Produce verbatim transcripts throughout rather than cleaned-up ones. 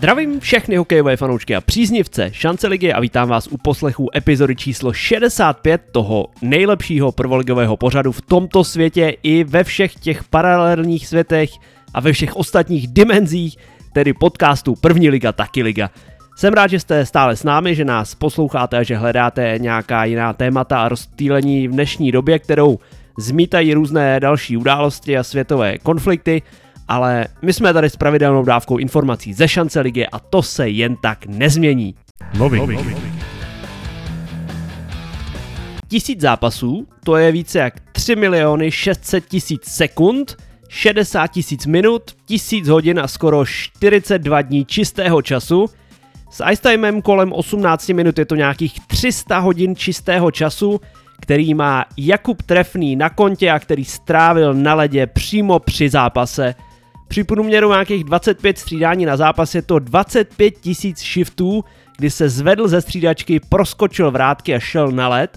Zdravím všechny hokejové fanoušky a příznivce šance ligy a vítám vás u poslechu epizody číslo šedesát pět toho nejlepšího prvoligového pořadu v tomto světě i ve všech těch paralelních světech a ve všech ostatních dimenzích, tedy podcastu První liga, taky liga. Jsem rád, že jste stále s námi, že nás posloucháte a že hledáte nějaká jiná témata a rozptýlení v dnešní době, kterou zmítají různé další události a světové konflikty, ale my jsme tady s pravidelnou dávkou informací ze šance ligy a to se jen tak nezmění. Nový. Nový. Tisíc zápasů, to je více jak tři miliony šest set tisíc sekund, šedesát tisíc minut, tisíc hodin a skoro čtyřicet dva dní čistého času. S ice timem kolem osmnáct minut je to nějakých tři sta hodin čistého času, který má Jakub Trefný na kontě a který strávil na ledě přímo při zápase. Při průměru nějakých dvacet pět střídání na zápas je to dvacet pět tisíc shiftů, kdy se zvedl ze střídačky, proskočil vrátky a šel na led.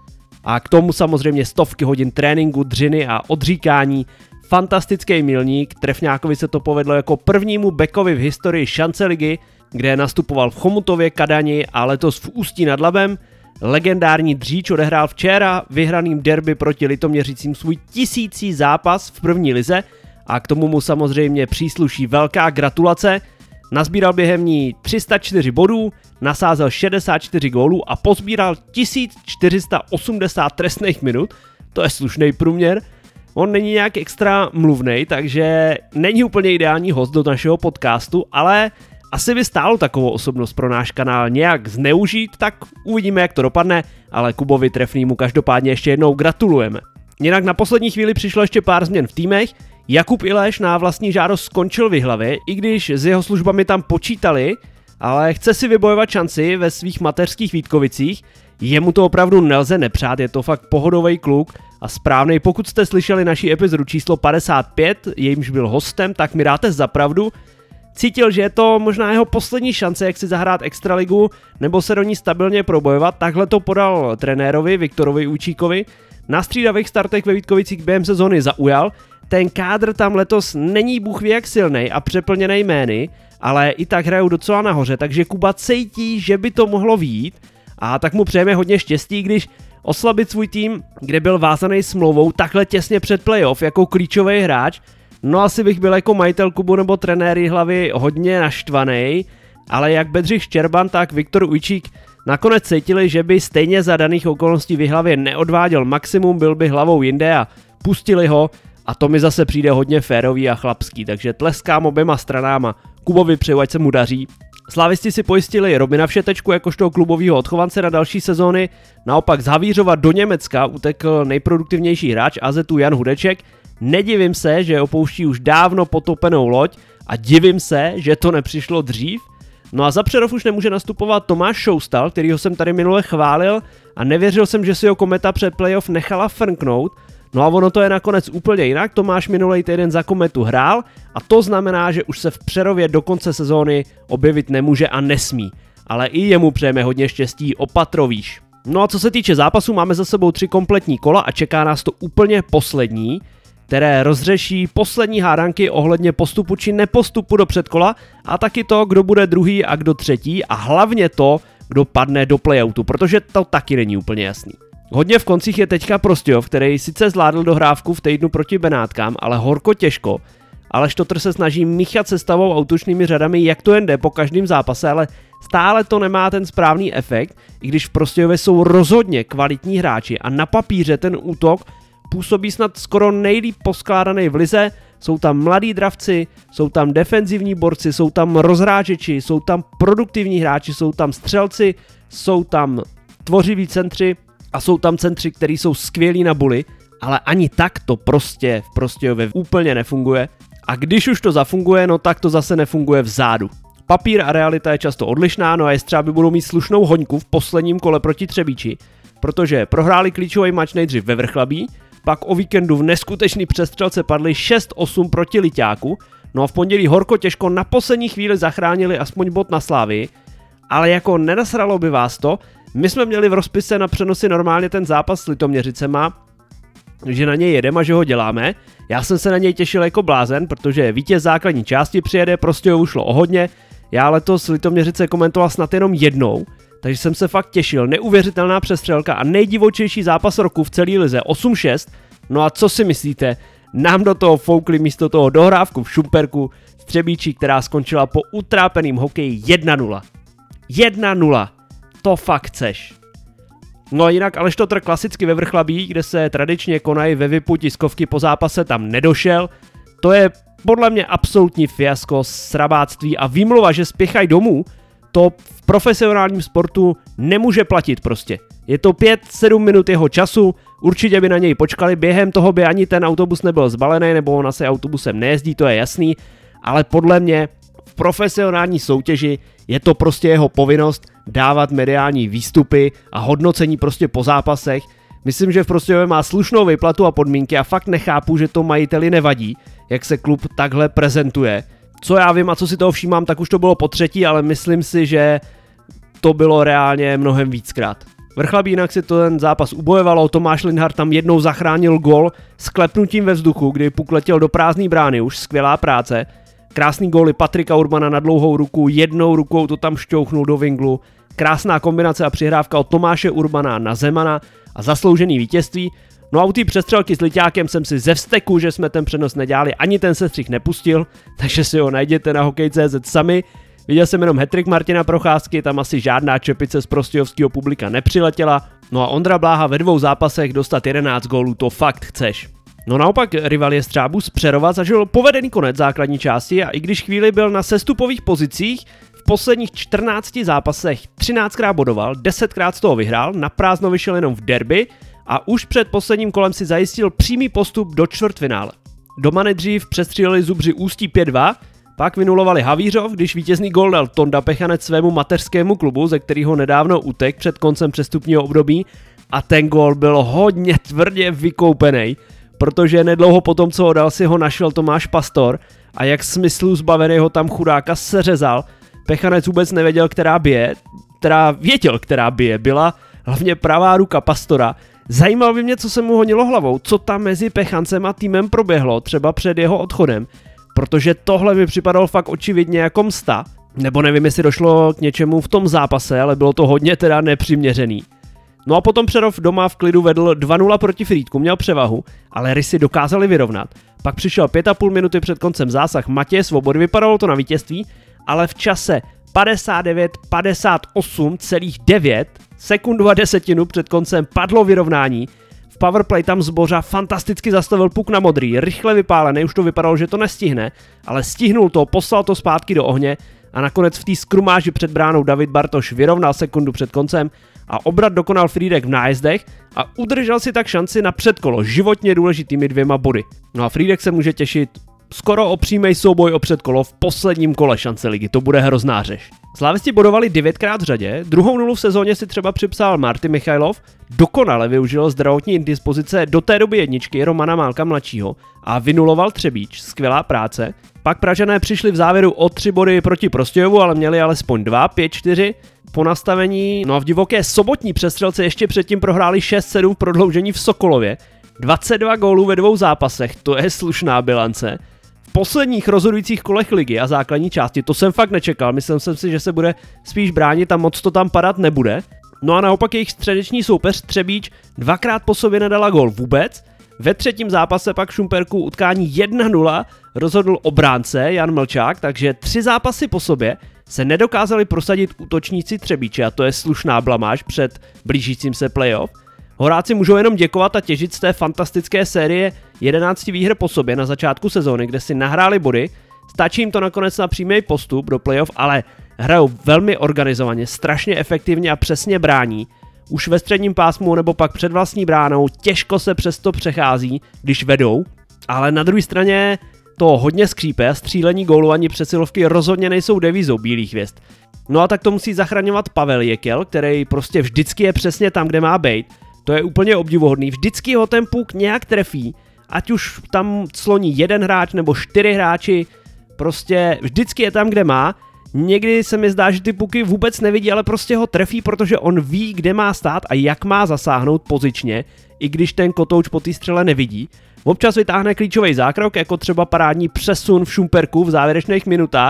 A k tomu samozřejmě stovky hodin tréninku, dřiny a odříkání. Fantastický milník, Trefňákovi se to povedlo jako prvnímu backovi v historii šance ligy, kde nastupoval v Chomutově, Kadani a letos v Ústí nad Labem. Legendární Dříč odehrál včera vyhraným derby proti Litoměřicím svůj tisící zápas v první lize a k tomu mu samozřejmě přísluší velká gratulace. Nazbíral během ní tři sta čtyři bodů, nasázel šedesát čtyři gólů a pozbíral tisíc čtyři sta osmdesát trestných minut, to je slušný průměr. On není nějak extra mluvnej, takže není úplně ideální host do našeho podcastu, ale asi by stálo takovou osobnost pro náš kanál nějak zneužít, tak uvidíme, jak to dopadne, ale Kubovi Trefnýmu každopádně ještě jednou gratulujeme. Jinak na poslední chvíli přišlo ještě pár změn v týmech. Jakub Ileš na vlastní žádost skončil v Jihlavě, i když s jeho službami tam počítali, ale chce si vybojovat šanci ve svých mateřských Vítkovicích. Jemu to opravdu nelze nepřát, je to fakt pohodový kluk a správnej. Pokud jste slyšeli naši epizodu číslo padesát pět, jejímž byl hostem, tak mi dáte za pravdu. Cítil, že je to možná jeho poslední šance, jak si zahrát extraligu nebo se do ní stabilně probojovat, takhle to podal trenérovi Viktorovi Ujčíkovi. Na střídavých startech ve Vítkovicích během sezóny zaujal, ten kádr tam letos není bůh ví jak silnej a přeplněnej jmény, ale i tak hrajou docela nahoře, takže Kuba cítí, že by to mohlo vyjít a tak mu přejeme hodně štěstí, když oslabit svůj tým, kde byl vázaný smlouvou takhle těsně před playoff jako klíčový hráč. No asi bych byl jako majitel klubu nebo trenér Jihlavy hodně naštvaný, ale jak Bedřich Štěrban, tak Viktor Ujčík nakonec cítili, že by stejně za daných okolností v Jihlavě neodváděl maximum, byl by hlavou jinde a pustili ho a to mi zase přijde hodně férový a chlapský, takže tleskám oběma stranám Kubovi přeju, ať se mu daří. Slávisti si pojistili Robina Všetečku jakožto klubovýho odchovance na další sezóny, naopak z Havířova do Německa utekl nejproduktivnější hráč á zetu Jan Hudeček. Nedivím se, že opouští už dávno potopenou loď a divím se, že to nepřišlo dřív. No a za Přerov už nemůže nastupovat Tomáš Šoustal, kterýho jsem tady minule chválil a nevěřil jsem, že si ho Kometa před playoff nechala frnknout. No a ono to je nakonec úplně jinak, Tomáš minulej týden za Kometu hrál a to znamená, že už se v Přerově do konce sezóny objevit nemůže a nesmí. Ale i jemu přejeme hodně štěstí, opatrovíš. No a co se týče zápasu, máme za sebou tři kompletní kola a čeká nás to úplně poslední, které rozřeší poslední hádanky ohledně postupu či nepostupu do předkola a taky to, kdo bude druhý a kdo třetí a hlavně to, kdo padne do playoutu, protože to taky není úplně jasný. Hodně v koncích je teďka Prostějov, který sice zvládl dohrávku v týdnu proti Benátkám, ale horko těžko. Aleš Štotr se snaží míchat sestavou a útočnými řadami, jak to jen jde po každém zápase, ale stále to nemá ten správný efekt, i když v Prostějově jsou rozhodně kvalitní hráči a na papíře ten útok působí snad skoro nejlíp poskládaný v lize, jsou tam mladí dravci, jsou tam defenzivní borci, jsou tam rozhráčeči, jsou tam produktivní hráči, jsou tam střelci, jsou tam tvořiví centři a jsou tam centři, kteří jsou skvělí na buly, ale ani tak to prostě v Prostějově úplně nefunguje a když už to zafunguje, no tak to zase nefunguje vzadu. Papír a realita je často odlišná, no a Jestřábi budou mít slušnou hoňku v posledním kole proti Třebíči, protože prohráli klíčový mač nejdřív ve Vrchlabí, pak o víkendu v neskutečný přestřelce padli šest osm proti Liťáku, no a v pondělí horko těžko na poslední chvíli zachránili aspoň bod na Slávii, ale jako nenasralo by vás to, my jsme měli v rozpise na přenosy normálně ten zápas s Litoměřicema, že na něj jedeme a že ho děláme. Já jsem se na něj těšil jako blázen, protože vítěz základní části přijede, prostě ho ušlo o hodně, Já letos Litoměřice komentoval snad jenom jednou, takže jsem se fakt těšil. Neuvěřitelná přestřelka a nejdivočejší zápas roku v celé lize osm šest. No a co si myslíte? Nám do toho foukli místo toho dohrávku v Šumperku z Třebíčí, která skončila po utrápeným hokeji jedna nula. jedna nula. To fakt chceš. No jinak Aleš Totr klasicky ve Vrchlabí, kde se tradičně konají ve vipu tiskovky po zápase, tam nedošel. To je podle mě absolutní fiasko, srabáctví a výmluva, že spěchají domů, to v profesionálním sportu nemůže platit prostě. Je to pět sedm minut jeho času, určitě by na něj počkali, během toho by ani ten autobus nebyl zbalený, nebo on asi autobusem nejezdí, to je jasný, ale podle mě v profesionální soutěži je to prostě jeho povinnost dávat mediální výstupy a hodnocení prostě po zápasech. Myslím, že v Prostějově má slušnou výplatu a podmínky a fakt nechápu, že to majiteli nevadí, jak se klub takhle prezentuje. Co já vím a co si toho všímám, tak už to bylo po třetí, ale myslím si, že to bylo reálně mnohem víckrát. Vrchlabí jinak si to ten zápas ubojovalo, Tomáš Linhart tam jednou zachránil gól s klepnutím ve vzduchu, kdy puk letěl do prázdné brány, už skvělá práce. Krásný góly Patrika Urbana na dlouhou ruku, jednou rukou to tam šťouchnul do vinglu. Krásná kombinace a přihrávka od Tomáše Urbana na Zemana a zasloužený vítězství. No a u té přestřelky s Liťákem jsem si ze vzteku, že jsme ten přenos nedělali, ani ten sestřih nepustil, takže si ho najděte na hokej tečka cé zet sami. Viděl jsem jenom hat-trick Martina Procházky, tam asi žádná čepice z prostějovského publika nepřiletěla. No a Ondra Bláha ve dvou zápasech dostat jedenáct gólů, to fakt chceš. No naopak rival Jestřábů z Přerova zažil povedený konec základní části a i když chvíli byl na sestupových pozicích, v posledních čtrnácti zápasech třináctkrát bodoval, desetkrát z toho vyhrál, na prázdno vyšel jenom v derby a už před posledním kolem si zajistil přímý postup do čtvrtfinále. Doma nejdřív přestříleli Zubři Ústí pět dva, pak vynulovali Havířov, když vítězný gól dal Tonda Pechanec svému mateřskému klubu, ze kterého nedávno utek před koncem přestupního období a ten gól byl hodně tvrdě vykoupený, protože nedlouho potom, co ho dal, si ho našel Tomáš Pastor a jak smyslu zbavený ho tam chudáka seřezal. Pechanec vůbec nevěděl, která bije, která věděl, která bije, byla hlavně pravá ruka Pastora. Zajímalo by mě, co se mu honilo hlavou, co tam mezi Pechancem a týmem proběhlo, třeba před jeho odchodem, protože tohle mi připadalo fakt očividně jako msta, nebo nevím, jestli došlo k něčemu v tom zápase, ale bylo to hodně teda nepřiměřený. No a potom Přerov doma v klidu vedl dva nula proti Frýdku, měl převahu, ale Rysy dokázali vyrovnat. Pak přišel pět a půl minuty před koncem zásah Matěje Svobody, vypadalo to na vítězství, ale v čase padesát devět padesát osm celá devět sekundu a desetinu před koncem padlo vyrovnání. V powerplay tam Zbořa fantasticky zastavil puk na modrý, rychle vypálený, už to vypadalo, že to nestihne, ale stihnul to, poslal to zpátky do ohně a nakonec v té skrumáži před bránou David Bartoš vyrovnal sekundu před koncem a obrat dokonal Frýdek v nájezdech a udržel si tak šanci na předkolo životně důležitými dvěma body. No a Frýdek se může těšit skoro o přímý souboj o předkolo v posledním kole šance ligy, to bude hrozná řeš. Slávisti bodovali devětkrát v řadě, druhou nulu v sezóně si třeba připsal Marty Michajlov, dokonale využil zdravotní indispozice do té doby jedničky Romana Málka mladšího a vynuloval Třebíč, skvělá práce. Pak Pražané přišli v závěru o tři body proti Prostějovu, ale měli alespoň dva, pět čtyři po nastavení, no a v divoké sobotní přestřelce ještě předtím prohráli šest sedm v prodloužení v Sokolově, dvacet dva gólů ve dvou zápasech, to je slušná bilance. V posledních rozhodujících kolech ligy a základní části, to jsem fakt nečekal, myslel jsem si, že se bude spíš bránit a moc to tam padat nebude. No a naopak jejich středeční soupeř Třebíč dvakrát po sobě nedala gól vůbec. Ve třetím zápase pak Šumperku utkání jedna nula rozhodl obránce Jan Mlčák, takže tři zápasy po sobě se nedokázali prosadit útočníci Třebíče a to je slušná blamáž před blížícím se playoff. Horáci můžou jenom děkovat a těžit z té fantastické série jedenácti výher po sobě na začátku sezóny, kde si nahráli body, stačí jim to nakonec na přímý postup do playoff, ale hrajou velmi organizovaně, strašně efektivně a přesně brání. Už ve středním pásmu nebo pak před vlastní bránou těžko se přesto přechází, když vedou, ale na druhé straně to hodně skřípe a střílení gólu ani přesilovky rozhodně nejsou devizou bílých hvězd. No a tak to musí zachraňovat Pavel Jekel, který prostě vždycky je přesně tam, kde má být. To je úplně obdivuhodný, vždycky ho ten puk nějak trefí, ať už tam sloní jeden hráč nebo čtyři hráči, prostě vždycky je tam, kde má. Někdy se mi zdá, že ty puky vůbec nevidí, ale prostě ho trefí, protože on ví, kde má stát a jak má zasáhnout pozičně, i když ten kotouč po té střele nevidí. Občas vytáhne klíčový zákrok, jako třeba parádní přesun v Šumperku v závěrečných minutách,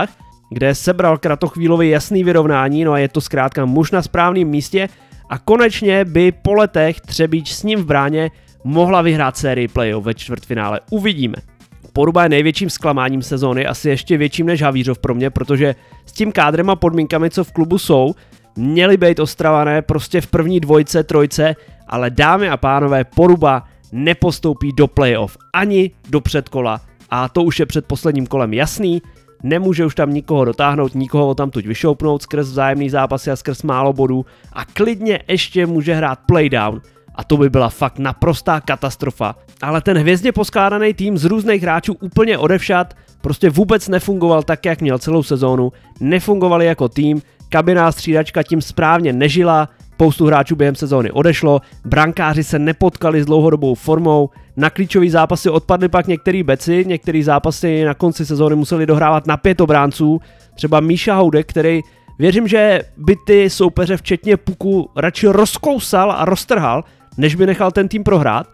kde sebral Kratochvílovi jasný vyrovnání, no a je to zkrátka muž na správném místě a konečně by po letech Třebíč s ním v bráně mohla vyhrát sérii playoff ve čtvrtfinále. Uvidíme. Poruba je největším zklamáním sezóny, asi ještě větším než Havířov pro mě, protože s tím kádrem a podmínkami, co v klubu jsou, měli být Ostravané prostě v první dvojce, trojce, ale dámy a pánové, Poruba nepostoupí do playoff ani do předkola a to už je před posledním kolem jasný. Nemůže už tam nikoho dotáhnout, nikoho tamtuť vyšoupnout skrz vzájemný zápasy a skrz málo bodů a klidně ještě může hrát playdown a to by byla fakt naprostá katastrofa. Ale ten hvězdně poskládaný tým z různých hráčů úplně odevšad prostě vůbec nefungoval tak, jak měl celou sezónu, nefungovali jako tým, kabinná střídačka tím správně nežila, spoustu hráčů během sezóny odešlo, brankáři se nepotkali s dlouhodobou formou, na klíčový zápasy odpadly pak některý beci, některý zápasy na konci sezóny museli dohrávat na pět obránců, třeba Míša Houdek, který věřím, že by ty soupeře včetně puku radši rozkousal a roztrhal, než by nechal ten tým prohrát,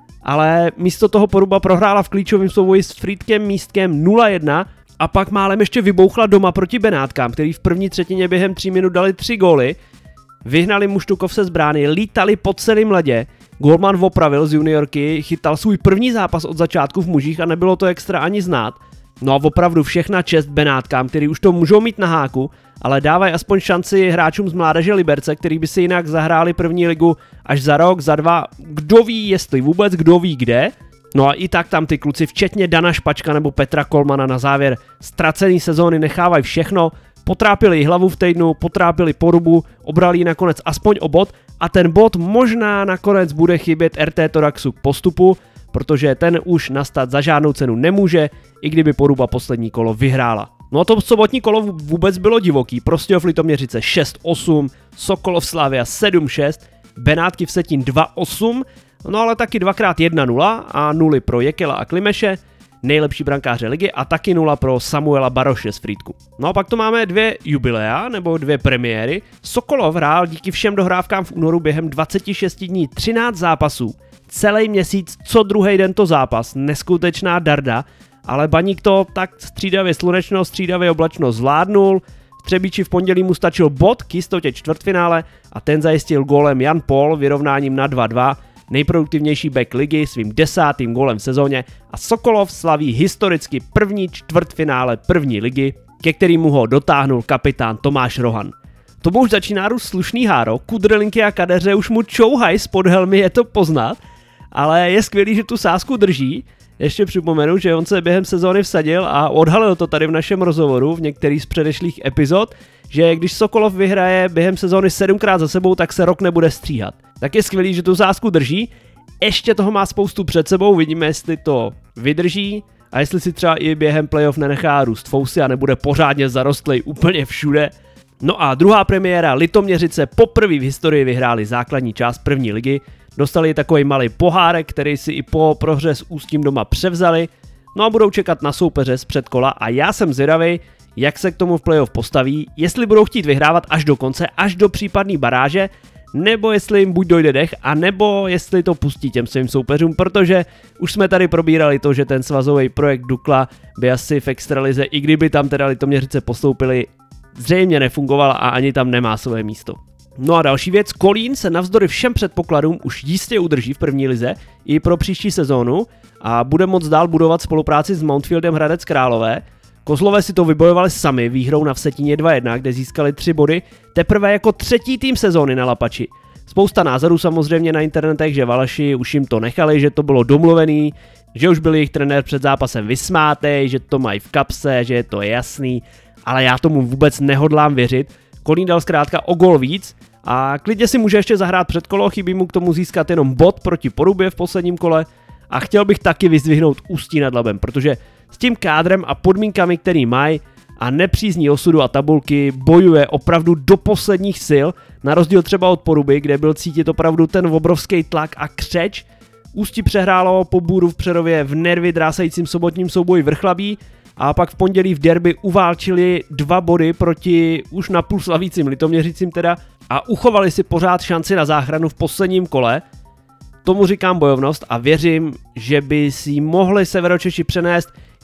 ale místo toho Poruba prohrála v klíčovém souboji s Frýdkem Místkem nula jedna a pak málem ještě vybouchla doma proti Benátkám, který v první třetině během tří minut dali tři góly. Vyhnali Muštukovce z brány, lítali po celém ledě, gólman opravil z juniorky, chytal svůj první zápas od začátku v mužích a nebylo to extra ani znát. No a opravdu všechna čest Benátkám, který už to můžou mít na háku, ale dávají aspoň šanci hráčům z mládeže Liberce, který by si jinak zahráli první ligu až za rok, za dva, kdo ví jestli vůbec, kdo ví kde. No a i tak tam ty kluci, včetně Dana Špačka nebo Petra Kolmana na závěr ztracený sezóny nechávají všechno, potrápili hlavu v týdnu, potrápili Porubu, obrali ji nakonec aspoň o bod a ten bod možná nakonec bude chybět R T Toraxu k postupu, protože ten už nastat za žádnou cenu nemůže, i kdyby Poruba poslední kolo vyhrála. No a to sobotní kolo vůbec bylo divoký, Prostějov Litoměřice šest osm, Sokolov Slavia sedm šest, Benátky Vsetín dva osm, no ale taky dvakrát jedna nula a nuly pro Jekela a Klimeše, nejlepší brankáře ligy a taky nula pro Samuela Baroše z Frýdku. No a pak to máme dvě jubilea, nebo dvě premiéry. Sokolov hrál díky všem dohrávkám v únoru během dvacet šest dní třináct zápasů. Celý měsíc, co druhý den to zápas, neskutečná darda, ale Baník to tak střídavě slunečno, střídavě oblačno zvládnul. V Třebíči v pondělí mu stačil bod k jistotě čtvrtfinále a ten zajistil gólem Jan Pol vyrovnáním na dva dva. Nejproduktivnější back ligy svým desátým gólem v sezóně a Sokolov slaví historicky první čtvrtfinále první ligy, ke kterému ho dotáhnul kapitán Tomáš Rohan. Tomu už začíná růst slušný háro, kudrlinky a kadeře už mu čouhají spod helmy, je to poznat, ale je skvělý, že tu sázku drží. Ještě připomenu, že on se během sezóny vsadil a odhalil to tady v našem rozhovoru v některých z předešlých epizod, že když Sokolov vyhraje během sezóny sedmkrát za sebou, tak se rok nebude stříhat. Tak je skvělý, že tu sázku drží, ještě toho má spoustu před sebou, vidíme, jestli to vydrží a jestli si třeba i během playoff nenechá růst fousy a nebude pořádně zarostlej úplně všude. No a druhá premiéra, Litoměřice poprvé v historii vyhráli základní část první ligy, dostali takový malý pohárek, který si i po prohře s Ústím doma převzali, no a budou čekat na soupeře z předkola a já jsem zvědavej, jak se k tomu v playoff postaví, jestli budou chtít vyhrávat až do konce, až do případné baráže, nebo jestli jim buď dojde dech, a nebo jestli to pustí těm svým soupeřům, protože už jsme tady probírali to, že ten svazový projekt Dukla by asi v extralize, i kdyby tam teda Litoměřice postoupili, zřejmě nefungoval a ani tam nemá své místo. No a další věc, Kolín se navzdory všem předpokladům už jistě udrží v první lize i pro příští sezónu a bude moct dál budovat spolupráci s Mountfieldem Hradec Králové. Kozlové si to vybojovali sami výhrou na Vsetíně dva jedna, kde získali tři body, teprve jako třetí tým sezóny na lapači. Spousta názorů samozřejmě na internetech, že Valaši už jim to nechali, že to bylo domluvený, že už byl jejich trenér před zápasem vysmátej, že to mají v kapse, že je to jasný, ale já tomu vůbec nehodlám věřit. Kolín dal zkrátka o gól víc a klidně si může ještě zahrát předkolo, chybí mu k tomu získat jenom bod proti Porubě v posledním kole a chtěl bych taky vyzdvihnout Ústí nad Labem, protože s tím kádrem a podmínkami, který mají a nepřízní osudu a tabulky, bojuje opravdu do posledních sil, na rozdíl třeba od Poruby, kde byl cítit opravdu ten obrovský tlak a křeč. Ústí přehrálo po bůru v Přerově v nervy drásajícím sobotním souboji Vrchlabí a pak v pondělí v derby uválčili dva body proti už napůl slavícím Litoměřicím teda a uchovali si pořád šanci na záchranu v posledním kole. Tomu říkám bojovnost a věřím, že by si mohli Severočeši přenést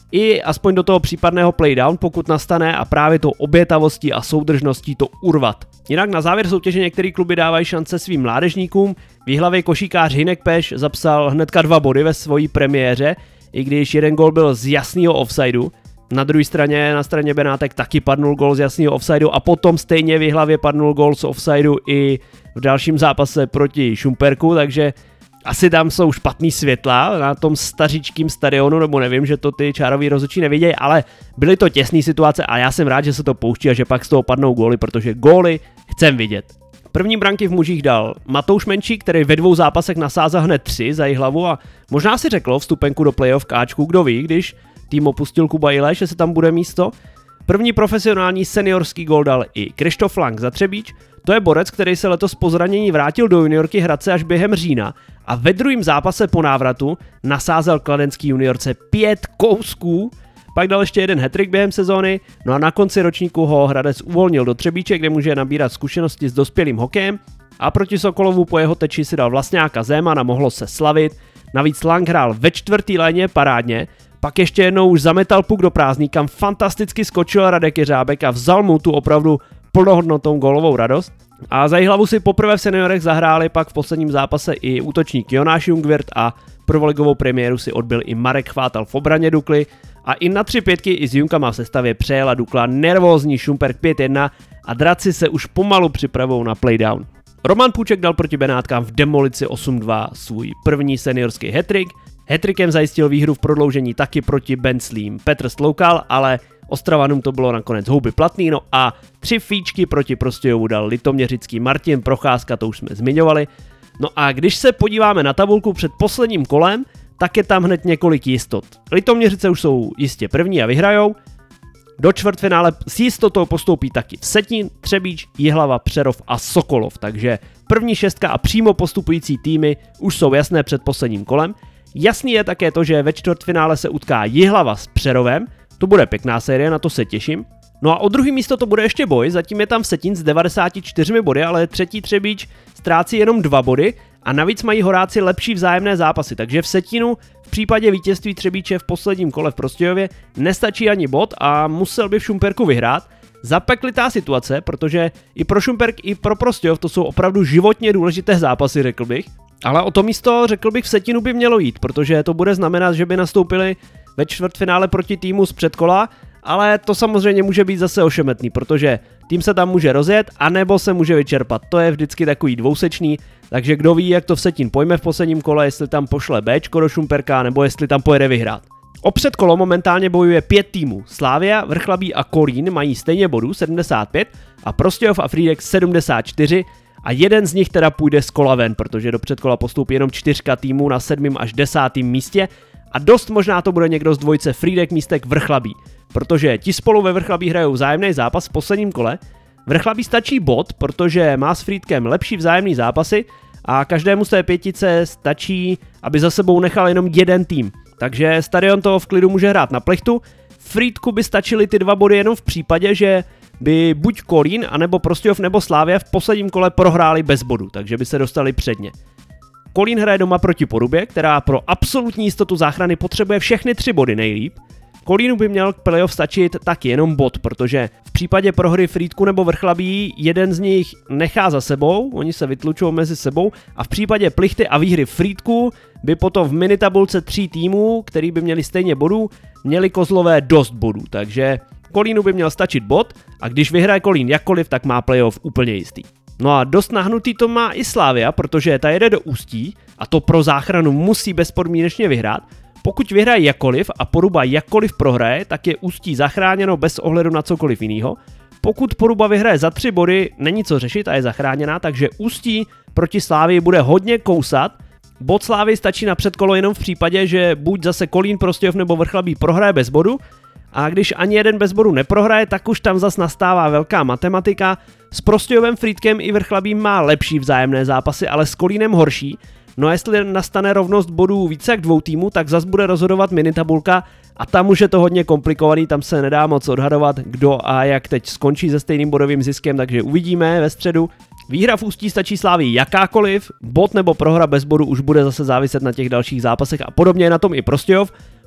i aspoň do toho případného playdown, pokud nastane, a právě tou obětavostí a soudržností to urvat. Jinak na závěr soutěže některé kluby dávají šance svým mládežníkům. V Jihlavě košíkář Hinek Peš zapsal hnedka dva body ve své premiéře, i když jeden gól byl z jasného offsideu. Na druhé straně, na straně Benátek taky padnul gól z jasného offsideu a potom stejně v Jihlavě padnul gól z offsideu i v dalším zápase proti Šumperku, takže asi tam jsou špatný světla na tom stařičkým stadionu, nebo nevím, že to ty čároví rozhodčí nevidějí, ale byly to těsné situace a já jsem rád, že se to pouští a že pak z toho padnou góly, protože góly chcem vidět. První branky v mužích dal Matouš Menčík, který ve dvou zápasech nasázel hned tři za Jihlavu a možná si řeklo vstupenku do playoff Káčku, kdo ví, když tým opustil Kuba Ileš, že se tam bude místo. První profesionální seniorský gól dal i Krištof Lang za Třebíč. To je borec, který se letos po zranění vrátil do juniorky Hradce až během října a ve druhém zápase po návratu nasázel kladenský juniorce pět kousků. Pak dal ještě jeden hat-trick během sezóny, no a na konci ročníku ho Hradec uvolnil do Třebíče, kde může nabírat zkušenosti s dospělým hokejem a proti Sokolovu po jeho teči si dal vlastňáka Zémana, mohlo se slavit. Navíc Lang hrál ve čtvrtý léně parádně, pak ještě jednou už zametal puk do prázdní, kam fantasticky skočil Radek Jeřábek a vzal mu tu opravdu plnohodnotnou gólovou radost. A za Jihlavu si poprvé v seniorech zahráli pak v posledním zápase i útočník Jonáš Jungwirth a prvoligovou premiéru si odbil i Marek Chvátal v obraně Dukly a i na tři pětky i s Junkama v sestavě přejela Dukla nervózní Šumperk pět jedna a draci se už pomalu připravují na playdown. Roman Půček dal proti Benátkám v demolici osm dva svůj první seniorský hat-trick. Hat-trickem zajistil výhru v prodloužení taky proti Benslím Petr Sloukal, ale Ostravanům to bylo nakonec houby platný, no a tři fíčky proti Prostějovu dal litoměřický Martin Procházka, to už jsme zmiňovali. No a když se podíváme na tabulku před posledním kolem, tak je tam hned několik jistot. Litoměřice už jsou jistě první a vyhrajou. Do čtvrtfinále s jistotou postoupí taky Vsetín, Třebíč, Jihlava, Přerov a Sokolov, takže první šestka a přímo postupující týmy už jsou jasné před posledním kolem. Jasný je také to, že ve čtvrtfinále se utká Jihlava s Přerovem, to bude pěkná série, na to se těším. No a o druhý místo to bude ještě boj, zatím je tam Vsetín s devadesáti čtyřmi body, ale třetí Třebíč ztrácí jenom dva body a navíc mají Horáci lepší vzájemné zápasy, takže Vsetínu v případě vítězství Třebíče v posledním kole v Prostějově nestačí ani bod a musel by v Šumperku vyhrát. Zapeklitá situace, protože i pro Šumperk, i pro Prostějov to jsou opravdu životně důležité zápasy, řekl bych. Ale o to místo, řekl bych, v Vsetínu by mělo jít, protože to bude znamenat, že by nastoupili ve čtvrtfinále proti týmu z předkola, ale to samozřejmě může být zase ošemetný, protože tým se tam může rozjet, anebo se může vyčerpat. To je vždycky takový dvousečný, takže kdo ví, jak to Vsetín pojme v posledním kole, jestli tam pošle Bčko do Šumperka, nebo jestli tam pojede vyhrát. O předkolo momentálně bojuje pět týmů. Slávia, Vrchlabí a Kolín mají stejně bodů sedmdesát pět a Prostějov a Frýdek sedmdesát čtyři a jeden z nich teda půjde z kola ven, protože do předkola postoupí jenom čtyřka týmů na sedmém až desátém místě a dost možná to bude někdo z dvojce Frýdek, Místek, Vrchlabí, protože ti spolu ve Vrchlabí hrajou vzájemný zápas v posledním kole. Vrchlabí stačí bod, protože má s Frýdkem lepší vzájemný zápasy a každému z té pětice stačí, aby za sebou nechal jenom jeden tým. Takže stadion toho v klidu může hrát na plechtu. Frýdku by stačily ty dva body jenom v případě, že by buď Kolín, anebo Prostějov nebo Slávia v posledním kole prohráli bez bodu, takže by se dostali předně. Kolín hraje doma proti Porubě, která pro absolutní jistotu záchrany potřebuje všechny tři body nejlíp. Kolínu by měl k playoff stačit taky jenom bod, protože v případě prohry Frýdku nebo Vrchlabí jeden z nich nechá za sebou, oni se vytlučují mezi sebou a v případě plichty a výhry Frýdku by potom v minitabulce tří týmů, který by měli stejně bodů, měli Kozlové dost bodů, takže Kolínu by měl stačit bod a když vyhraje Kolín jakkoliv, tak má playoff úplně jistý. No a dost nahnutý to má i Slávia, protože ta jede do Ústí a to pro záchranu musí bezpodmínečně vyhrát. Pokud vyhraje jakkoliv a Poruba jakkoliv prohraje, tak je Ústí zachráněno bez ohledu na cokoliv jiného. Pokud Poruba vyhraje za tři body, není co řešit a je zachráněná, takže Ústí proti Slávii bude hodně kousat. Bod Slávy stačí na předkolo jenom v případě, že buď zase Kolín, Prostějov nebo Vrchlabí prohraje bez bodu, a když ani jeden bez bodu neprohraje, tak už tam zas nastává velká matematika. S Prostějovem, Frýdkem i Vrchlabím má lepší vzájemné zápasy, ale s Kolínem horší. No a jestli nastane rovnost bodů více jak dvou týmů, tak zas bude rozhodovat minitabulka a tam už je to hodně komplikovaný, tam se nedá moc odhadovat, kdo a jak teď skončí se stejným bodovým ziskem, takže uvidíme ve středu. Výhra v Ústí stačí Slávii jakákoliv, bod nebo prohra bez bodu už bude zase záviset na těch dalších zápasech a podobně je na tom i Prostějov.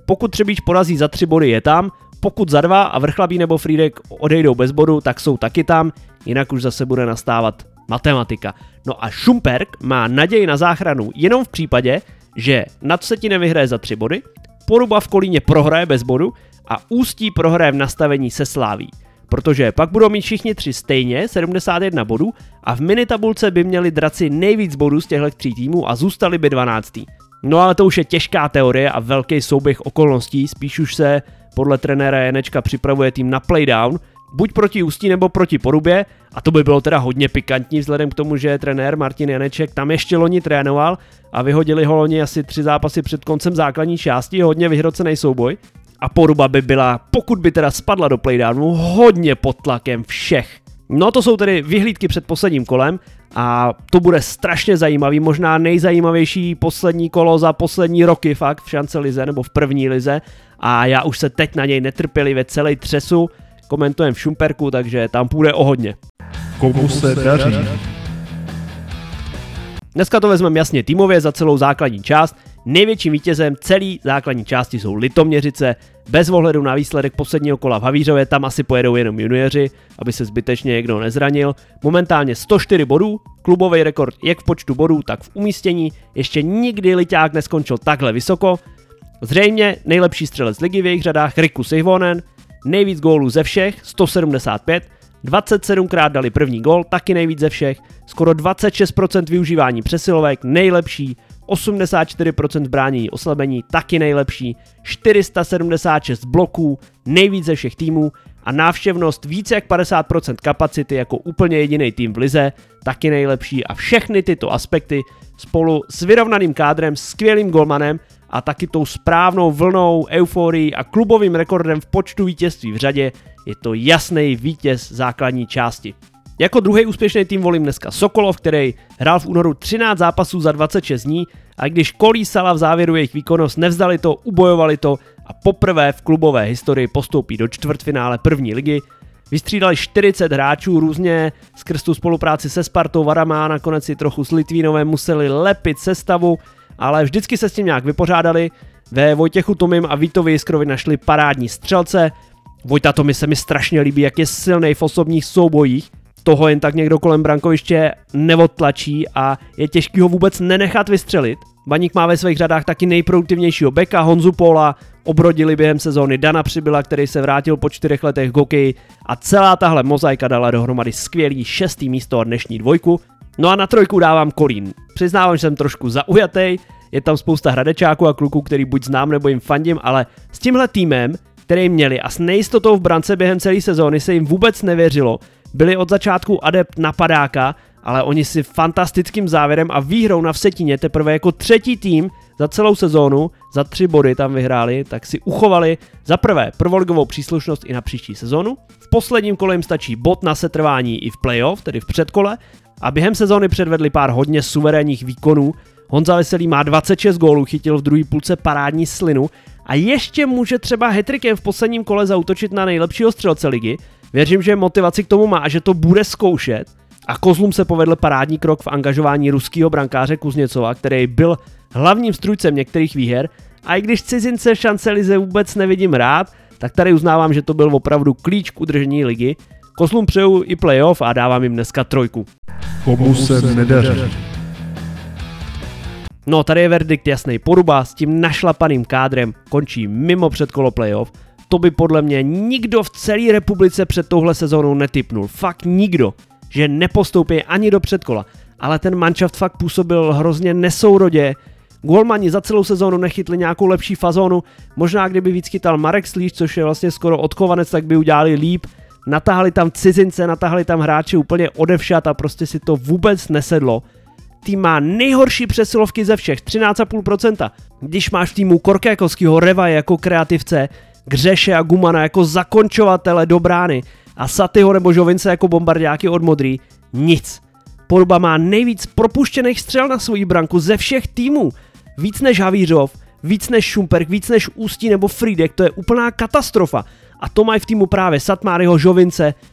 pokud Třebíč porazí za tři body, je tam, pokud za dva a Vrchlabí nebo Frýdek odejdou bez bodu, tak jsou taky tam, jinak už zase bude nastávat matematika. No a Šumperk má naději na záchranu jenom v případě, že Nad Vsetínem nevyhraje za tři body, Poruba v Kolíně prohraje bez bodu a Ústí prohraje v nastavení se Sláví. Protože pak budou mít všichni tři stejně sedmdesát jedna bodů a v minitabulce by měli Draci nejvíc bodů z těchto tří týmů a zůstali by dvanáctý. No ale to už je těžká teorie a velký souběh okolností, spíš už se podle trenéra Janečka připravuje tým na playdown, buď proti Ústí nebo proti Porubě, a to by bylo teda hodně pikantní vzhledem k tomu, že trenér Martin Janeček tam ještě loni trénoval a vyhodili ho loni asi tři zápasy před koncem základní části, hodně vyhrocený souboj. A Poruba by byla, pokud by teda spadla do playdownu, hodně pod tlakem všech. No to jsou tedy vyhlídky před posledním kolem a to bude strašně zajímavý, možná nejzajímavější poslední kolo za poslední roky fakt v šance lize nebo v první lize a já už se teď na něj netrpělivě celý třesu, komentujem v Šumperku, takže tam půjde o hodně. Komu se daří? Dneska to vezmeme jasně týmově za celou základní část. Největším vítězem celé základní části jsou Litoměřice, bez ohledu na výsledek posledního kola v Havířově, tam asi pojedou jenom junioři, aby se zbytečně někdo nezranil. Momentálně sto čtyři bodů, klubový rekord jak v počtu bodů, tak v umístění, ještě nikdy Liťák neskončil takhle vysoko. Zřejmě nejlepší střelec ligy v jejich řadách Riku Sihvonen, nejvíc gólů ze všech, sto sedmdesát pět, dvacet sedmkrát dali první gól, taky nejvíc ze všech, skoro dvacet šest procent využívání přesilovek, nejlepší, osmdesát čtyři procent bránění oslabení, taky nejlepší, čtyři sta sedmdesát šest bloků, nejvíc ze všech týmů a návštěvnost více jak padesát procent kapacity jako úplně jediný tým v lize, taky nejlepší a všechny tyto aspekty spolu s vyrovnaným kádrem, skvělým golmanem a taky tou správnou vlnou euforií a klubovým rekordem v počtu vítězství v řadě je to jasný vítěz základní části. Jako druhý úspěšný tým volím dneska Sokolov, který hrál v únoru třináct zápasů za dvacet šest dní a když kolísala v závěru jejich výkonnost, nevzdali to, ubojovali to a poprvé v klubové historii postoupí do čtvrtfinále první ligy. Vystřídali čtyřicet hráčů různě skrz tu spolupráci se Spartou, Varama, nakonec si trochu s Litvínovem museli lepit sestavu, ale vždycky se s tím nějak vypořádali. Ve Vojtěchu Tomim a Vítovi Jiskrovi našli parádní střelce. Vojta Tomi se mi strašně líbí, jak je silnej v osobních soubojích. Toho jen tak někdo kolem brankoviště neodtlačí a je těžký ho vůbec nenechat vystřelit. Baník má ve svých řadách taky nejproduktivnějšího beka Honzu Póla, obrodili během sezóny Dana Přibyla, který se vrátil po čtyřech letech k hokeji a celá tahle mozaika dala dohromady skvělý šestý místo a dnešní dvojku. No a na trojku dávám Kolín. Přiznávám, že jsem trošku zaujatej, je tam spousta hradečáků a kluků, který buď znám nebo jim fandím, ale s tímhle týmem, který měli a s nejistotou v brance během celé sezóny se jim vůbec nevěřilo, byli od začátku adept napadáka, ale oni si fantastickým závěrem a výhrou na Vsetíně teprve jako třetí tým za celou sezónu, za tři body tam vyhráli, tak si uchovali za prvé prvoligovou příslušnost i na příští sezónu. V posledním kole jim stačí bod na setrvání i v playoff, tedy v předkole, a během sezóny předvedli pár hodně suverénních výkonů. Honza Veselý má dvacet šest gólů, chytil v druhé půlce parádní slinu a ještě může třeba hat-trickem v posledním kole zaútočit na nejlepšího střelce ligy. Věřím, že motivaci k tomu má a že to bude zkoušet. A Kozlům se povedl parádní krok v angažování ruského brankáře Kuzněcova, který byl hlavním strůjcem některých výher. A i když cizince v šance lize vůbec nevidím rád, tak tady uznávám, že to byl opravdu klíč k udržení ligy. Kozlům přeju i playoff a dávám jim dneska trojku. Komu se nedaří? No, tady je verdikt jasný. Poruba s tím našlapaným kádrem končí mimo předkolo playoff. To by podle mě nikdo v celé republice před touhle sezónou netipnul. Fakt nikdo. Že nepostoupí ani do předkola. Ale ten manšaft fakt působil hrozně nesourodě. Golmani za celou sezónu nechytli nějakou lepší fazónu. Možná kdyby víc chytal Marek Slíč, což je vlastně skoro odkovanec, tak by udělali líp. Natáhli tam cizince, natáhli tam hráči úplně odevšat a prostě si to vůbec nesedlo. Tým má nejhorší přesilovky ze všech, třináct celá pět procenta. Když máš v týmu Korkékovskýho Revaje jako kreativce, Gřeše a Gumana jako zakončovatele do brány a Satyho nebo Žovince jako bombardáky od Modrý, nic. Poruba má nejvíc propuštěných střel na svoji branku ze všech týmů. Víc než Havířov, víc než Šumperk, víc než Ústí nebo Frýdek, to je úplná katastrofa. A to mají v týmu právě Satmáryho, Žovince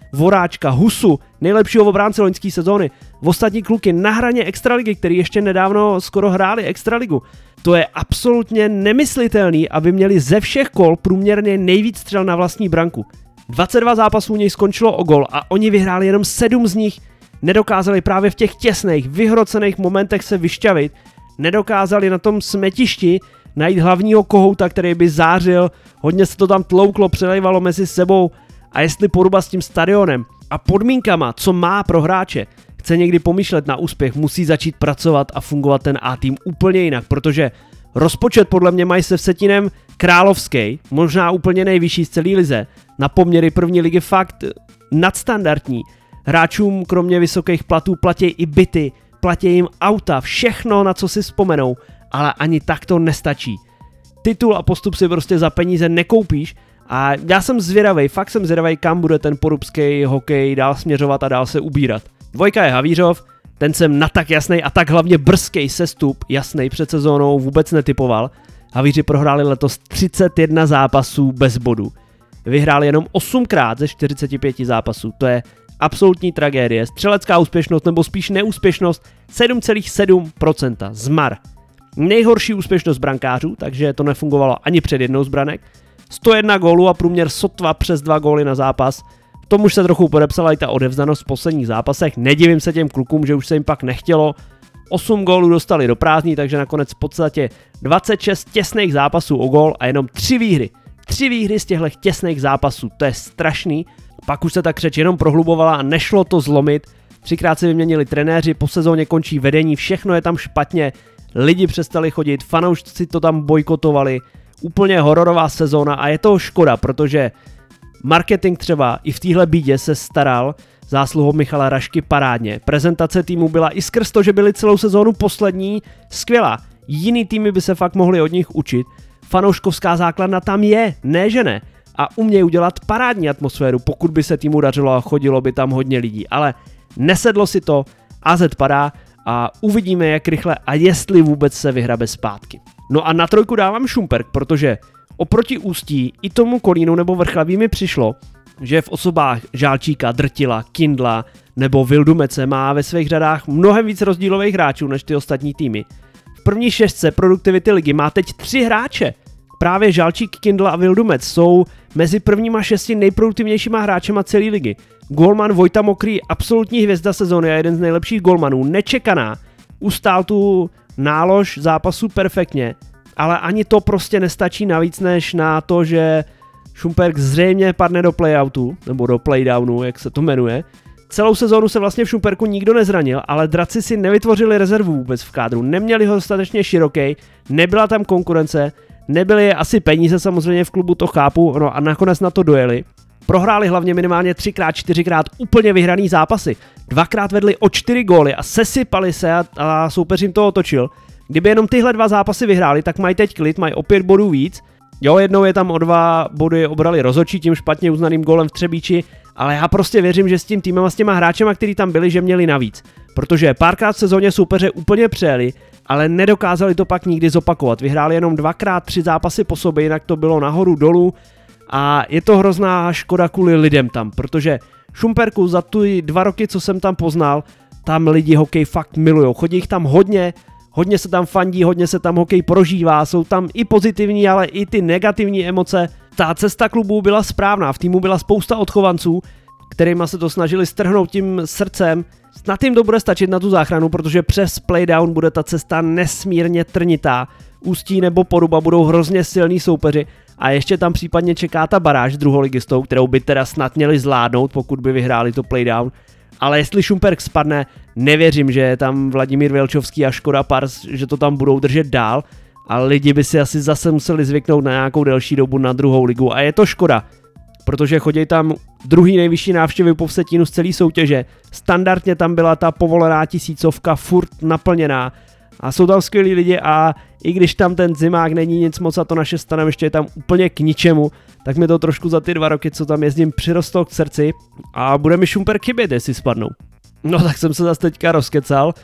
Voráčka, Husu, nejlepšího obránce loňské sezóny, ostatní kluky na hraně extraligy, který ještě nedávno skoro hráli extraligu. To je absolutně nemyslitelný, aby měli ze všech kol průměrně nejvíc střel na vlastní branku. dvacet dva zápasů u něj skončilo o gol a oni vyhráli jenom sedm z nich. Nedokázali právě v těch těsných, vyhrocených momentech se vyšťavit, nedokázali na tom smetišti najít hlavního kohouta, který by zářil, hodně se to tam tlouklo, přelejvalo mezi sebou a jestli Poruba s tím stadionem a podmínkama, co má pro hráče, chce někdy pomýšlet na úspěch, musí začít pracovat a fungovat ten A-tým úplně jinak, protože rozpočet podle mě mají se Vsetinem královský, možná úplně nejvyšší z celé lize, na poměry první ligy fakt nadstandardní. Hráčům kromě vysokých platů platí i byty, platí jim auta, všechno, na co si vzpomenou, ale ani tak to nestačí. Titul a postup si prostě za peníze nekoupíš a já jsem zvědavej, fakt jsem zvědavej, kam bude ten porubský hokej dál směřovat a dál se ubírat. Dvojka je Havířov, ten jsem na tak jasnej a tak hlavně brzký sestup, jasnej před sezónou, vůbec netypoval. Havíři prohráli letos třicet jedna zápasů bez bodu. Vyhráli jenom osmkrát ze čtyřiceti pěti zápasů, to je absolutní tragédie. Střelecká úspěšnost nebo spíš neúspěšnost sedm celá sedm procenta, zmar. Nejhorší úspěšnost brankářů, takže to nefungovalo ani před jednou z branek. sto jedna gólů a průměr sotva přes dva góly na zápas. V tom už se trochu podepsala i ta odevzdanost v posledních zápasech, nedivím se těm klukům, že už se jim pak nechtělo. osm gólů dostali do prázdní, takže nakonec v podstatě dvacet šest těsných zápasů o gól a jenom tři výhry. Tři výhry z těchto těsných zápasů, to je strašný. Pak už se ta křeč jenom prohlubovala a nešlo to zlomit. Třikrát se vyměnili trenéři, po sezóně končí vedení, všechno je tam špatně. Lidi přestali chodit, fanoušci to tam bojkotovali. Úplně hororová sezóna a je to škoda, protože marketing třeba i v téhle bídě se staral zásluhou Michala Rašky parádně. Prezentace týmu byla i skrz to, že byli celou sezónu poslední, skvělá. Jiný týmy by se fakt mohli od nich učit. Fanouškovská základna tam je, ne že ne. A umějí udělat parádní atmosféru, pokud by se týmu dařilo a chodilo by tam hodně lidí. Ale nesedlo si to, A Z padá a uvidíme, jak rychle a jestli vůbec se vyhrabe zpátky. No a na trojku dávám Šumperk, protože oproti Ústí i tomu Kolínu nebo Vrchlaví mi přišlo, že v osobách Žálčíka, Drtila, Kindla nebo Vildumece má ve svých řadách mnohem víc rozdílových hráčů než ty ostatní týmy. V první šestce produktivity ligy má teď tři hráče. Právě Žálčík, Kindl a Vildumec jsou mezi prvníma šesti nejproduktivnějšíma hráčema celé ligy. Golman Vojta Mokrý, absolutní hvězda sezóny a jeden z nejlepších golmanů, nečekaná. Ustál tu nálož zápasu perfektně, ale ani to prostě nestačí navíc než na to, že Šumperk zřejmě padne do playoutu, nebo do playdownu, jak se to jmenuje. Celou sezónu se vlastně v Šumperku nikdo nezranil, ale draci si nevytvořili rezervu vůbec v kádru, neměli ho dostatečně široký, nebyla tam konkurence, nebyly asi peníze samozřejmě v klubu, to chápu, no a nakonec na to dojeli. Prohráli hlavně minimálně třikrát, čtyřikrát úplně vyhraný zápasy, dvakrát vedli o čtyři góly a sesypali se a, a soupeř jim to otočil. Kdyby jenom tyhle dva zápasy vyhráli, tak mají teď klid, mají o pět bodů víc. Jo, jednou je tam o dva body obrali rozhodčí tím špatně uznaným gólem v Třebíči, ale já prostě věřím, že s tím týmem a s těma hráčema, který tam byli, že měli navíc. Protože párkrát v sezóně soupeře úplně přejeli, ale nedokázali to pak nikdy zopakovat. Vyhráli jenom dvakrát tři zápasy po sobě, jinak to bylo nahoru dolů a je to hrozná škoda kvůli lidem tam, protože Šumperku za ty dva roky, co jsem tam poznal, tam lidi hokej fakt milujou. Chodí jich tam hodně, hodně se tam fandí, hodně se tam hokej prožívá, jsou tam i pozitivní, ale i ty negativní emoce. Ta cesta klubu byla správná, v týmu byla spousta odchovanců, kterýma se to snažili strhnout tím srdcem. Snad jim to bude stačit na tu záchranu, protože přes playdown bude ta cesta nesmírně trnitá. Ústí nebo Poruba budou hrozně silní soupeři a ještě tam případně čeká ta baráž s druholigistou, kterou by teda snad měli zvládnout, pokud by vyhráli to playdown. Ale jestli Šumperk spadne, nevěřím, že je tam Vladimír Vělčovský a Škoda Pars, že to tam budou držet dál, ale lidi by si asi zase museli zvyknout na nějakou delší dobu na druhou ligu a je to škoda, protože chodí tam druhý nejvyšší návštěvy po Vsetínu z celé soutěže, standardně tam byla ta povolená tisícovka furt naplněná a jsou tam skvělí lidi a i když tam ten zimák není nic moc a to naše stanoviště je tam úplně k ničemu, tak mi to trošku za ty dva roky, co tam jezdím, přirostlo k srdci a bude mi Šumperk chybět, jestli spadnou. No tak jsem se zase teďka rozkecal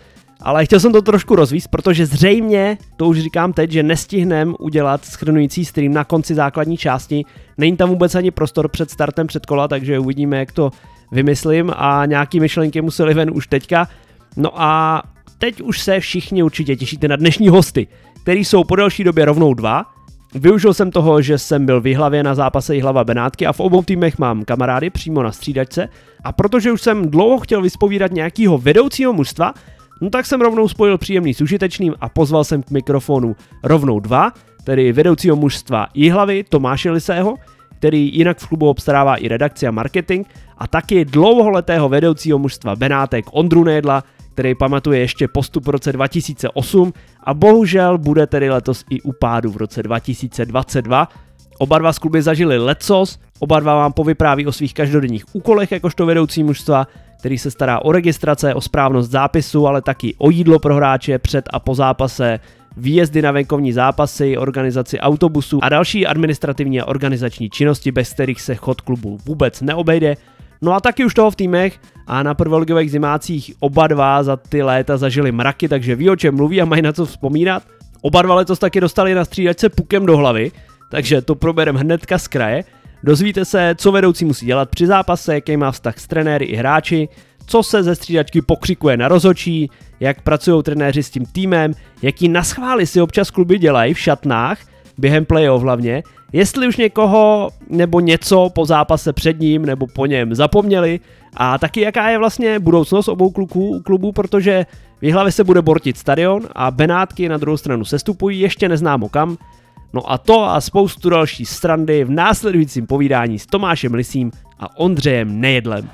ale chtěl jsem to trošku rozvíct, protože zřejmě, to už říkám teď, že nestihnem udělat shrnující stream na konci základní části. Není tam vůbec ani prostor před startem předkola, takže uvidíme, jak to vymyslím a nějaký myšlenky museli ven už teďka. No a teď už se všichni určitě těšíte na dnešní hosty, který jsou po delší době rovnou dva. Využil jsem toho, že jsem byl v Jihlavě na zápase Jihlava Benátky a v obou týmech mám kamarády přímo na střídačce a protože už jsem dlouho chtěl vyspovídat nějakýho vedoucího mužstva, no tak jsem rovnou spojil příjemný s užitečným a pozval jsem k mikrofonu rovnou dva, tedy vedoucího mužstva Jihlavy Tomáše Lisého, který jinak v klubu obstarává i redakci a marketing, a taky dlouholetého vedoucího mužstva Benátek Ondru Nejedla, který pamatuje ještě postup v roce dva tisíce osm a bohužel bude tedy letos i u pádu v roce dva tisíce dvacet dva. Oba dva z kluby zažili lecos, oba dva vám povypráví o svých každodenních úkolech jakožto vedoucí mužstva, který se stará o registrace, o správnost zápisu, ale taky o jídlo pro hráče před a po zápase, výjezdy na venkovní zápasy, organizaci autobusů a další administrativní a organizační činnosti, bez kterých se chod klubu vůbec neobejde. No a taky už toho v týmech a na prvoligových zimácích oba dva za ty léta zažili mraky, takže ví, o čem mluví a mají na co vzpomínat. Oba dva letos taky dostali na střídačce pukem do hlavy, takže to probereme hnedka z kraje. Dozvíte se, co vedoucí musí dělat při zápase, jaký má vztah s trenéry i hráči, co se ze střídačky pokřikuje na rozhodčí, jak pracují trenéři s tím týmem, jaký naschvály si občas kluby dělají v šatnách, během playoff hlavně, jestli už někoho nebo něco po zápase před ním nebo po něm zapomněli a taky jaká je vlastně budoucnost obou kluků, klubů, protože v Jihlavě se bude bortit stadion a Benátky na druhou stranu sestupují, ještě neznámo kam. No a to a spoustu další srandy v následujícím povídání s Tomášem Lisým a Ondřejem Nejedlem.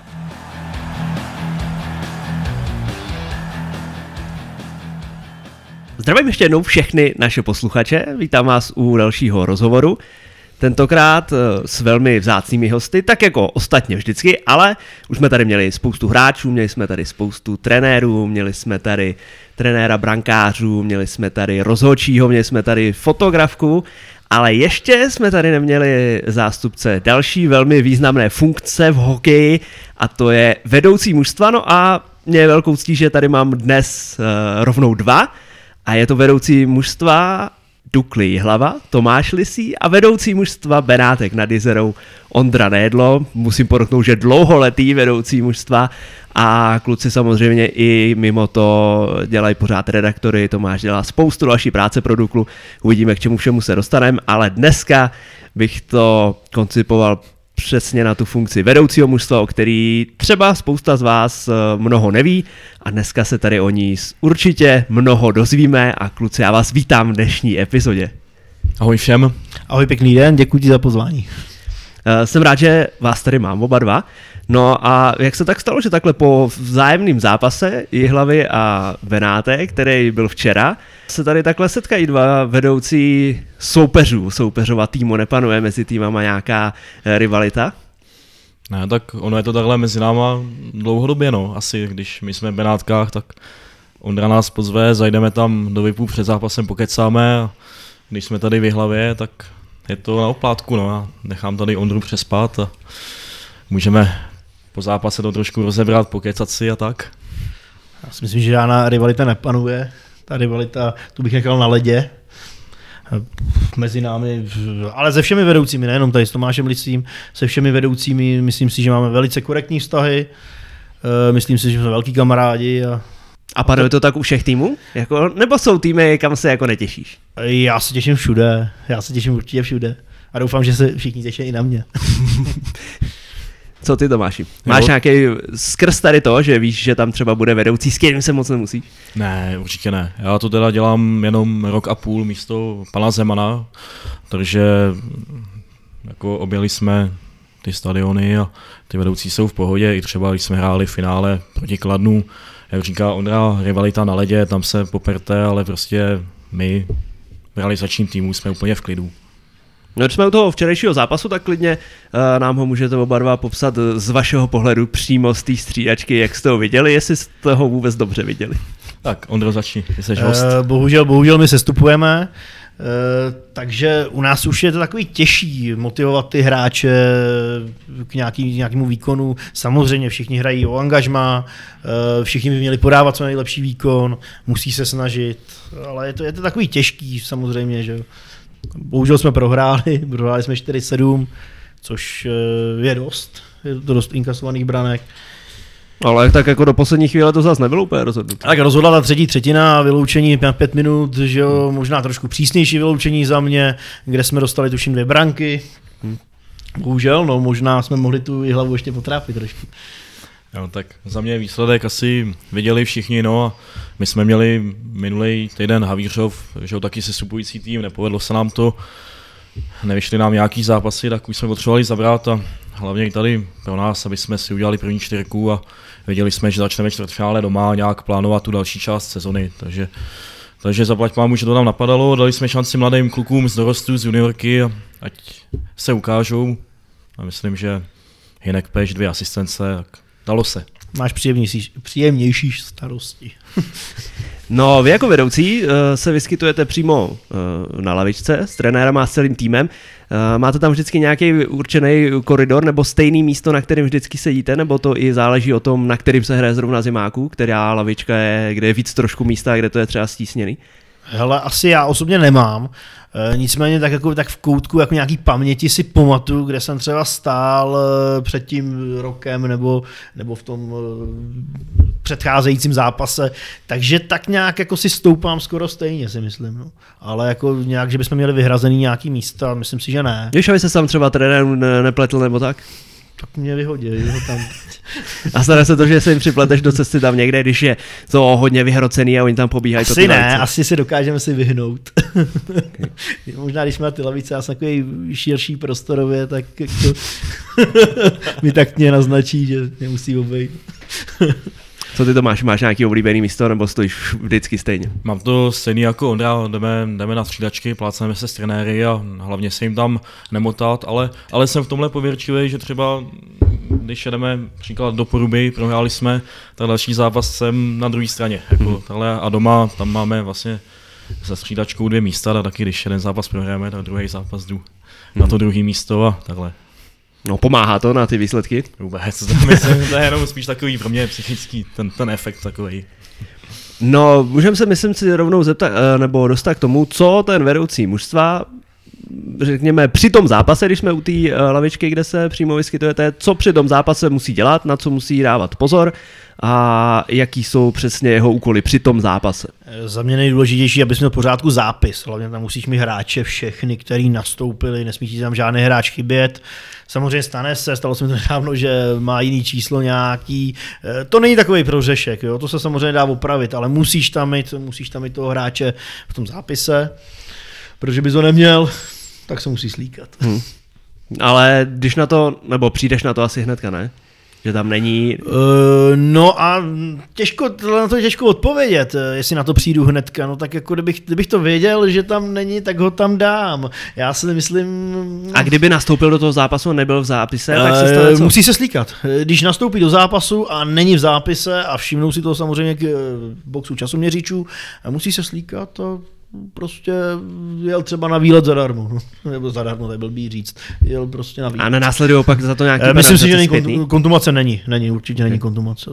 Zdravím ještě jednou všechny naše posluchače, vítám vás u dalšího rozhovoru, tentokrát s velmi vzácnými hosty, tak jako ostatně vždycky, ale už jsme tady měli spoustu hráčů, měli jsme tady spoustu trenérů, měli jsme tady trenéra brankářů, měli jsme tady rozhodčího, měli jsme tady fotografku, ale ještě jsme tady neměli zástupce další velmi významné funkce v hokeji a to je vedoucí mužstva, no a mě je velkou ctí, že tady mám dnes uh, rovnou dva. A je to vedoucí mužstva Dukly Jihlava, Tomáš Lisý a vedoucí mužstva Benátek nad Jizerou Ondra Nejedlo. Musím podotknout, že dlouholetý vedoucí mužstva a kluci samozřejmě i mimo to dělají pořád redaktory. Tomáš dělá spoustu další práce pro Duklu, uvidíme, k čemu všemu se dostaneme, ale dneska bych to koncipoval přesně na tu funkci vedoucího mužstva, o který třeba spousta z vás mnoho neví a dneska se tady o ní určitě mnoho dozvíme a kluci, já vás vítám v dnešní epizodě. Ahoj všem. Ahoj, pěkný den, děkuji ti za pozvání. Jsem rád, že vás tady mám oba dva. No a jak se tak stalo, že takhle po vzájemném zápase Jihlavy a Benátek, který byl včera, se tady takhle setkají dva vedoucí soupeřů, soupeřova týmu, nepanuje mezi týmama nějaká rivalita? Ne, tak ono je to takhle mezi náma dlouhodobě, no. Asi když my jsme v Benátkách, tak Ondra nás pozve, zajdeme tam do VIPu před zápasem, pokecáme a když jsme tady v Jihlavě, tak je to na oplátku, no. Já nechám tady Ondru přespat a můžeme po zápase to trošku rozebrat, pokecat si a tak. Já si myslím, že žádná rivalita nepanuje. Ta rivalita, tu bych nechal na ledě. Mezi námi, ale se všemi vedoucími, nejenom tady s Tomášem Lisým, se všemi vedoucími, myslím si, že máme velice korektní vztahy. Myslím si, že jsme velký kamarádi. A, a panuje to tak u všech týmů? Jako, nebo jsou týmy, kam se jako netěšíš? Já se těším všude. Já se těším určitě všude. A doufám, že se všichni těší i na mě. Co ty, Tomáši? Máš nějaký skrz tady to, že víš, že tam třeba bude vedoucí, s kterým se moc nemusíš? Ne, určitě ne. Já to teda dělám jenom rok a půl místo pana Zemana, takže jako objeli jsme ty stadiony a ty vedoucí jsou v pohodě. I třeba, když jsme hráli v finále proti Kladnu, jak říká Ondra, rivalita na ledě, tam se poperte, ale prostě my v realizačním týmu jsme úplně v klidu. No, když jsme u toho včerejšího zápasu, tak klidně uh, nám ho můžete oba dva popsat z vašeho pohledu přímo z té střídačky, jak jste ho viděli, jestli jste ho vůbec dobře viděli. Tak, Ondro, začni, ty jsi host. Uh, bohužel, bohužel my sestupujeme, takže u nás už je to takový těžší motivovat ty hráče k nějaký, nějakému výkonu. Samozřejmě všichni hrají o angažmá, všichni by měli podávat co nejlepší výkon, musí se snažit, ale je to, je to takový těžký samozřejmě, že bohužel jsme prohráli, prohráli jsme čtyři sedm, což je dost, je to dost inkasovaných branek. Ale tak jako do poslední chvíle to zase nebylo úplně rozhodnuté. Tak rozhodla ta třetí třetina, vyloučení na pět minut, že jo, možná trošku přísnější vyloučení za mě, kde jsme dostali tuším dvě branky. Hm. Bohužel, no možná jsme mohli tu i hlavu ještě potrápit trošku. Jo, tak za mě výsledek asi viděli všichni, no a my jsme měli minulý týden Havířov, že jo, taky sestupující tým, nepovedlo se nám to, nevyšly nám nějaký zápasy, tak už jsme potřebovali zabrat a hlavně i tady pro nás, aby jsme si udělali první čtyřku a věděli jsme, že začneme čtvrtfinále doma nějak plánovat tu další část sezony, takže, takže zaplať pámu, že to tam napadalo, dali jsme šanci mladým klukům z dorostu, z juniorky, a ať se ukážou a myslím, že Hinek Peš, dvě asistence, tak dalo se. Máš příjemnější, příjemnější starosti. No, vy jako vedoucí uh, se vyskytujete přímo uh, na lavičce s trenérem a s celým týmem. Uh, máte tam vždycky nějaký určený koridor nebo stejný místo, na kterém vždycky sedíte, nebo to i záleží o tom, na kterým se hraje zrovna zimáku, která lavička je, kde je víc trošku místa, kde to je třeba stísněný? Hele, asi já osobně nemám, e, nicméně tak, jako, tak v koutku jako nějaký paměti si pamatuju, kde jsem třeba stál e, před tím rokem nebo, nebo v tom e, předcházejícím zápase, takže tak nějak jako si stoupám skoro stejně, si myslím, no. Ale jako nějak, že bychom měli vyhrazený nějaký místa, myslím si, že ne. Když aby se tam třeba trenér ne- nepletl nebo tak? Tak mě vyhodí, ho tam. A stane se to, že se jim připleteš do cesty tam někde, když je to hodně vyhrocený a oni tam pobíhají. Asi ne, lavice. Asi si dokážeme si vyhnout. Okay. Možná, když máme ty lavice, já jsem takový širší prostorově, tak to mi tak mě naznačí, že nemusí obejít. Co ty to máš? Máš nějaký oblíbený místo, nebo stojíš vždycky stejně? Mám to stejný jako Ondra, jdeme, jdeme na střídačky, plácneme se s trenéry a hlavně se jim tam nemotat, ale, ale jsem v tomhle pověrčivý, že třeba když jedeme příklad do Poruby, prohráli jsme, tak další zápas jsem na druhé straně. Jako, hmm. A doma tam máme vlastně za střídačkou dvě místa, a taky když jeden zápas prohráme, tak druhý zápas jdu hmm. na to druhé místo a takhle. No, pomáhá to na ty výsledky? Vůbec, myslím, to je jenom spíš takový pro mě psychický, ten, ten efekt takový. No, můžeme se, myslím si, rovnou zeptat, nebo dostat k tomu, co ten vedoucí mužstva, řekněme, při tom zápase, když jsme u té lavičky, kde se přímo vyskytujete, co při tom zápase musí dělat, na co musí dávat pozor a jaký jsou přesně jeho úkoly při tom zápase. Za mě nejdůležitější, abys měl v pořádku zápis. Hlavně tam musíš mít hráče všechny, který nastoupili, nesmí tam žádný hráč chybět. Samozřejmě stane se, stalo se mi to nedávno, že má jiný číslo nějaký. To není takový prohřešek, jo? To se samozřejmě dá opravit, ale musíš tam mít, musíš tam mít toho hráče v tom zápise, protože bys ho neměl, tak se musí slíkat. Hmm. Ale když na to, nebo přijdeš na to asi hnedka, ne? Že tam není... Uh, no a těžko, na to je těžko odpovědět, jestli na to přijdu hnedka, no tak jako kdybych, kdybych to věděl, že tam není, tak ho tam dám. Já si myslím... A kdyby nastoupil do toho zápasu a nebyl v zápise, uh, tak se stane co? Musí se slíkat. Když nastoupí do zápasu a není v zápise a všimnou si toho samozřejmě k boxu časoměříčů, musí se slíkat a prostě jel třeba na výlet zadarmo, no. Nebo zadarmo, to je blbý říct, jel prostě na výlet. A nenásledují pak za to nějaký e, Myslím si, že není kontumace není, není, určitě není kontumace.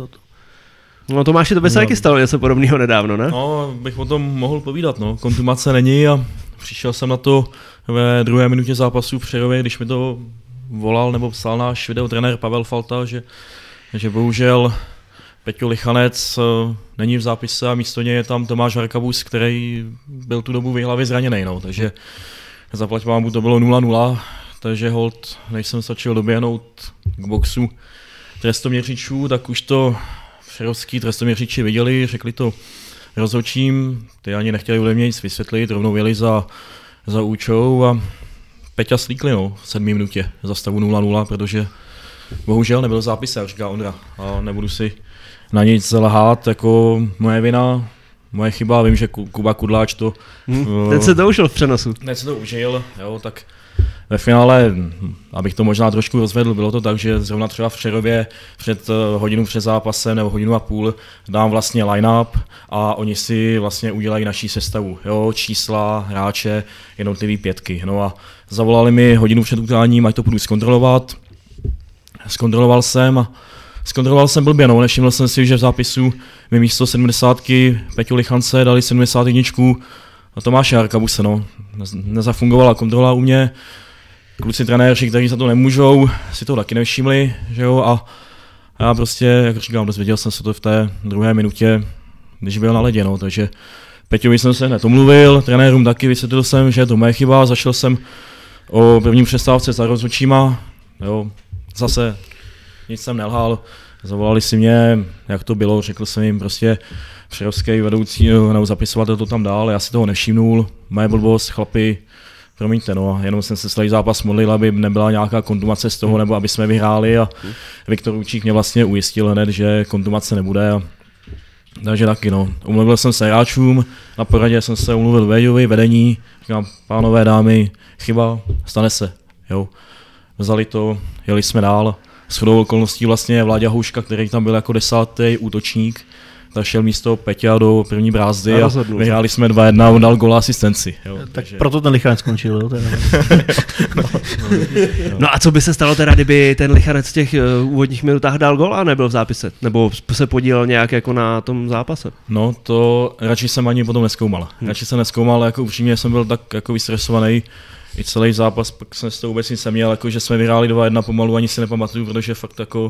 No Tomáši, to by se no. taky stalo něco podobného nedávno, ne? No, bych o tom mohl povídat, no, kontumace není a přišel jsem na to ve druhé minutě zápasu v Přerově, když mi to volal nebo psal náš videotrenér Pavel Falta, že, že bohužel Peťo Lichanec není v zápise a místo něj je tam Tomáš Harkabus, který byl tu dobu v hlavě zraněný, no, takže zaplať pámu to bylo nula nula, takže hold, než jsem stačil doběhnout k boxu trestoměřičů, tak už to přerovský trestoměřiči viděli, řekli to rozhodčím, ty ani nechtěli ode mě nic vysvětlit, rovnou jeli za, za účou a Peťa slíkli, no, v sedmé minutě za stavu nula nula, protože bohužel nebyl v zápise, říká Ondra, a nebudu si na nic lhát, jako moje vina, moje chyba, vím, že Kuba Kudláč to... Hmm, ten se to užil v přenosu. Ten se to užil, jo, tak ve finále, abych to možná trošku rozvedl, bylo to tak, že zrovna třeba v Přerově před hodinu před zápasem nebo hodinu a půl dám vlastně line-up a oni si vlastně udělají naší sestavu, jo, čísla, hráče, jednotlivý pětky. No a zavolali mi hodinu před utkáním, ať to půjdu zkontrolovat. Zkontroloval jsem a zkontroloval jsem blbě, no, nevšiml jsem si, že v zápisu mi místo sedmdesátky Peťu Lichance dali sedmdesát jedna a Tomáše Arkabuse, no. Nezafungovala kontrola u mě. Kluci trenéři, kteří za to nemůžou, si to taky nevšimli, že jo, a já prostě, jak říkám, dozvěděl jsem se to v té druhé minutě, když byl na ledě, no, takže Peťovi jsem se hned omluvil, trenérům taky vysvětlil jsem, že je to moje chyba, zašel jsem o první přestávce za rozhodčíma, jo, zase nic jsem nelhal, zavolali si mě, jak to bylo, řekl jsem jim prostě, přerovský vedoucí, nebo zapisovatel to tam dál, já si toho nevšimnul, moje blbost, chlapi, promiňte, no, jenom jsem se celý zápas modlil, aby nebyla nějaká kontumace z toho, nebo aby jsme vyhráli a Viktor Učík mě vlastně ujistil hned, že kontumace nebude. A takže taky, no. Umluvil jsem se hráčům, na poradě jsem se umluvil Véďovi, vedení, říkám, pánové, dámy, chyba, stane se, jo. Vzali to, jeli jsme dál. Shodou okolností vlastně Vláďa Houška, který tam byl jako desátý útočník, tak šel místo Peťa do první brázdy a, a vyhráli jsme dva jedna, on dal gól asistenci. Jo, tak takže... proto ten Lichanec skončil. Jo, no. No a co by se stalo teda, kdyby ten Lichanec v těch uh, úvodních minutách dal gól a nebyl v zápise? Nebo se podílel nějak jako na tom zápase? No to radši jsem ani potom nezkoumal. Hmm. Radši jsem nezkoumal, jako upřímně jsem byl tak jako vystresovaný. I celý zápas, pak jsem s toho vůbec nic neměl, jako že jsme vyhráli dva jedna pomalu, ani si nepamatuju, protože fakt jako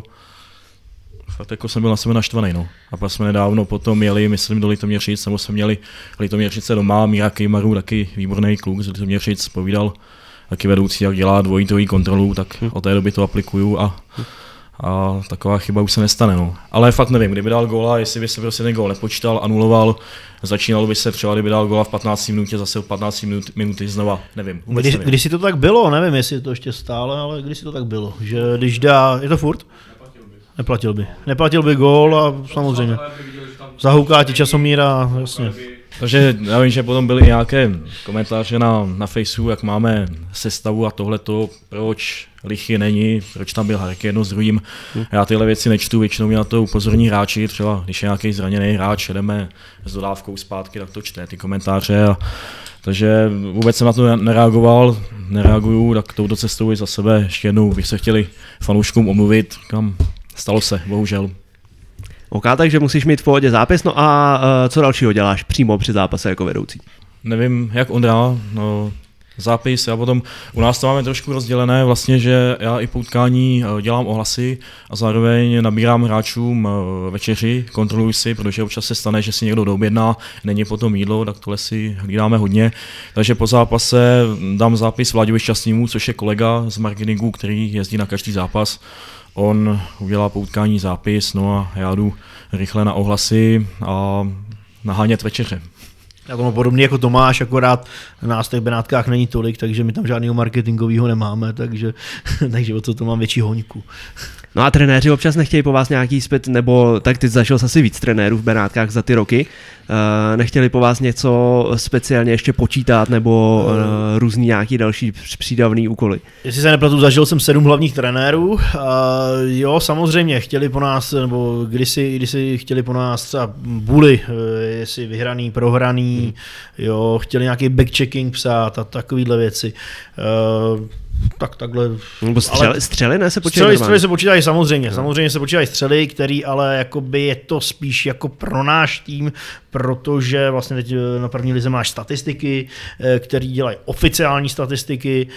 Fakt jako jsem byl na sebe naštvaný, no. A pak jsme nedávno potom jeli, myslím, do Litoměřic, nebo jsme měli Litoměřice doma, Míra Kejmaru, taky výborný kluk z Litoměřic, povídal, taky vedoucí, jak dělá dvojitový kontrolu, tak od té doby to aplikuju a, a taková chyba už se nestane, no. Ale fakt nevím, kdyby dal góla, jestli by se prostě ten gól nepočítal, anuloval, začínalo by se třeba, kdyby dal góla v patnácté minutě, zase v patnácté minut, minuty znova, nevím. Když, nevím. Když si to tak bylo, nevím, jestli je to ještě stále, ale když si to tak bylo, že když dá, je to furt? Neplatil by. Neplatil by gól a samozřejmě. Zahouká ti časomíra, jasně. Takže já vím, že potom byly nějaké komentáře na, na Faceu, jak máme sestavu a tohleto, proč Lichy není, proč tam byl Harky jedno s druhým. Já tyhle věci nečtu, většinou mě na to upozorní hráči, třeba když je nějaký zraněný hráč, jdeme s dodávkou zpátky, tak to čte ty komentáře. A, takže vůbec jsem na to nereagoval, nereaguju, tak touto cestou i za sebe ještě jednou bych se chtěli fanouškům omluvit, kam stalo se, bohužel. OK, takže musíš mít v pohodě zápis, no a uh, co dalšího děláš přímo při zápase jako vedoucí? Nevím, jak on dá, no, zápis, já potom, u nás to máme trošku rozdělené, vlastně, že já i po utkání dělám ohlasy a zároveň nabírám hráčům večeři, kontroluji si, protože občas se stane, že si někdo doobjedná, není potom jídlo, tak tohle si hlídáme hodně, takže po zápase dám zápis Vláďovi Šťastnému, což je kolega z marketingu, který jezdí na každý zápas. On udělá po utkání zápis, no a já jdu rychle na ohlasy a nahánět večeře. Já tomu podobně jako Tomáš, akorát nás v těch Benátkách není tolik, takže my tam žádného marketingového nemáme, takže, takže o to to mám větší hoňku. No a trenéři občas nechtějí po vás nějaký zpět, nebo tak ty zažil asi víc trenérů v Benátkách za ty roky, uh, nechtěli po vás něco speciálně ještě počítat nebo uh, různý nějaký další přídavný úkoly? Jestli se nepletu, zažil jsem sedm hlavních trenérů, uh, jo, samozřejmě chtěli po nás, nebo kdysi, kdysi chtěli po nás třeba buly, uh, jestli vyhraný, prohraný, hmm. jo, chtěli nějaký backchecking psát a takovýhle věci. Uh, Tak takhle. Nebo střely, ale střely ne se počítají? Střely, střely se počítají samozřejmě. No. Samozřejmě se počítají střely, který ale jakoby je to spíš jako pro náš tým, protože vlastně teď na první lize máš statistiky, který dělají oficiální statistiky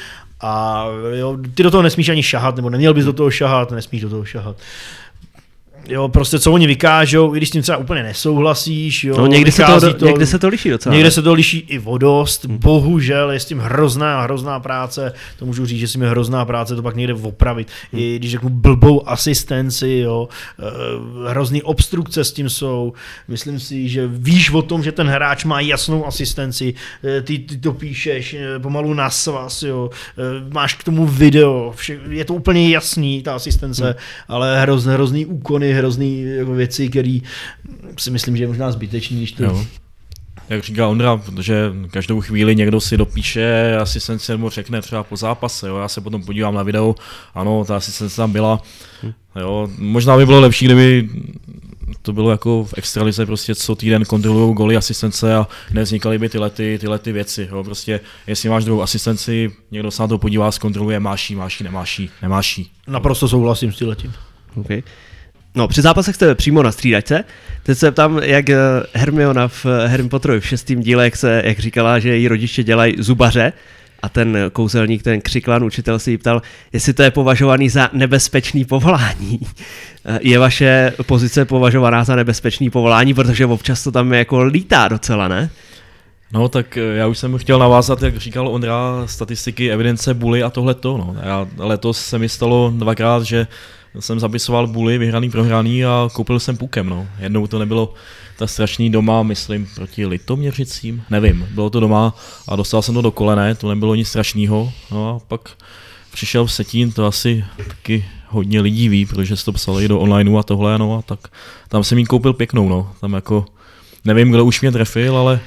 a jo, ty do toho nesmíš ani šahat, nebo neměl bys do toho šahat, nesmíš do toho šahat. Jo, prostě co oni vykážou, i když s tím třeba úplně nesouhlasíš. Jo, no, někdy, se to, to, někdy se to liší docela. Někde se to liší i o dost, hmm. bohužel je s tím hrozná, hrozná práce, to můžu říct, že si mi hrozná práce to pak někde opravit. Hmm. I když řeknu blbou asistenci, jo, hrozný obstrukce s tím jsou, myslím si, že víš o tom, že ten hráč má jasnou asistenci, ty, ty to píšeš pomalu na svaz, jo, máš k tomu video, vše, je to úplně jasný, ta asistence, hmm. ale hroz, hrozný úkony, hrozný jako věci, které si myslím, že je možná zbytečný, když to... Jo. jak říká Ondra, protože každou chvíli někdo si dopíše, asistence mu řekne třeba po zápase, jo, já se potom podívám na video, ano, ta asistence tam byla, jo, možná by bylo lepší, kdyby to bylo jako v extralize, prostě co týden kontrolují goly, asistence a nevznikaly by tyhle, ty, tyhle ty věci, jo, prostě jestli máš druhou asistenci, někdo se na to podívá, zkontroluje, máš jí, máš jí, nemáš jí, nemáš jí. Naprosto souhlasím s tímhletím. Okay. No, při zápasech jste přímo na střídačce. Teď se ptám, jak Hermiona v Harry Potterovi v šestém díle, jak, se, jak říkala, že její rodiče dělají zubaře a ten kouzelník, ten křiklan učitel si jí ptal, jestli to je považovaný za nebezpečný povolání. Je vaše pozice považovaná za nebezpečný povolání, protože občas to tam jako lítá docela, ne? No tak já už jsem chtěl navázat, jak říkal Ondra, statistiky, evidence, buly a tohleto. No. Já, letos se mi stalo dvakrát, že jsem zapisoval buly, vyhraný, prohraný a koupil jsem pukem. No. Jednou to nebylo ta strašný doma, myslím, proti Litoměřicím, nevím, bylo to doma a dostal jsem to do kolene, to nebylo nic strašného. No a pak přišel v Setín, to asi taky hodně lidí ví, protože se to psali do onlineu a tohle, no a tak tam jsem jí koupil pěknou, no. Tam jako, nevím, kdo už mě trefil, ale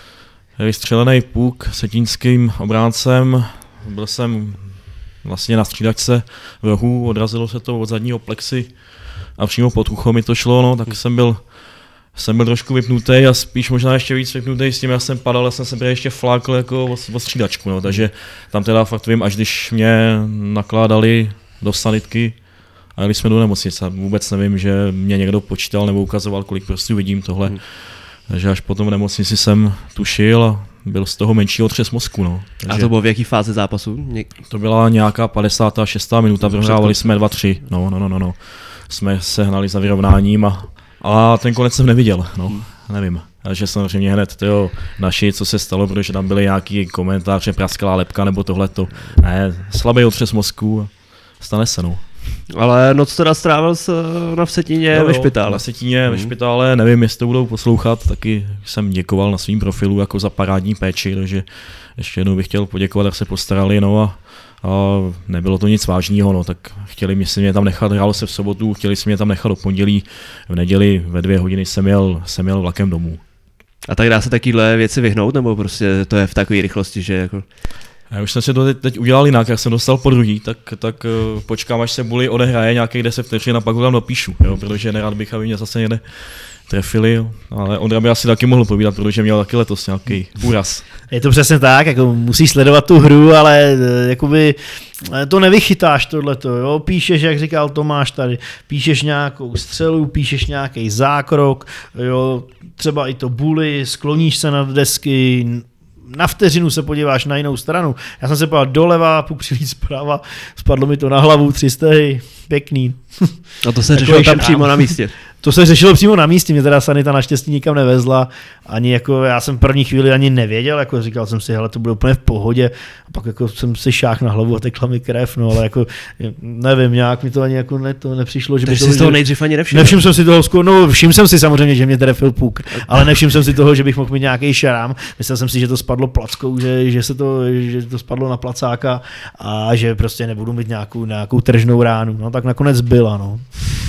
vystřelený puk setínským obráncem, byl jsem vlastně na střídačce v rohu, odrazilo se to od zadního plexy a přímo pod ucho mi to šlo, no, tak jsem byl, jsem byl trošku vypnutý a spíš možná ještě víc vypnutý s tím, já jsem padal, já jsem se ještě flákl jako o, o střídačku, no, takže tam teda fakt vím, až když mě nakládali do sanitky a jeli jsme do nemocnice, vůbec nevím, že mě někdo počítal nebo ukazoval, kolik prostě vidím tohle. Hmm. Takže až potom v nemocnici jsem tušil a byl z toho menší otřes mozku. No. Takže a to bylo v jaký fázi zápasu? Něk... To byla nějaká padesátá šestá minuta, prohrávali jsme dva tři. No, no, no, no, no. Jsme se hnali za vyrovnáním a, a ten konec jsem neviděl. No, hmm. nevím. Takže samozřejmě hned tyjo, naši, co se stalo, protože tam byly nějaký komentáře, prasklá lepka nebo tohleto. Ne, slabý otřes mozku a stane se. No. Ale noc teda strávil s, na v Setíně jo, ve špitále. Na Setíně hmm. ve špitále, nevím, jestli to budou poslouchat, taky jsem děkoval na svým profilu jako za parádní péči, takže ještě jednou bych chtěl poděkovat, jak se postarali, no a, a nebylo to nic vážného, no, tak chtěli mě si mě tam nechat, hrálo se v sobotu, chtěli si mě tam nechat do pondělí, v neděli ve dvě hodiny jsem jel, jsem jel vlakem domů. A tak dá se takovéhle věci vyhnout, nebo prostě to je v takové rychlosti, že jako... Já už jsem si to teď, teď udělal jinak, jak jsem dostal po druhý, tak, tak uh, počkám, až se Bully odehraje nějakých deset vteřin a pak ho tam dopíšu, jo, protože nerad bych, aby mě zase někde trefili, jo. Ale Ondra by asi taky mohl povídat, protože měl taky letos nějaký úraz. Je to přesně tak, jako musíš sledovat tu hru, ale jakoby to nevychytáš tohleto, jo, píšeš, jak říkal Tomáš tady, píšeš nějakou střelu, píšeš nějaký zákrok, jo, třeba i to Bully, skloníš se nad desky, na vteřinu se podíváš na jinou stranu. Já jsem se podíval doleva, puk přilít zprava, spadlo mi to na hlavu, tři stehy, pěkný. A to se řešilo tam přímo na místě. To se řešilo přímo na místě, mě teda sanita naštěstí nikam nevezla, ani jako já jsem první chvíli ani nevěděl, jako říkal jsem si, hele, to bude úplně v pohodě, a pak jako jsem si šáhl na hlavu a tekla mi krev, no, ale jako nevím, nějak mi to ani jako ne, to nepřišlo, že by to... Takže si z toho nejdřív ani nevšiml. Nevšiml jsem si toho, no všiml jsem si samozřejmě, že mě trefil puk, ale nevšiml jsem si toho, že bych mohl mít nějaký šrám, myslel jsem si, že to spadlo plackou, že, že se to, že to spadlo na placáka a že prostě nebudu mít nějakou, nějakou tržnou ránu, no tak nakonec byla, no.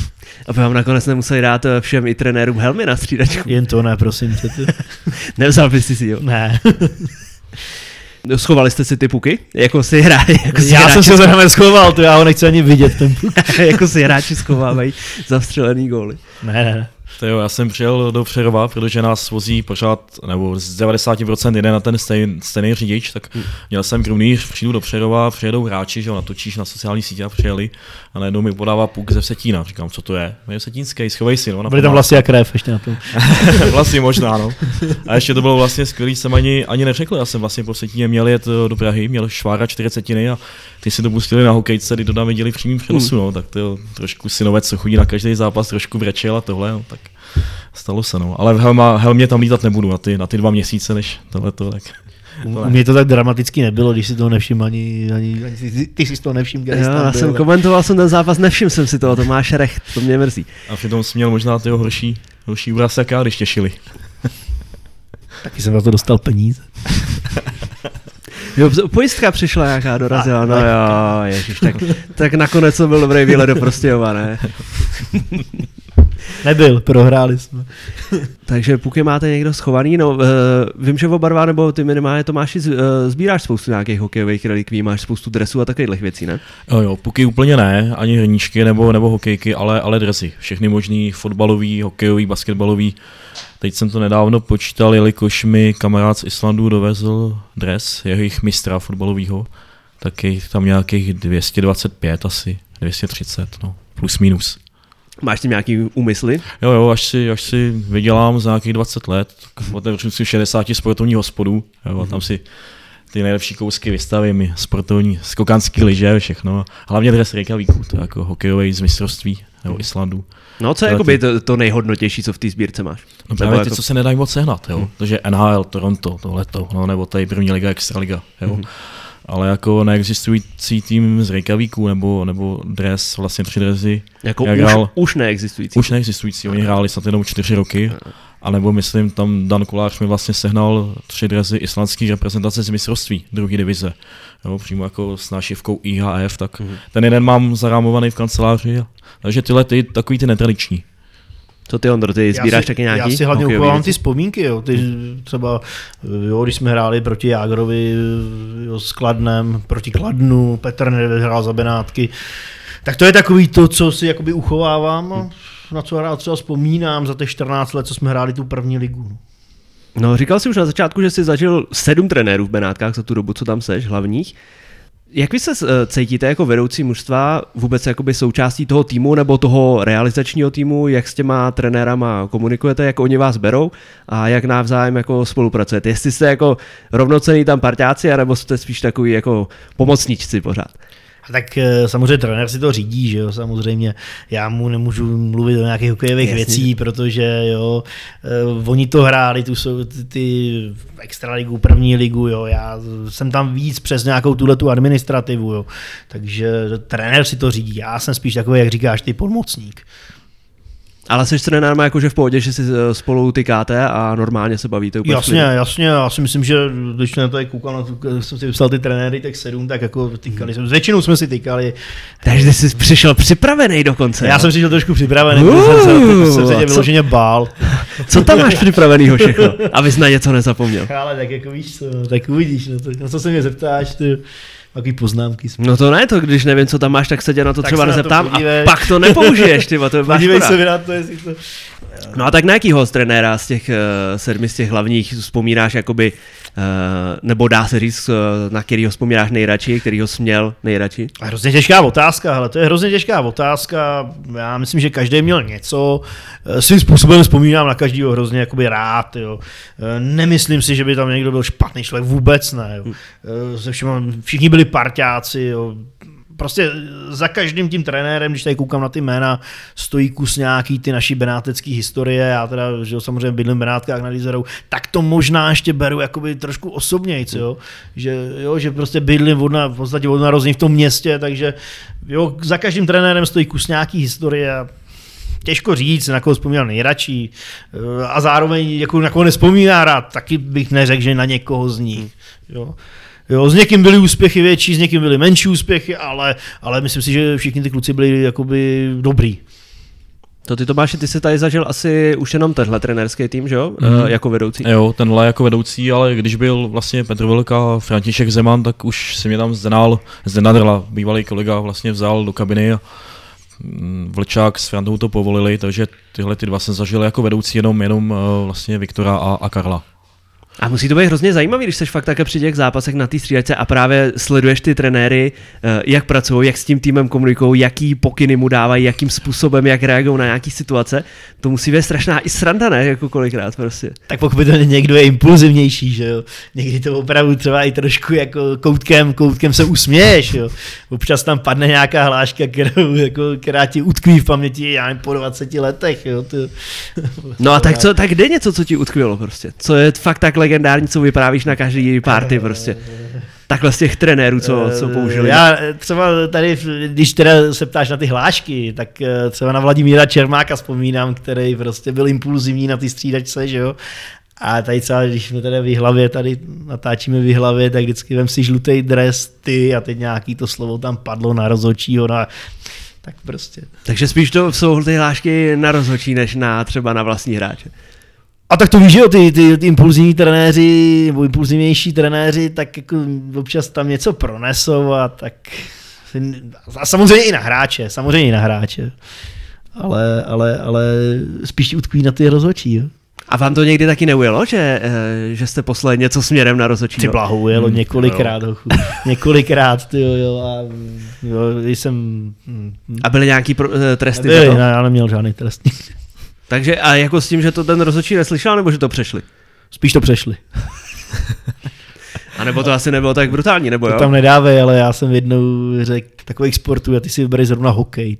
Aby vám nakonec nemuseli dát všem i trenérům helmy na střídačku. Jen to ne, prosím tě. Nevzal bys si jo? Ne. Schovali jste si ty puky? Jako si hráči? Jako si já hráči jsem si ho teda neschoval, to já ho nechci ani vidět, ten puk. Jako si hráči schovávají zavstřelený góly. Ne, ne, ne. To jo, já jsem přijel do Přerova, protože nás vozí pořád, nebo z devadesát procent jde na ten stejný, stejný řidič, tak hmm. měl jsem krumlíř, přijdu do Přerova, přijedou hráči, že ho natočíš na sociální sítě a přijeli a najednou mi podává puk ze Setína. Říkám, co to je? Je Setínský, schovej si. No, byly tam vlasy a krev ještě na tom. Vlasy možná, no. A ještě to bylo vlastně skvělý, jsem ani, ani neřekl, já jsem vlastně po Setíně měl jet do Prahy, měl švára čtyřicetiny a ty si to pustili na hokejce, kdy to tam viděli v přímém přenosu, hmm. no, tak to trošku synovec, co chodí na každý zápas, trošku brečel a tohle, no, tak stalo se, no. Ale v helma, helmě tam lítat nebudu na ty, na ty dva měsíce, než tohleto, tak... U mě to tak dramaticky nebylo, když si toho nevšim, ani, ani, ani ty, ty si toho nevšim, kde já byl, jsem komentoval jsem ten zápas, nevšim jsem si toho, Tomáš Recht, to mě mrzí. A přitom jsi měl možná tyho horší, horší úraz, jak já, když těšili. Taky jsem na to dostal peníze. Jo, pojistka přišla nějaká, dorazila, no jo, ježiš, tak, tak nakonec to byl dobrý výlet do Prostějova, ne? Nebyl, prohráli jsme. Takže puky máte někdo schovaný, no uh, vím, že oba dva, nebo ty minimálně Tomáši, uh, sbíráš spoustu nějakých hokejových relikví, máš spoustu dresů a takových věcí, ne? Jo, jo, puky úplně ne, ani hrníčky nebo, nebo hokejky, ale, ale dresy. Všechny možný fotbalový, hokejový, basketbalový. Teď jsem to nedávno počítal, jelikož mi kamarád z Islandu dovezl dres jejich mistra fotbalového, tak je tam nějakých dvě stě dvacet pět asi, dvě stě třicet, no, plus minus. Máš tím nějaký úmysly? Jo, jo, až si, až si vydělám za nějakých dvacet let, tak otevřu si šedesát sportovních hospodů, jo, a tam si ty nejlepší kousky vystavím, sportovní, skokanský lyže, všechno. Hlavně dres Reykjavíku, to je jako hokejový z mistrovství nebo Islandu. No co je jakoby to, to nejhodnotější, co v té sbírce máš? No právě ty, jako... co se nedají moc sehnat, jo. Hmm. Takže N H L, Toronto, tohleto, no, nebo tady první liga, extraliga, jo. Hmm. Ale jako neexistující tým z Reykjavíku nebo, nebo dres, vlastně tři dresy. Jako už, hrál, už neexistující. Už neexistující, oni hráli snad jenom čtyři roky. A nebo myslím, tam Dan Kolář mi vlastně sehnal tři dresy islandské reprezentace z mistrovství druhé divize. Jo, přímo jako s nášivkou I H F, tak mm. ten jeden mám zarámovaný v kanceláři. Takže tyhle ty, takový ty netradiční. Co ty, Ondro, ty sbíráš taky nějaký? Já si hlavně uchovám ty vzpomínky, jo. Ty třeba, jo, když jsme hráli proti Jágrovi, jo, s Kladnem, proti Kladnu, Petr hrál za Benátky, tak to je takový to, co si jakoby uchovávám, hmm. na co rád třeba vzpomínám za těch čtrnáct let, co jsme hráli tu první ligu. No, říkal jsi už na začátku, že jsi zažil sedm trenérů v Benátkách za tu dobu, co tam seš, hlavních. Jak vy se cítíte jako vedoucí mužstva vůbec jakoby součástí toho týmu nebo toho realizačního týmu, jak s těma trenérama komunikujete, jak oni vás berou a jak navzájem jako spolupracujete? Jestli jste jako rovnocenní tam parťáci, anebo jste spíš takový jako pomocníčci pořád? Tak samozřejmě trenér si to řídí, že jo, samozřejmě. Já mu nemůžu mluvit o nějakých hokejových věcí, protože jo, oni to hráli, tu jsou ty, ty extraligu, první ligu, jo, já jsem tam víc přes nějakou tuhletu administrativu, jo, takže trenér si to řídí, já jsem spíš takový, jak říkáš, ty pomocník. Ale jsi s trenérem jakože v pohodě, že si spolu tykáte a normálně se bavíte úplně. Jasně, jasně, já si myslím, že když jsem tady koukal, na tu, jsem si vypsal ty trenéry, tak sedm, tak jako tykali jsme, s většinou jsme si tykali. Takže jsi přišel připravený dokonce. Já jo? jsem přišel trošku připravený, uh, protože jsem se, jsem se vyloženě bál. Co tam máš připravenýho všechno, abys na něco nezapomněl? Ale tak jako víš co, tak uvidíš, no to, na co se mě zeptáš, ty... Takový poznámky. No to ne, to když nevím, co tam máš, tak se tě na to tak třeba nezeptám a pak to nepoužiješ, tyba, to je podívej se na to, jestli to... No a tak na jakýho z trenéra z těch uh, sedmi z těch hlavních vzpomínáš jakoby, uh, nebo dá se říct, uh, na kterýho vzpomínáš nejradši, kterýho jsi měl nejradši? Hrozně těžká otázka, hele, to je hrozně těžká otázka, já myslím, že každý měl něco, svým způsobem vzpomínám na každýho hrozně jakoby rád, jo. Nemyslím si, že by tam někdo byl špatný člověk, vůbec ne, jo. Se všema, všichni byli parťáci, jo. Prostě za každým tím trenérem, když tady koukám na ty jména, stojí kus nějaký ty naší benátecký historie, já teda, že jo, samozřejmě bydlím v Benátkách nad Jizerou, tak to možná ještě beru jakoby trošku osobnějc, jo, že, jo, že prostě bydlím od na, v podstatě od narození v tom městě, takže jo, za každým trenérem stojí kus nějaký historie a těžko říct, na koho vzpomínal nejradši a zároveň jako na koho nespomíná rád, taky bych neřekl, že na někoho z nich, jo. Jo, s někým byly úspěchy větší, s někým byly menší úspěchy, ale, ale myslím si, že všichni ty kluci byli jakoby dobrý. To ty Tomáši, ty jsi tady zažil asi už jenom tenhle trenérský tým, že jo? Mm. E, jako vedoucí. Jo, tenhle jako vedoucí, ale když byl vlastně Petr Velk a František Zeman, tak už si mě tam Zdenal, Zdenadrla, bývalý kolega, vlastně vzal do kabiny a Vlčák s Frantou to povolili, takže tyhle ty dva jsem zažil jako vedoucí jenom, jenom vlastně Viktora a, a Karla. A musí to být hrozně zajímavý, když jsi fakt také při těch zápasech na té střídačce a právě sleduješ ty trenéry, jak pracují, jak s tím týmem komunikují, jaký pokyny mu dávají, jakým způsobem, jak reagují na nějaký situace. To musí být strašná i sranda, ne? Jako kolikrát prostě. Tak pokud to někdo je impulzivnější, že jo. Někdy to opravdu třeba i trošku jako koutkem, koutkem se usměješ, jo. Občas tam padne nějaká hláška, kterou, jako, která ti utkví v paměti, já nevím, po dvaceti letech, jo. To... No a tak co, tak jde něco, co ti utkvělo prostě. Co je fakt tak legendární, co vyprávíš na každý party prostě. Takhle z těch trenérů, co, co použili. Já třeba tady, když teda se ptáš na ty hlášky, tak třeba na Vladimíra Čermáka vzpomínám, který prostě byl impulzivní na ty střídačce, že jo. A tady třeba, když jsme tady v Jihlavě, tady natáčíme v Jihlavě, tak vždycky vem si žlutý dres, ty a teď nějaký to slovo tam padlo na rozhodčího, na tak prostě. Takže spíš to jsou ty hlášky na rozhodčí, než na třeba na vlastní hráče. A tak to víš, že jo, ty, ty, ty impulzivní trenéři, nebo impulzivnější trenéři, tak jako občas tam něco pronesou a tak... A samozřejmě i na hráče, samozřejmě i na hráče. Ale, ale, ale spíš utkví na ty rozhodčí, jo. A vám to někdy taky neujelo, že, že jste poslali něco směrem na rozhodčí? Ty blahu, ujelo hmm, několikrát, jo. několikrát, ty jo, jo, a jo, jsem... A byly nějaký pro, tresty? Byly, ne, já neměl žádný trestní. Takže a jako s tím, že to ten rozhodčí neslyšel, nebo že to přešli? Spíš to přešli. A nebo to asi nebylo tak brutální, nebo to jo? tam nedávej, ale já jsem jednou řekl takových sportů a ty si vybereš zrovna hokej.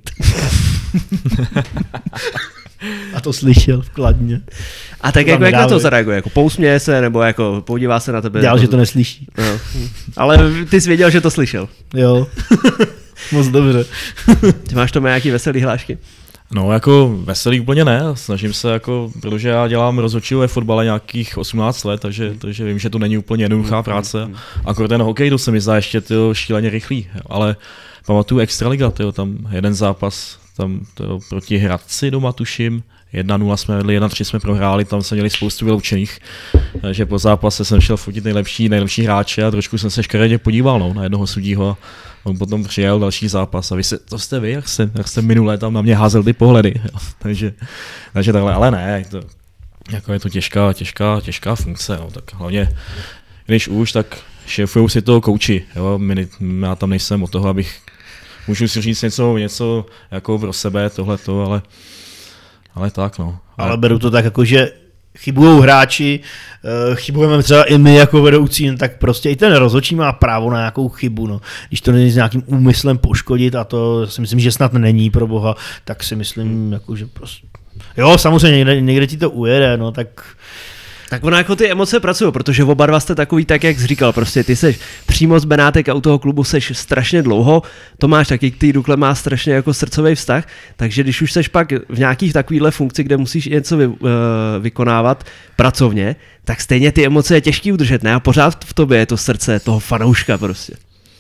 A to slyšel v Kladně. A tak to jako jak na to zareaguje? Jako pousměje se, nebo jako podívá se na tebe? Dělal, jako... že to neslyší. No. Ale ty jsi věděl, že to slyšel. Jo, moc dobře. Ty máš to nějaký veselý hlášky? No jako veselý úplně ne, snažím se jako, protože já dělám rozhodčího ve fotbale nějakých osmnáct let, takže, takže vím, že to není úplně jednoduchá práce. Akorát ten hokej, to se mi zdá ještě tyjo, šíleně rychlý, ale pamatuju Extraliga, tyjo, tam jeden zápas tam tyjo, proti Hradci doma tuším, jedna nula jsme vedli, jedna tři jsme prohráli, tam jsme měli spoustu vyloučených, takže po zápase jsem šel fotit nejlepší, nejlepší hráče a trošku jsem se škaredě podíval no, na jednoho sudího. On potom přijel další zápas a vy se, to jste vy, jak jste, jak jste minulé tam na mě házel ty pohledy, jo. takže, takže takhle, ale ne, to, jako je to těžká, těžká, těžká funkce, jo. Tak hlavně, když už, tak šéfujou si to kouči, jo. My, já tam nejsem od toho, abych, můžu si říct něco, něco jako pro sebe, tohleto, ale, ale tak no. Ale beru to tak jako, že chybujou hráči, chybujeme třeba i my jako vedoucí, tak prostě i ten rozhodčí má právo na nějakou chybu. No. Když to není s nějakým úmyslem poškodit, a to si myslím, že snad není pro boha, tak si myslím, jako, že prostě... Jo, samozřejmě někde, někde ti to ujede, no tak... Tak ono jako ty emoce pracují, protože oba dva jste takový tak, jak jsi říkal, prostě ty seš přímo z Benátek a u toho klubu seš strašně dlouho, Tomáš taky k té Dukle má strašně jako srdcový vztah, takže když už seš pak v nějakých takovýhle funkci, kde musíš něco vy, uh, vykonávat pracovně, tak stejně ty emoce je těžký udržet, ne? A pořád v tobě je to srdce toho fanouška prostě.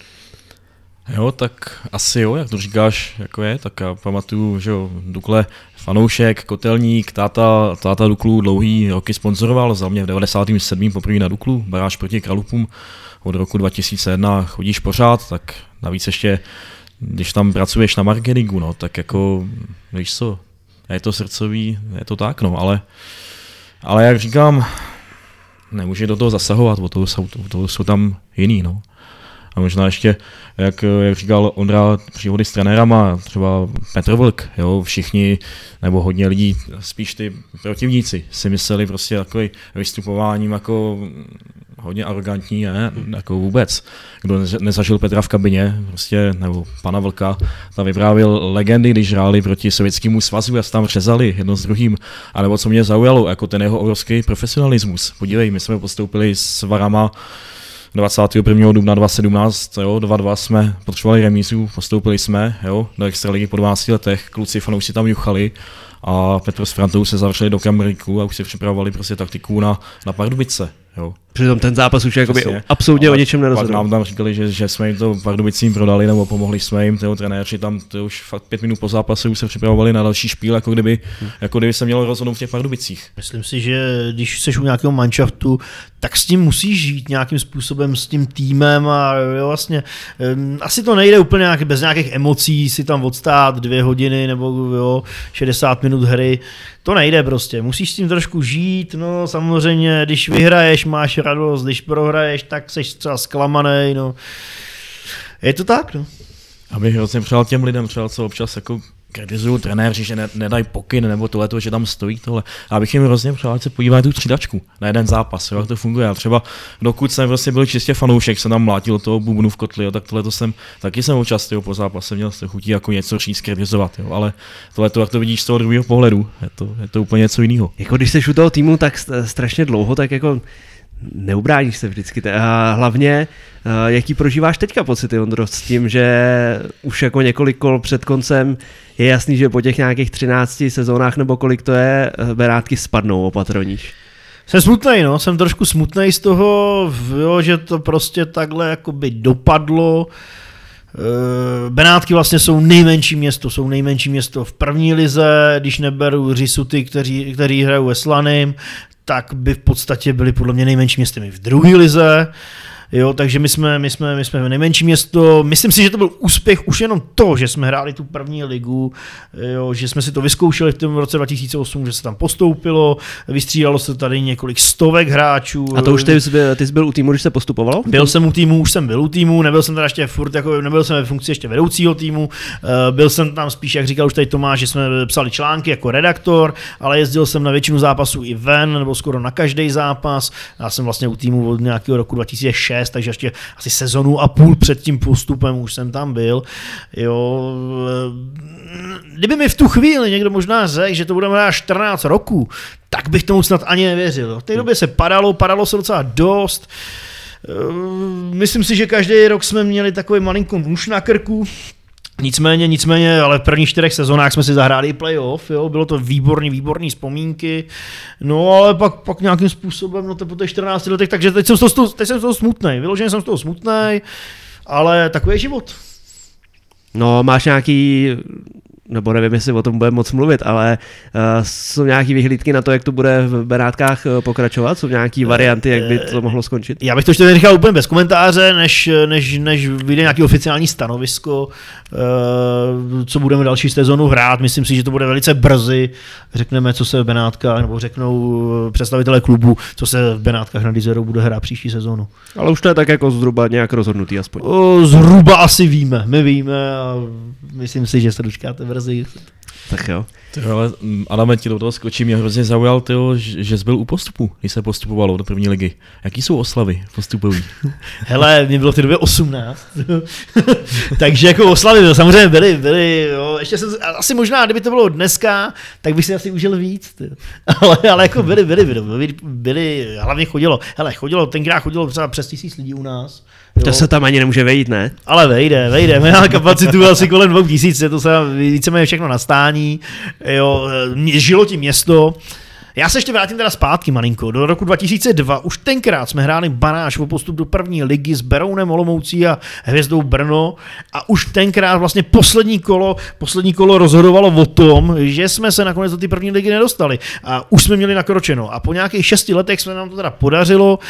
Jo, tak asi jo, jak to říkáš, jako je, tak já pamatuju, že jo, Dukle, fanoušek, kotelník, táta, táta Duklu dlouhý roky sponzoroval, za mě v devadesátém sedmém poprvé na Duklu, baráž proti Kralupům, od roku dva tisíce jedna chodíš pořád, tak navíc ještě, když tam pracuješ na marketingu, no, tak jako, víš co, je to srdcový, je to tak, no, ale, ale jak říkám, nemůže do toho zasahovat, o toho jsou, o toho jsou tam jiný, no. A možná ještě, jak, jak říkal Ondra, příhody s trenérama, třeba Petr Vlk, jo, všichni, nebo hodně lidí, spíš ty protivníci, si mysleli prostě takový vystupováním jako hodně arrogantní, ne, jako vůbec. Kdo nezažil Petra v kabině, prostě, nebo pana Vlka, tam vyprávěl legendy, když hráli proti Sovětskému svazu a se tam řezali jedno s druhým. A nebo co mě zaujalo, jako ten jeho obrovský profesionalismus. Podívej, my jsme postoupili s Varama dvacátého prvního dubna dva tisíce sedmnáct, jo, dva dva jsme potřebovali remízu, postoupili jsme, jo, do extraligy po dvanácti letech, kluci fanoušci tam juchali a Petr s Frantou se zavřeli do Kameriku a už si připravovali prostě taktiku na, na Pardubice, jo. Přitom ten zápas už jakoby absolutně o něčem nerozhodl. Nám tam říkali, že, že jsme jim to Pardubicím prodali nebo pomohli jsme jim, tyho trenéři tam to už fakt pět minut po zápase už se připravovali na další špíl, jako kdyby, hmm. jako kdyby se mělo rozhodnout v těch Pardubicích. Myslím si, že když jsi u nějakého manšaftu, tak s tím musíš žít nějakým způsobem s tím týmem a jo, vlastně um, asi to nejde úplně nějak, bez nějakých emocí si tam odstát dvě hodiny nebo jo, šedesát minut hry. To nejde prostě, musíš s tím trošku žít, no samozřejmě, když vyhraješ, máš radost, když prohraješ, tak seš třeba zklamanej, no. Je to tak, no. Abych hrozně přál těm lidem, třeba co občas jako kritizují trenéři, že ne, nedají pokyn nebo tohleto, že tam stojí tohle. A abych jim hrozně přál, ať se podívají tu střídačku na jeden zápas, jo, jak to funguje. A třeba dokud jsem prostě byl čistě fanoušek, jsem tam mlátil toho bubnu v kotli, jo, tak tohleto jsem, taky jsem občas jo, po zápase měl se chutí jako něco říct, kritizovat, jo, ale tohleto, jak to vidíš z toho druhého pohledu, je to, je to úplně něco jiného. Jako když jsi u toho týmu tak strašně dlouho, tak jako neubráníš se vždycky. A hlavně, jaký prožíváš teďka pocity, Ondro, s tím, že už jako několik kol před koncem je jasný, že po těch nějakých třinácti sezónách nebo kolik to je, Benátky spadnou opatroníš. Jsem smutnej, no, jsem trošku smutnej z toho, jo, že to prostě takhle jakoby dopadlo. Benátky vlastně jsou nejmenší město, jsou nejmenší město v první lize, když neberu Řisuty, kteří, kteří hrajou ve Slaným, tak by v podstatě byli podle mě nejmenší městem v druhé lize. Jo, takže my jsme, my, jsme, my jsme nejmenší město. Myslím si, že to byl úspěch už jenom to, že jsme hráli tu první ligu, jo, že jsme si to vyzkoušeli v tom roce dva tisíce osm, že se tam postoupilo, vystřídalo se tady několik stovek hráčů. A to už ty, ty jsi byl u týmu, když se postupovalo? Byl jsem u týmu, už jsem byl u týmu, nebyl jsem teda ještě furt, jako, nebyl jsem ve funkci ještě vedoucího týmu, byl jsem tam spíš, jak říkal už tady Tomáš, že jsme psali články jako redaktor, ale jezdil jsem na většinu zápasů i ven, nebo skoro na každý zápas. Já jsem vlastně u týmu od nějakého roku dva tisíce šest, takže ještě asi sezonu a půl před tím postupem už jsem tam byl. Jo. Kdyby mi v tu chvíli někdo možná řekl, že to budeme hrát čtrnáct roků, tak bych tomu snad ani nevěřil. V té době se padalo, padalo se docela dost. Myslím si, že každý rok jsme měli takový malinkou nůž na krku. Nicméně, nicméně, ale v prvních čtyřech sezónách jsme si zahráli playoff, jo, bylo to výborný, výborný vzpomínky, no ale pak, pak nějakým způsobem, no to po těch čtrnácti letech, takže teď jsem z toho, teď jsem z toho smutnej, vyloženě jsem z toho smutnej, ale takový je život. No, máš nějaký, nebo nevím, jestli o tom budeme moc mluvit, ale uh, jsou nějaký vyhlídky na to, jak to bude v Benátkách pokračovat? Jsou nějaký varianty, jak by to mohlo skončit? Já bych to ještě nechal úplně bez komentáře, než, než, než vyjde nějaké oficiální stanovisko, uh, co budeme další sezonu hrát. Myslím si, že to bude velice brzy. Řekneme, co se v Benátkách, nebo řeknou představitelé klubu, co se v Benátkách nad Jizerou bude hrát příští sezonu. Ale už to je tak jako zhruba nějak rozhodnutý aspoň. Uh, zhruba asi víme, my víme a myslím si, že se dočkáte brzy. Tak jo. Tyjo, ale Adame, ti do toho skočím, mě hrozně zaujal, tyjo, že jsi byl u postupu, když se postupovalo do první ligy. Jaký jsou oslavy postupový? Hele, mě bylo v té době osmnáct, takže jako oslavy samozřejmě byly, byly, jo. Ještě jsem, asi možná, kdyby to bylo dneska, tak bych si asi užil víc, ale, ale jako byly, byly, byly, byly, byly, hlavně chodilo, hele, chodilo, tenkrát chodilo třeba přes tisíc lidí u nás. Jo. To se tam ani nemůže vejít, ne? Ale vejde, vejde, my máme kapacitu asi kolem dvou tisíc, to se víceméně všechno na stání, jo, žilo tím město. Já se ještě vrátím teda zpátky malinko, do roku dva tisíce dva, už tenkrát jsme hráli baráž o postup do první ligy s Berounem Olomoucí a Hvězdou Brno a už tenkrát vlastně poslední kolo, poslední kolo rozhodovalo o tom, že jsme se nakonec do té první ligy nedostali a už jsme měli nakročeno a po nějakých šesti letech jsme nám to teda podařilo.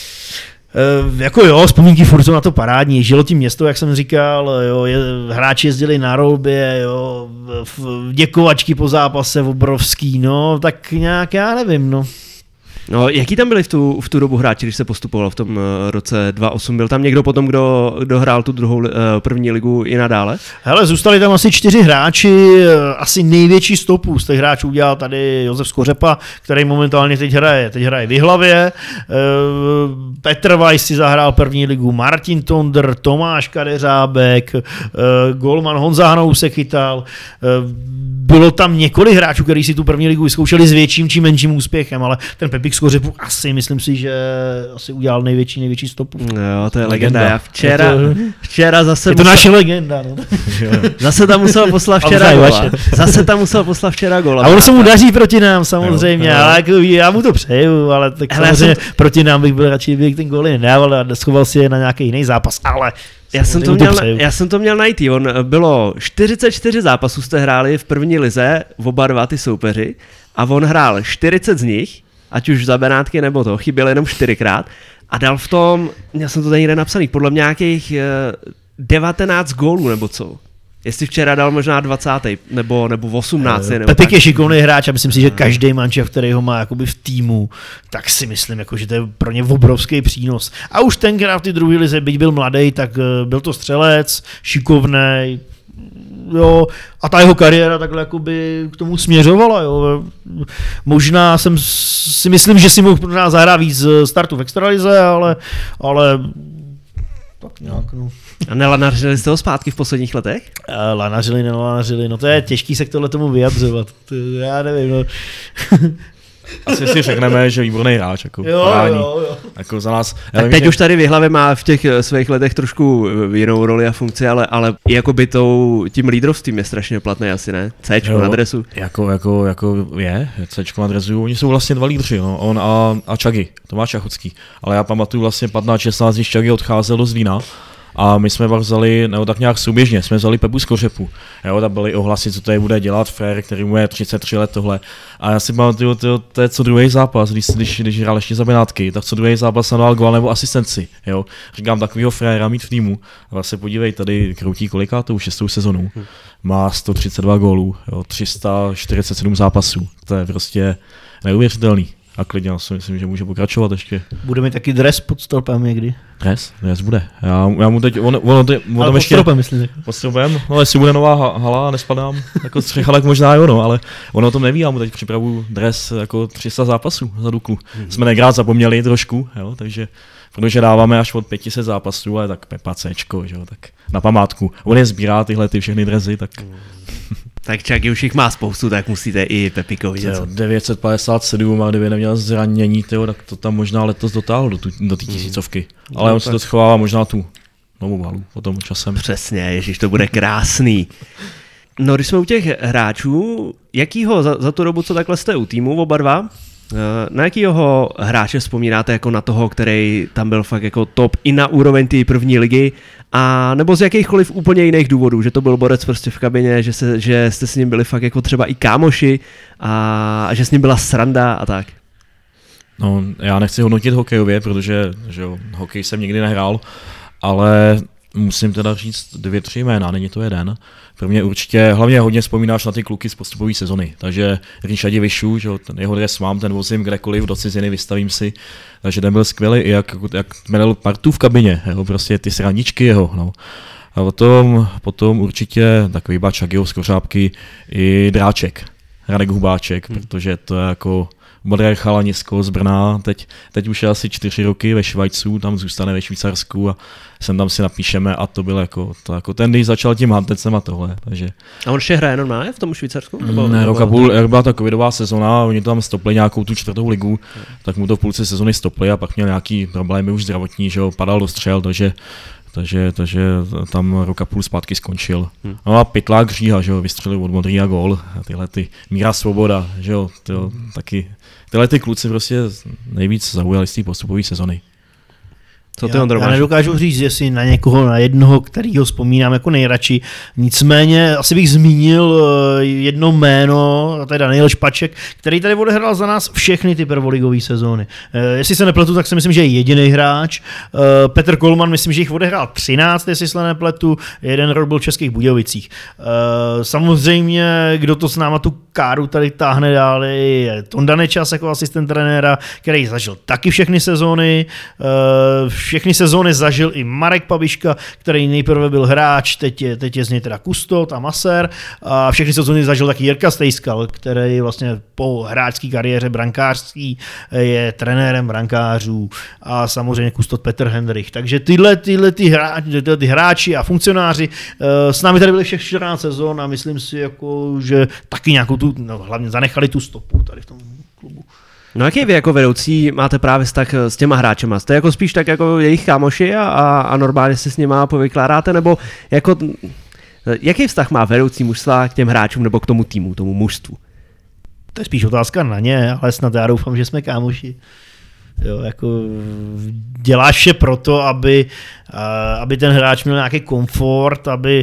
Uh, jako jo, vzpomínky furt jsou na to parádní, žilo tím město, jak jsem říkal, jo, je, hráči jezdili na rolbě, jo, v, děkovačky po zápase obrovský, no, tak nějak já nevím, no. No, jaký tam byli v tu, v tu dobu hráči, když se postupovalo v tom uh, roce dva tisíce osm? Byl tam někdo potom, kdo, kdo hrál tu druhou uh, první ligu i nadále? Hele, zůstali tam asi čtyři hráči, asi největší stopu z těch hráčů udělal tady Josef Skořepa, který momentálně teď hraje, teď hraje v Jihlavě. Uh, Petr Weiss si zahrál první ligu, Martin Tondr, Tomáš Kadeřábek, uh, golman Honza Hanousek chytal. Uh, bylo tam několik hráčů, kteří si tu první ligu vyzkoušeli s větším či menším úspěchem, ale ten Pepik Skořepu asi, myslím si, že asi udělal největší, největší stopu. Jo, to je legenda. Já včera, je to, včera zase... Je to musel, naše legenda. No. Zase tam musel poslat včera gola. Zase tam musel poslat včera gola. A ono se mu daří proti nám samozřejmě, jo, jo. Ale jako, já mu to přeju, ale tak hele, samozřejmě jsem... proti nám bych byl radši, kdybych ten gól nedával a schoval si je na nějaký jiný zápas, ale... Já jsem, to měl, já jsem to měl najít, on bylo čtyřicet čtyři zápasů jste hráli v první lize, oba dva ty soupeři, a on hrál čtyřicet z nich, ať už za Benátky nebo to, chyběl jenom čtyřikrát, a dal v tom, já jsem to tady někde napsaný, podle mě nějakých devatenáct gólů nebo co. Jestli včera dal možná dvacet nebo, nebo osmnáct. Nebo Pepik je šikovný hráč a myslím si, že každý mančev, který ho má jakoby v týmu, tak si myslím, jako, že to je pro ně obrovský přínos. A už tenkrát v té druhé lize, byť byl mladý, tak byl to střelec, šikovnej, jo, a ta jeho kariéra takhle jakoby k tomu směřovala, jo. Možná jsem si myslím, že si mohl možná zahrát víc startu v extralize, ale, ale tak nějak, no. A nelanařili jste ho zpátky v posledních letech? Lanařili, nelanařili, no to je těžký se k tohle tomu vyjadřovat, to, já nevím, no. Asi si řekneme, že výborný hráč, jako jo, parádní, jo, jo. Jako za nás. Tak teď že... už tady v Jihlavě má v těch svých letech trošku jinou roli a funkci, ale, ale jako by tou, tím lídrovstvím je strašně platný asi, ne? Cčko na dresu. Jako, jako, jako je, Cčko na dresu, oni jsou vlastně dva lídři, no, on a, a Čagy, Tomáš Čachocký, ale já pamatuju vlastně patnáct šestnáct, když Čagy odcházel do Zlína, A my jsme pak vzali, nebo tak nějak souběžně, jsme vzali Pepu z Kořepu. Jo, tam byly ohlasy, co tady bude dělat Frér, který mu je třicet tři let tohle. A já si pamatuju, to, to je co druhý zápas, když, když, když hrál ještě za Benátky, tak co druhý zápas dal gól nebo asistenci. Jo. Říkám, takovýho Fréra mít v týmu. A vlastně podívej, tady kroutí kolikátou šestou sezonu. Má sto třicet dva gólů, jo, tři sta čtyřicet sedm zápasů. To je prostě neuvěřitelný. A klidně já si myslím, že může pokračovat ještě. Bude mi taky dres pod stropem někdy. Dres? Dres bude. Já, já mu teď, on, on, on, on ale pod ještě, stropem, myslím. Pod stropem? No jestli bude nová hala a nespadám jako střecha, tak možná jo, no, ale on o tom neví, já mu teď připravu dres jako tři sta zápasů za Duklu. Mm-hmm. Jsme nekrát zapomněli trošku, jo, takže protože dáváme až od pět set zápasů, ale tak Pepa Cčko, jo, tak na památku. On je sbírá tyhle ty všechny dresy, tak... Mm. Tak Čaky už jich má spoustu, tak musíte i Pepikovi něco. devět set padesát sedm, a kdyby neměl zranění, tyjo, tak to tam možná letos dotáhl do té do tisícovky. Mm. Ale on si to schovává možná tu novou halu potom časem. Přesně, ježiš, to bude krásný. No, když jsme u těch hráčů, jakýho za, za tu dobu, co takhle jste u týmu, oba dva, na jakýho hráče vzpomínáte jako na toho, který tam byl fakt jako top i na úroveň té první ligy, a nebo z jakýchkoliv úplně jiných důvodů, že to byl borec prostě v kabině, že, se, že jste s ním byli fakt jako třeba i kámoši a, a že s ním byla sranda a tak? No, já nechci hodnotit hokejově, protože že jo, hokej jsem nikdy nehrál, ale musím teda říct dvě, tři jména, není to jeden. Pro mě určitě, hlavně hodně vzpomínáš na ty kluky z postupové sezony, takže Ríša Divišu, že ten jeho dres mám, ten vozím kdekoliv, do ciziny vystavím si, takže ten byl skvělý, i jak, jak měl partu v kabině, jo, prostě ty srandičky jeho, no. A potom, potom určitě takový bačak jeho z Kořápky i Dráček, Radek Hubáček, hmm. protože to je jako modré chalanisko z Brna, teď, teď už je asi čtyři roky ve Švajcu, tam zůstane ve Švýcarsku a sem tam si napíšeme a to byl jako, to jako ten, když začal tím hantecem a tohle, takže... A on ještě hraje normálně v tom Švýcarsku? Nebo, ne, rok a půl, jak byla ta covidová sezona, oni tam stopli nějakou tu čtvrtou ligu, hmm. tak mu to v půlce sezony stopli a pak měl nějaký problémy už zdravotní, že jo, padal do střel, takže Takže, takže tam rok a půl zpátky skončil. Hmm. No a Pytlák Říha, že jo, vystřelil od modrý a gól. A tyhle ty Míra Svoboda, že jo, tyjo, taky. Tyhle ty kluci prostě nejvíc zaujali z té postupové sezony. Co ty, já, já nedokážu říct, jestli na někoho, na jednoho, kterýho vzpomínám jako nejradši. Nicméně asi bych zmínil jedno jméno, a to je Daniel Špaček, který tady odehrál za nás všechny ty prvoligové sezóny. Jestli se nepletu, tak si myslím, že je jediný hráč. Petr Kolman, myslím, že jich odehrál třináct, jestli se nepletu. Jeden rok byl v Českých Budějovicích. Samozřejmě, kdo to s náma tu káru tady táhne dál, je Tonda Nečas jako asistent trenéra, který zažil taky všechny sezóny. Všechny sezóny zažil i Marek Pabiška, který nejprve byl hráč, teď je, teď je z něj teda kustot a masér. A všechny sezóny zažil taky Jirka Stejskal, který vlastně po hráčské kariéře brankářský je trenérem brankářů a samozřejmě kustot Petr Hendrich. Takže tyhle, tyhle, ty hráči, tyhle ty hráči a funkcionáři s námi tady byli všech čtrnáct sezón a myslím si, jako, že taky nějakou tu, no, hlavně zanechali tu stopu tady v tom klubu. No jaký vy jako vedoucí máte právě vztah s těma hráčema? Jste jako spíš tak jako jejich kámoši a, a normálně si s nima povykládáte, nebo jako, jaký vztah má vedoucí mužstva k těm hráčům nebo k tomu týmu, tomu mužstvu? To je spíš otázka na ně, ale snad já doufám, že jsme kámoši. Jo, jako děláš vše proto, aby, aby ten hráč měl nějaký komfort, aby,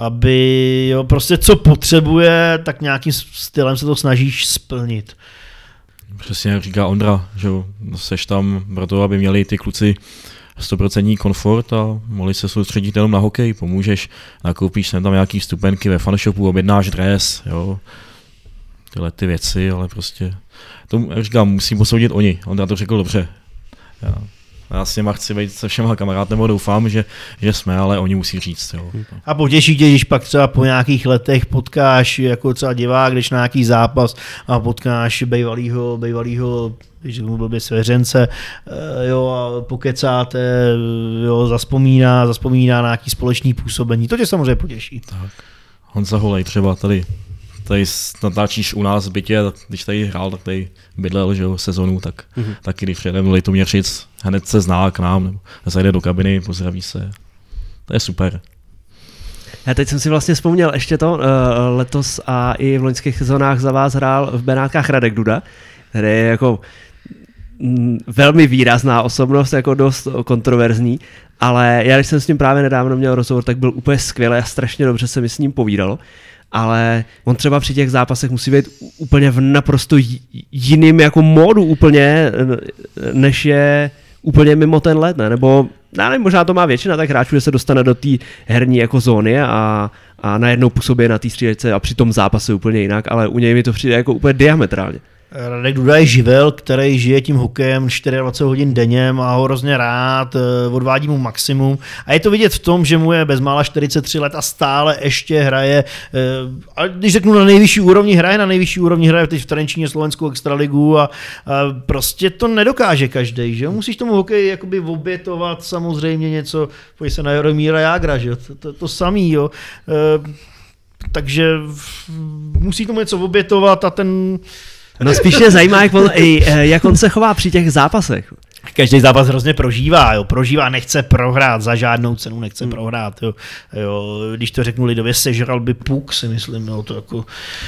aby jo, prostě co potřebuje, tak nějakým stylem se to snažíš splnit. Přesně jak říká Ondra, že seš tam proto, aby měli ty kluci sto procent komfort a mohli se soustředit jenom na hokej, pomůžeš, nakoupíš sem tam nějaký vstupenky ve fanshopu, objednáš dres, jo, tyhle ty věci, ale prostě, to jak říkám, musím posoudit oni, Ondra to řekl dobře. Já, já s něma chci být se všema kamarádem a doufám, že, že jsme, ale oni musí říct. Jo. A potěší tě, když pak třeba po nějakých letech potkáš jako třeba divák, když na nějaký zápas a potkáš bejvalýho, bejvalýho když mu blbě svěřence, jo, a pokecáte, jo, zaspomíná, zaspomíná na nějaký společný působení. To tě samozřejmě potěší. Tak. Honza Holej třeba tady, tady natáčíš u nás v bytě, když tady hrál, tak tady bydlel, že jo, sezonu, tak mm-hmm. taky když přijede do Litoměřic, hned se zná k nám, nebo zajde do kabiny, pozdraví se. To je super. Já teď jsem si vlastně vzpomněl ještě to, letos a i v loňských sezónách za vás hrál v Benátkách Radek Duda, který je jako mm, velmi výrazná osobnost, jako dost kontroverzní, ale já když jsem s ním právě nedávno měl rozhovor, tak byl úplně skvělý a strašně dobře se mi s ním povídalo. Ale on třeba při těch zápasech musí být úplně v naprosto jiným jako módu úplně, než je úplně mimo ten let, ne? Nebo já nevím, možná to má většina tak hráčů, že se dostane do té herní jako zóny a, a najednou působí na té střílečce a při tom zápase úplně jinak, ale u něj mi to přijde jako úplně diametrálně. Radek Duda je živel, který žije tím hokejem dvacet čtyři hodin denně, má ho hrozně rád, odvádí mu maximum a je to vidět v tom, že mu je bezmála čtyřicet tři let a stále ještě hraje, a když řeknu na nejvyšší úrovni, hraje na nejvyšší úrovni, hraje teď v Trenčíně slovenskou extraligu a, a prostě to nedokáže každej, že musíš tomu hokeji jakoby obětovat samozřejmě něco, pojď se na Jaromíra Jágra, že to, to, to samý, jo. E, takže musí tomu něco obětovat a ten No spíš mě zajímá, jak on, jak on se chová při těch zápasech. Každý zápas hrozně prožívá, jo. Prožívá, nechce prohrát, za žádnou cenu nechce hmm. prohrát, jo. Jo. Když to řeknu lidově, sežral by puk, si myslím, jo. To jako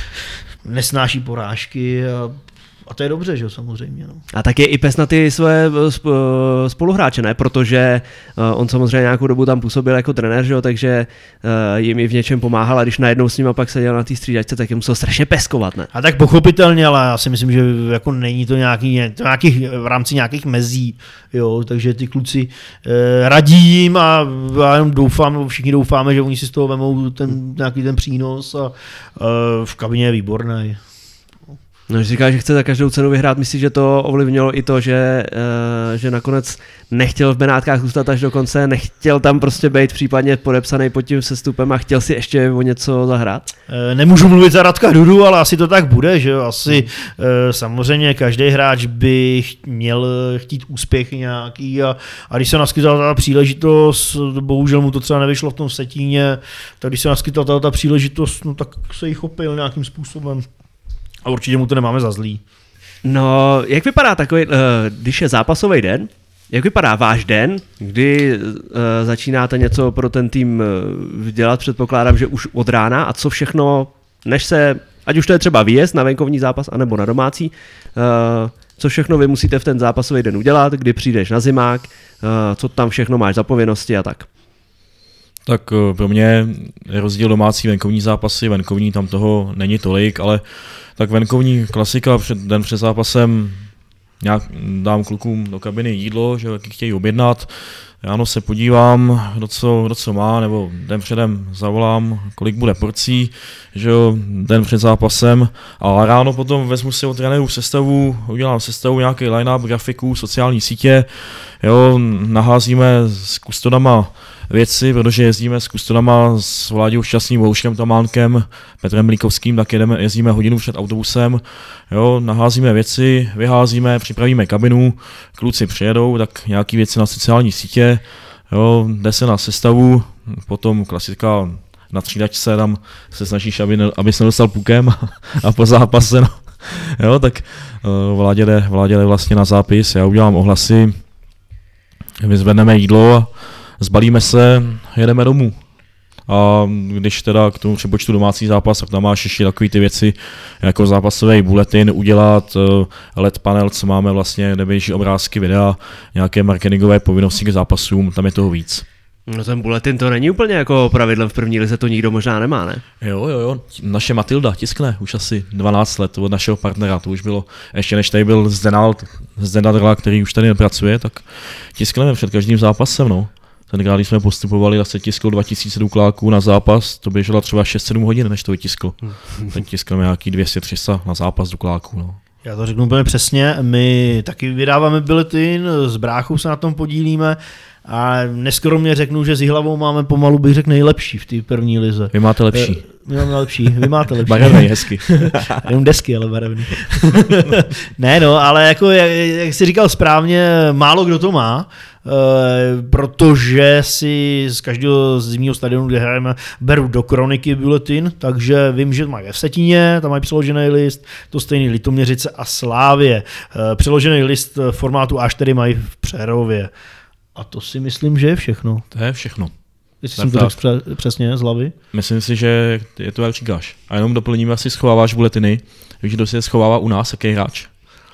nesnáší porážky a A to je dobře, že jo, samozřejmě. No. A tak je i pes na ty své spoluhráče, ne? Protože on samozřejmě nějakou dobu tam působil jako trenér, že jo, takže jim i v něčem pomáhal a když najednou s ním pak seděl na té střídačce, tak je musel strašně peskovat, ne? A tak pochopitelně, ale já si myslím, že jako není to nějaký, to nějakých, v rámci nějakých mezí, jo, takže ty kluci eh, radí jim a já jenom doufám, všichni doufáme, že oni si z toho vemou ten, nějaký ten přínos a eh, v kabině je výborný. No, když říká, že chce za každou cenu vyhrát, myslíš, že to ovlivnilo i to, že, uh, že nakonec nechtěl v Benátkách zůstat až do konce, nechtěl tam prostě být případně podepsaný pod tím sestupem a chtěl si ještě o něco zahrát? Nemůžu mluvit za Radka Dudu, ale asi to tak bude, že jo, asi hmm. samozřejmě každý hráč by měl chtít úspěch nějaký a, a když se naskytala ta příležitost, bohužel mu to třeba nevyšlo v tom Vsetíně, tak když se naskytala ta příležitost, no tak se jí chopil nějakým způsobem. A určitě mu to nemáme za zlý. No, jak vypadá takový, uh, když je zápasový den, jak vypadá váš den, kdy uh, začínáte něco pro ten tým uh, dělat, předpokládám, že už od rána a co všechno, než se, ať už to je třeba výjezd na venkovní zápas, anebo na domácí, uh, co všechno vy musíte v ten zápasový den udělat, kdy přijdeš na zimák, uh, co tam všechno máš za povinnosti a tak. Tak pro mě je rozdíl domácí venkovní zápasy, venkovní tam toho není tolik, ale tak venkovní klasika před, den před zápasem nějak dám klukům do kabiny jídlo, že jaký chtějí objednat, ráno se podívám, kdo co, kdo co má, nebo den předem zavolám, kolik bude porcí, že jo, den před zápasem a ráno potom vezmu si od trenérů sestavu, udělám sestavu, nějaký line-up, grafiku, sociální sítě, jo, naházíme s kustodama věci, protože jezdíme s kustodama, s Vláďou Šťastným, Bouškem Tománkem, Petrem Mlíkovským, tak jedeme, jezdíme hodinu před autobusem, jo, naházíme věci, vyházíme, připravíme kabinu, kluci přijedou, tak nějaký věci na sociální sítě, jo, jde se na sestavu, potom klasická na střídačce, tam se snažíš, aby, ne, aby se nedostal pukem a po zápase, no, jo, tak uh, Vládě jde, Vládě jde vlastně na zápis, já udělám ohlasy, vyzvedneme jídlo a zbalíme se, jedeme domů. A když teda k tomu přepočtu domácí zápas, tak tam máš ještě takový ty věci, jako zápasový bulletin udělat, L E D panel, co máme vlastně, kde běží obrázky, videa, nějaké marketingové povinnosti k zápasům, tam je toho víc. No ten bulletin to není úplně jako pravidlem v první lize, to nikdo možná nemá, ne? Jo, jo, jo, naše Matilda tiskne už asi dvanáct let od našeho partnera, to už bylo, ještě než tady byl Zdenald, Zdenadrla, který už tady nepracuje, tak tiskneme před každým zápasem, no. Tenkrát, když jsme postupovali, tak se tisklo dva tisíce dukláků na zápas, to běželo třeba šest sedm hodin, než to vytisklo. Teď tiskneme nějaký dvě stě tři sta na zápas dukláků, no. Já to řeknu úplně přesně, my taky vydáváme bulletin, s bráchou se na tom podílíme a neskromně řeknu, že s Jihlavou máme pomalu, bych řekl, nejlepší v té první lize. Vy máte lepší. My máme lepší, vy máte lepší. Barevný, hezky. Jenom desky, ale barevný. Ne no, ale jako, jak, jak jsi říkal správně, málo kdo to má, Uh, protože si z každého zimního stadionu, kde hrajeme, beru do kroniky bulletin, takže vím, že mají ve Vsetíně, tam mají přeložený list, to stejný Litoměřice a Slávě. Uh, přeložený list formátu A čtyři mají v Přerově. A to si myslím, že je všechno. To je všechno. Jestli jsem to řekl přesně z hlavy. Myslím si, že je to, jak říkáš. A jenom doplníme, asi schováváš bulletiny, víš, kdo si je schovává u nás, jaký hráč.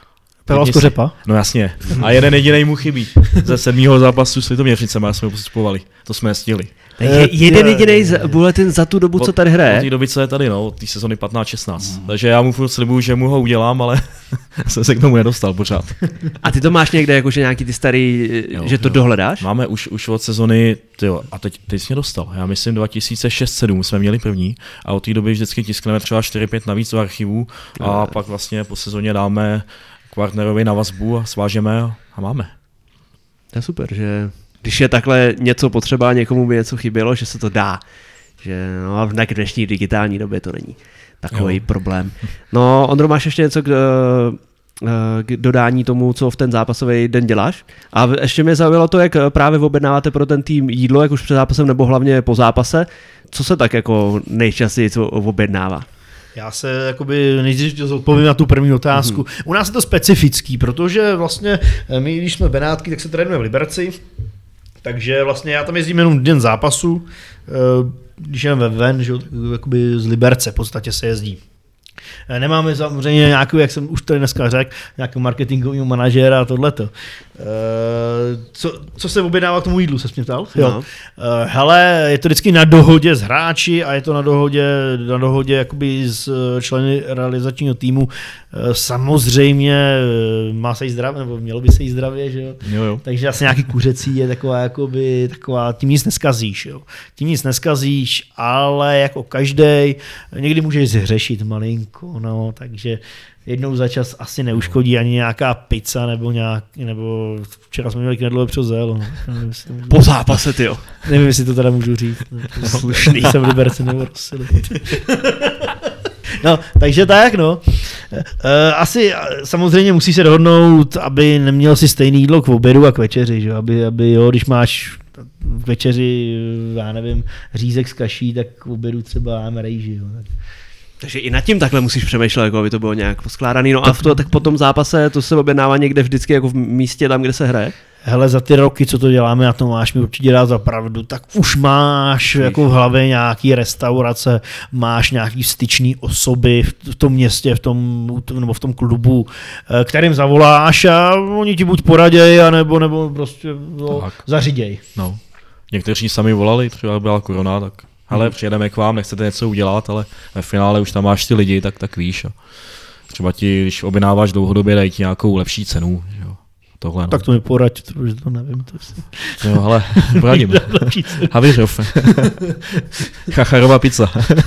Peval z kořepa? No jasně. A jeden jedinej mu chybí. Ze sedmého zápasu s Litoměřicema jsme ho postupovali. To jsme stihli. Je, jeden jediný bulletin za tu dobu, co tady hraje. Od té doby, co je tady, no, od té sezony patnáct šestnáct. Mm. Takže já mu furt slibuju, že mu ho udělám, ale jsem se k tomu nedostal pořád. A ty to máš někde, jakože nějaký ty starý, jo, že to jo. dohledáš? Máme už, už od sezony, tyjo, a teď, teď jsi mě dostal. Já myslím dva tisíce šest sedm jsme měli první a od té doby vždycky tiskneme třeba čtyři pět navíc v archivu a no. pak vlastně po sezóně dáme Kvartnerovi na vazbu a svážeme a, a máme. To je super, že když je takhle něco potřeba, někomu by něco chybělo, že se to dá. Že no a v dnešní digitální době to není takový jo. problém. No, Ondro, máš ještě něco k, k dodání tomu, co v ten zápasový den děláš? A ještě mě zaujalo to, jak právě objednáváte pro ten tým jídlo, jak už před zápasem nebo hlavně po zápase. Co se tak jako nejčastěji objednává? Já se jakoby nejdřív odpovím na tu první otázku. Mm-hmm. U nás je to specifický, protože vlastně my, když jsme Benátky, tak se trénujeme v Liberci, takže vlastně já tam jezdím jenom den zápasu, když jdem ve ven, že jakoby z Liberce v podstatě se jezdí. Nemáme samozřejmě nějakou, jak jsem už tady dneska řekl, nějakého marketingového manažéra a tohleto. Co, co se objednává k tomu jídlu, se mě ptal? Jo. No. Hele, je to vždycky na dohodě s hráči a je to na dohodě, na dohodě jakoby s členy realizačního týmu. Samozřejmě má se jí zdravě, nebo mělo by se jí zdravě, že jo? Jo, jo. Takže asi nějaký kuřecí je taková, jakoby, taková, tím nic neskazíš, jo? Tím nic neskazíš, ale jako každej, někdy můžeš zhřešit malinko, no, takže jednou za čas asi neuškodí ani nějaká pizza nebo nějak, nebo včera jsme měli knedlové přozel. No. Nevím, po zápase, tyjo. Nevím, jestli to teda můžu říct. Slušný. Jsem v Liberci nebo Rosili. No, takže tak, no. E, asi samozřejmě musí se dohodnout, aby neměl si stejný jídlo k obědu a k večeři, že? Aby, aby jo, když máš k večeři, já nevím, řízek s kaší, tak k obědu třeba máme rejži, jo. Takže i nad tím takhle musíš přemýšlet, jako aby to bylo nějak poskládaný. No a v to, tak po tom zápase to se objednává někde vždycky jako v místě tam, kde se hraje? Hele, za ty roky, co to děláme, a to máš mi určitě dát za pravdu, tak už máš jako v hlavě nějaký restaurace, máš nějaký styčný osoby v tom městě, v tom, nebo v tom klubu, kterým zavoláš a oni ti buď poraděj, anebo, nebo prostě no, zaříděj. No. Někteří sami volali, třeba byla korona, tak ale přijedeme k vám, nechcete něco udělat, ale ve finále už tam máš ty lidi, tak, tak víš. A třeba ti, když objednáváš dlouhodobě, dají ti nějakou lepší cenu. Jo. Tohle, no. Tak to mi poraď, protože to nevím. To si... Jo, ale poradím. Havířov. Chacharova pizza.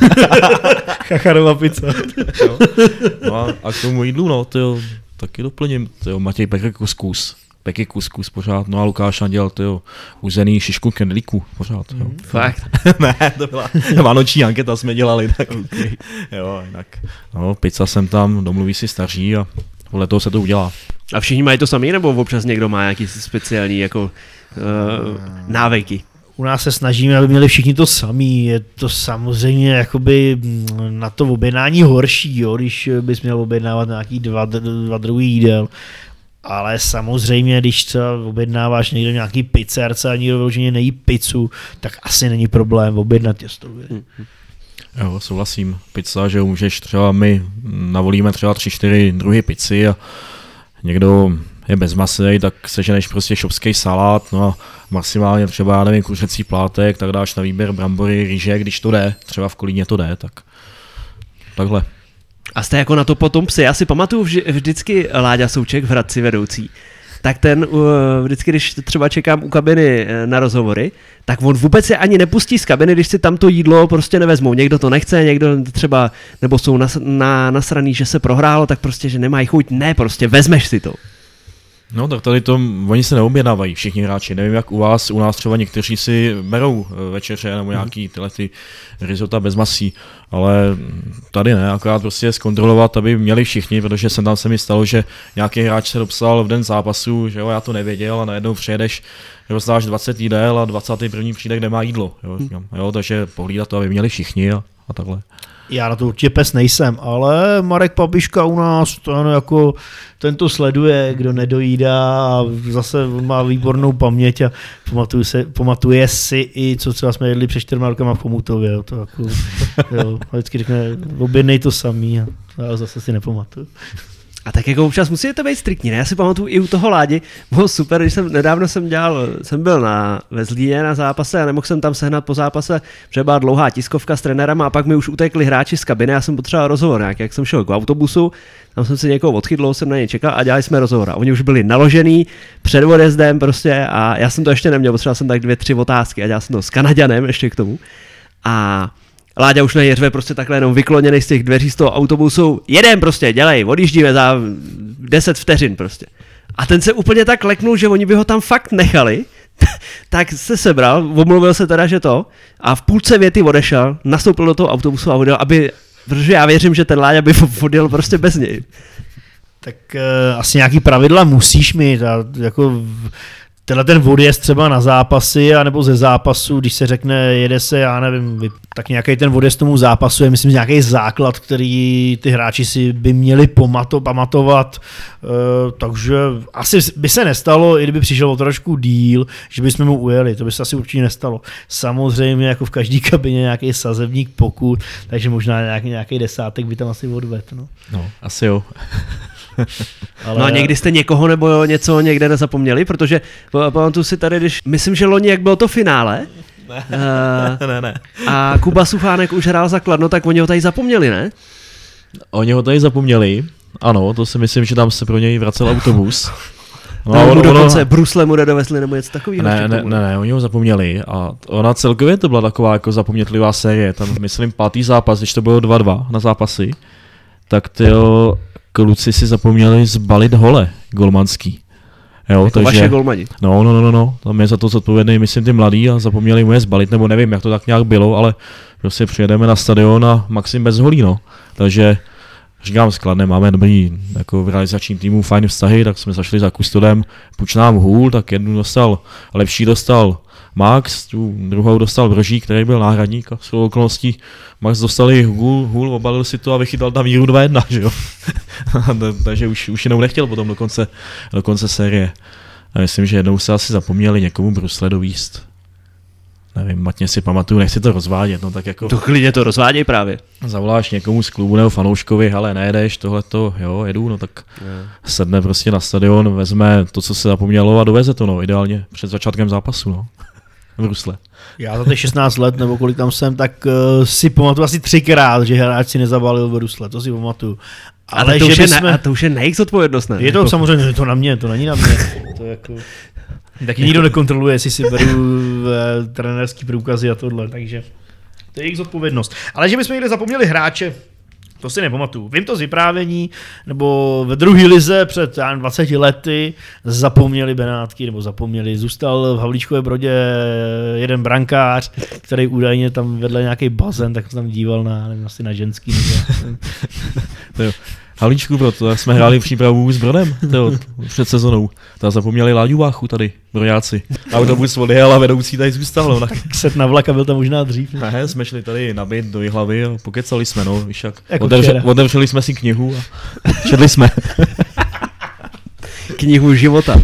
Chacharova pizza. Jo. No a, a k tomu jídlu, no, tyjo, taky doplním. Tyjo, Matěj Pekr kuskus. Peky kuskus pořád, no a Lukáš nadělal tyjo, uzený šišku knedlíku pořád. Jo. Mm, fakt? Ne, to byla vánoční anketa, jsme dělali. Tak. Okay. Jo, jinak. No, pizza jsem tam, domluví si staří a podle toho se to udělá. A všichni mají to samý, nebo občas někdo má nějaký speciální jako uh, návyky? U nás se snažíme, aby měli všichni to samý. Je to samozřejmě jakoby na to objednání horší, jo, když bys měl objednávat nějaký dva, dva druhý jídel. Ale samozřejmě, když třeba objednáváš někde nějaký pizzerce a někdo vyloženě nejí pizzu, tak asi není problém objednat těstově. Jo, souhlasím. Pizza, že můžeš třeba, my navolíme třeba tři, čtyři druhy pizzy a někdo je bez masy, tak seženeš prostě šopský salát, no a maximálně třeba, já nevím, kuřecí plátek, tak dáš na výběr brambory, rýže, když to jde, třeba v Kolíně to jde, tak takhle. A jste jako na to potom psy. Já si pamatuju vždycky Láďa Souček v Hradci vedoucí. Tak ten vždycky, když třeba čekám u kabiny na rozhovory, tak on vůbec se ani nepustí z kabiny, když si tam to jídlo prostě nevezmou. Někdo to nechce, někdo třeba, nebo jsou nas, na, nasraný, že se prohrálo, tak prostě, že nemají chuť. Ne, prostě vezmeš si to. No tak tady to, oni se neobjednávají všichni hráči, nevím jak u vás, u nás třeba někteří si berou večeře nebo nějaký tyhle ty risota bez masí, ale tady ne, akorát prostě zkontrolovat, aby měli všichni, protože jsem tam se mi stalo, že nějaký hráč se dopsal v den zápasu, že jo, já to nevěděl a najednou přijedeš, rozdáš dvacet jídel a dvacátý první přijde, kde má jídlo, jo, říkám, jo, takže pohlídat to, aby měli všichni a, a takhle. Já na to určitě pes nejsem, ale Marek Papiška u nás, ten, jako, ten to sleduje, kdo nedojídá a zase má výbornou paměť a pamatuje, se, pamatuje si i, co třeba jsme jedli před čtyřma rokama v Chomutově. Jo, to jako, jo, vždycky řekne, objednej to samý a já zase si nepamatuju. A tak jako občas musíte být striktní, ne? Já si pamatuju i u toho Ládi, bylo super, když jsem, nedávno jsem dělal, jsem byl na, ve Zlíně na zápase a nemohl jsem tam sehnat po zápase, protože byla dlouhá tiskovka s trenérama a pak mi už utekli hráči z kabiny, já jsem potřeboval rozhovor nějak, jak jsem šel k autobusu, tam jsem si někoho odchytl, jsem na ně čekal a dělali jsme rozhovor a oni už byli naložený před odjezdem prostě a já jsem to ještě neměl, potřeboval jsem tak dvě, tři otázky a dělal jsem to s Kanaďanem ještě k tomu a Láďa už na jeřve prostě takhle jenom vykloněný z těch dveří z toho autobusu. Jedem prostě, dělej, odjíždíme za deset vteřin prostě. A ten se úplně tak leknul, že oni by ho tam fakt nechali, tak se sebral, omluvil se teda, že to, a v půlce věty odešel, nastoupil do toho autobusu a odjel, aby, protože já věřím, že ten Láďa by odjel prostě bez něj. Tak uh, asi nějaký pravidla musíš mít a jako... Tenhle ten odjezd třeba na zápasy, anebo ze zápasu, když se řekne, jede se, já nevím, tak nějaký ten odjezd tomu zápasu je, myslím, nějaký základ, který ty hráči si by měli pamato, pamatovat, uh, takže asi by se nestalo, i kdyby přišel o trošku díl, že bychom mu ujeli, to by se asi určitě nestalo. Samozřejmě jako v každé kabině nějaký sazebník pokud, takže možná nějaký, nějaký desátek by tam asi odvedl. No, no asi jo. Ale... No a někdy jste někoho nebo něco někde nezapomněli, protože pamatuju si tady, když, myslím, že loni, jak bylo to finále, ne, uh, ne, ne. a Kuba Suchánek už hrál za Kladno, tak oni ho tady zapomněli, ne? Oni ho tady zapomněli, ano, to si myslím, že tam se pro něj vracel autobus. No, no, ono, dokonce ono... Brusle mu nedovezli nebo něco takového. Ne, ne, ne, ne, oni ho zapomněli a ona celkově to byla taková jako zapomnětlivá série, tam myslím pátý zápas, když to bylo dva dva na zápasy, tak tyjo, kluci si zapomněli zbalit hole golmanský. Jo, jako takže, vaše golmani. No, no, no, no, tam je za to zodpovědný, myslím, ty mladí a zapomněli mu je zbalit, nebo nevím, jak to tak nějak bylo, ale prostě přijedeme na stadion a Maxim bez holí, no. Takže říkám, s Kladnem máme dobrý, jako v realizačním týmu fajn vztahy, tak jsme zašli za kustodem, půjč nám hůl, tak jednu dostal, lepší dostal Max, tu druhou dostal Brožík, který byl náhradník a svou okolností Max dostal i hůl, hůl, obalil si to a vychytal tam víru dva jedna, že jo. Takže už, už jenom nechtěl potom do konce, do konce série. A myslím, že jednou se asi zapomněli někomu Brusle dovíst. Nevím, matně si pamatuju, nechci to rozvádět, no tak jako... To klidně to rozváděj právě. Zavoláš někomu z klubu nebo fanouškovi, hele, nejedeš, tohleto, jo, jedu, no tak yeah. Sedne prostě na stadion, vezme to, co se zapomnělo a doveze to, no, ideálně před začátkem zápasu, no, v Brusle. Já za těch šestnáct let, nebo kolik tam jsem, tak uh, si pamatuju asi třikrát, že hráč si nezabalil v Brusle, to si pamatuju. Ale to, že už jsme... ne, a to už je na jejich zodpovědnost, ne? Je to samozřejmě, je to na mě, to není na mě. To jako... Taky nikdo nekontroluje, jestli si beru e, trenérský průkazy a tohle, takže to je jejich zodpovědnost. Ale že bychom někde zapomněli hráče, to si nepamatuju. Vím to z vyprávění, nebo ve druhé lize před dvaceti lety zapomněli Benátky, nebo zapomněli, zůstal v Havlíčkové Brodě jeden brankář, který údajně tam vedle nějaký bazén, tak se tam díval na, nevím, asi na ženský. Nebo... Havlíčku, proto jsme hráli přípravu s Brodem tyjo, před sezonou. Tam zapomněli Láďu Váchu tady, brojáci. Autobus odjel a vedoucí tady zůstal. No, tak... Set na vlak a byl tam možná dřív. Ne, ne jsme šli tady na byt do Jihlavy a pokecali jsme, no, víš jak. Jako Otevře, otevřeli jsme si knihu a četli jsme. Knihu života.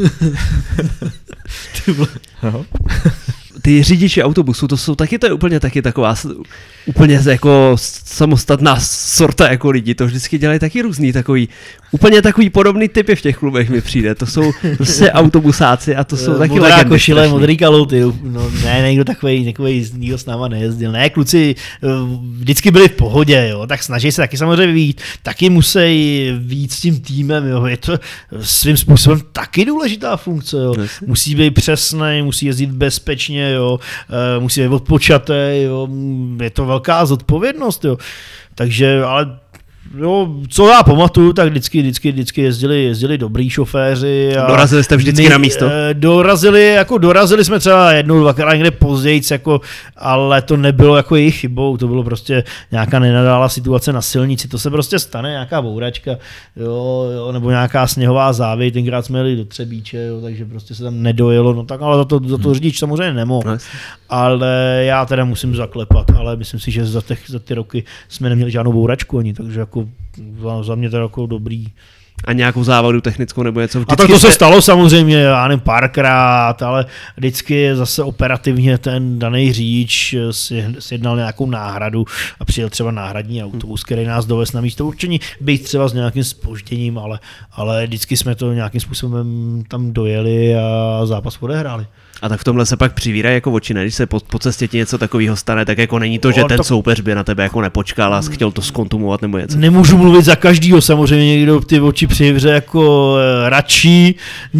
Ty řidiči autobusu, to jsou taky, to je úplně taky taková úplně jako samostatná sorta jako lidi, to vždycky dělají taky různý takový, úplně takový podobný typy v těch klubech mi přijde, to jsou prostě autobusáci a to jsou taky modrá legendy. Košile, modrý kalhoty, no ne, někdo takovej, takovej nikdo s náma nejezdil, ne, kluci vždycky byli v pohodě, jo, tak snaží se taky samozřejmě vyjít, taky musí vyjít s tím týmem, jo, je to svým způsobem taky důležitá funkce, jo, musí být přesný, musí jezdit bezpečně, jo, musí být odpočatý, jo, je to velká zodpovědnost, jo. Takže, ale jo, co já pamatuju, tak vždycky, vždycky, vždycky jezdili, jezdili dobrý šoféři. A dorazili jste vždycky my, na místo? Dorazili, jako dorazili jsme třeba jednou, dvakrát někde později, jako, ale to nebylo jako jejich chybou, to bylo prostě nějaká nenadálá situace na silnici, to se prostě stane, nějaká bouračka, jo, jo, nebo nějaká sněhová závěť, tenkrát jsme jeli do Třebíče, jo, takže prostě se tam nedojelo, no tak ale za to, za to řidič samozřejmě nemohl. Ale já teda musím zaklepat, ale myslím si, že za, těch, za ty roky jsme neměli žádnou bouračku ani, takže jako za, za mě to jako dobrý, A nějakou závadu technickou nebo něco. A tak to se stalo samozřejmě, já nevím, párkrát, ale vždycky je zase operativně ten daný řidič sjednal nějakou náhradu a přijel třeba náhradní autobus, který nás dovez na místo určení, být třeba s nějakým zpožděním, ale, ale vždycky jsme to nějakým způsobem tam dojeli a zápas odehráli. A tak v tomhle se pak přivírají jako oči, ne? Když se po, po cestě ti něco takového stane, tak jako není to, že ten to... soupeř by na tebe jako nepočkal a chtěl to zkontumovat nebo něco. Nemůžu mluvit za každýho, samozřejmě někdo ty oči přivře jako radši,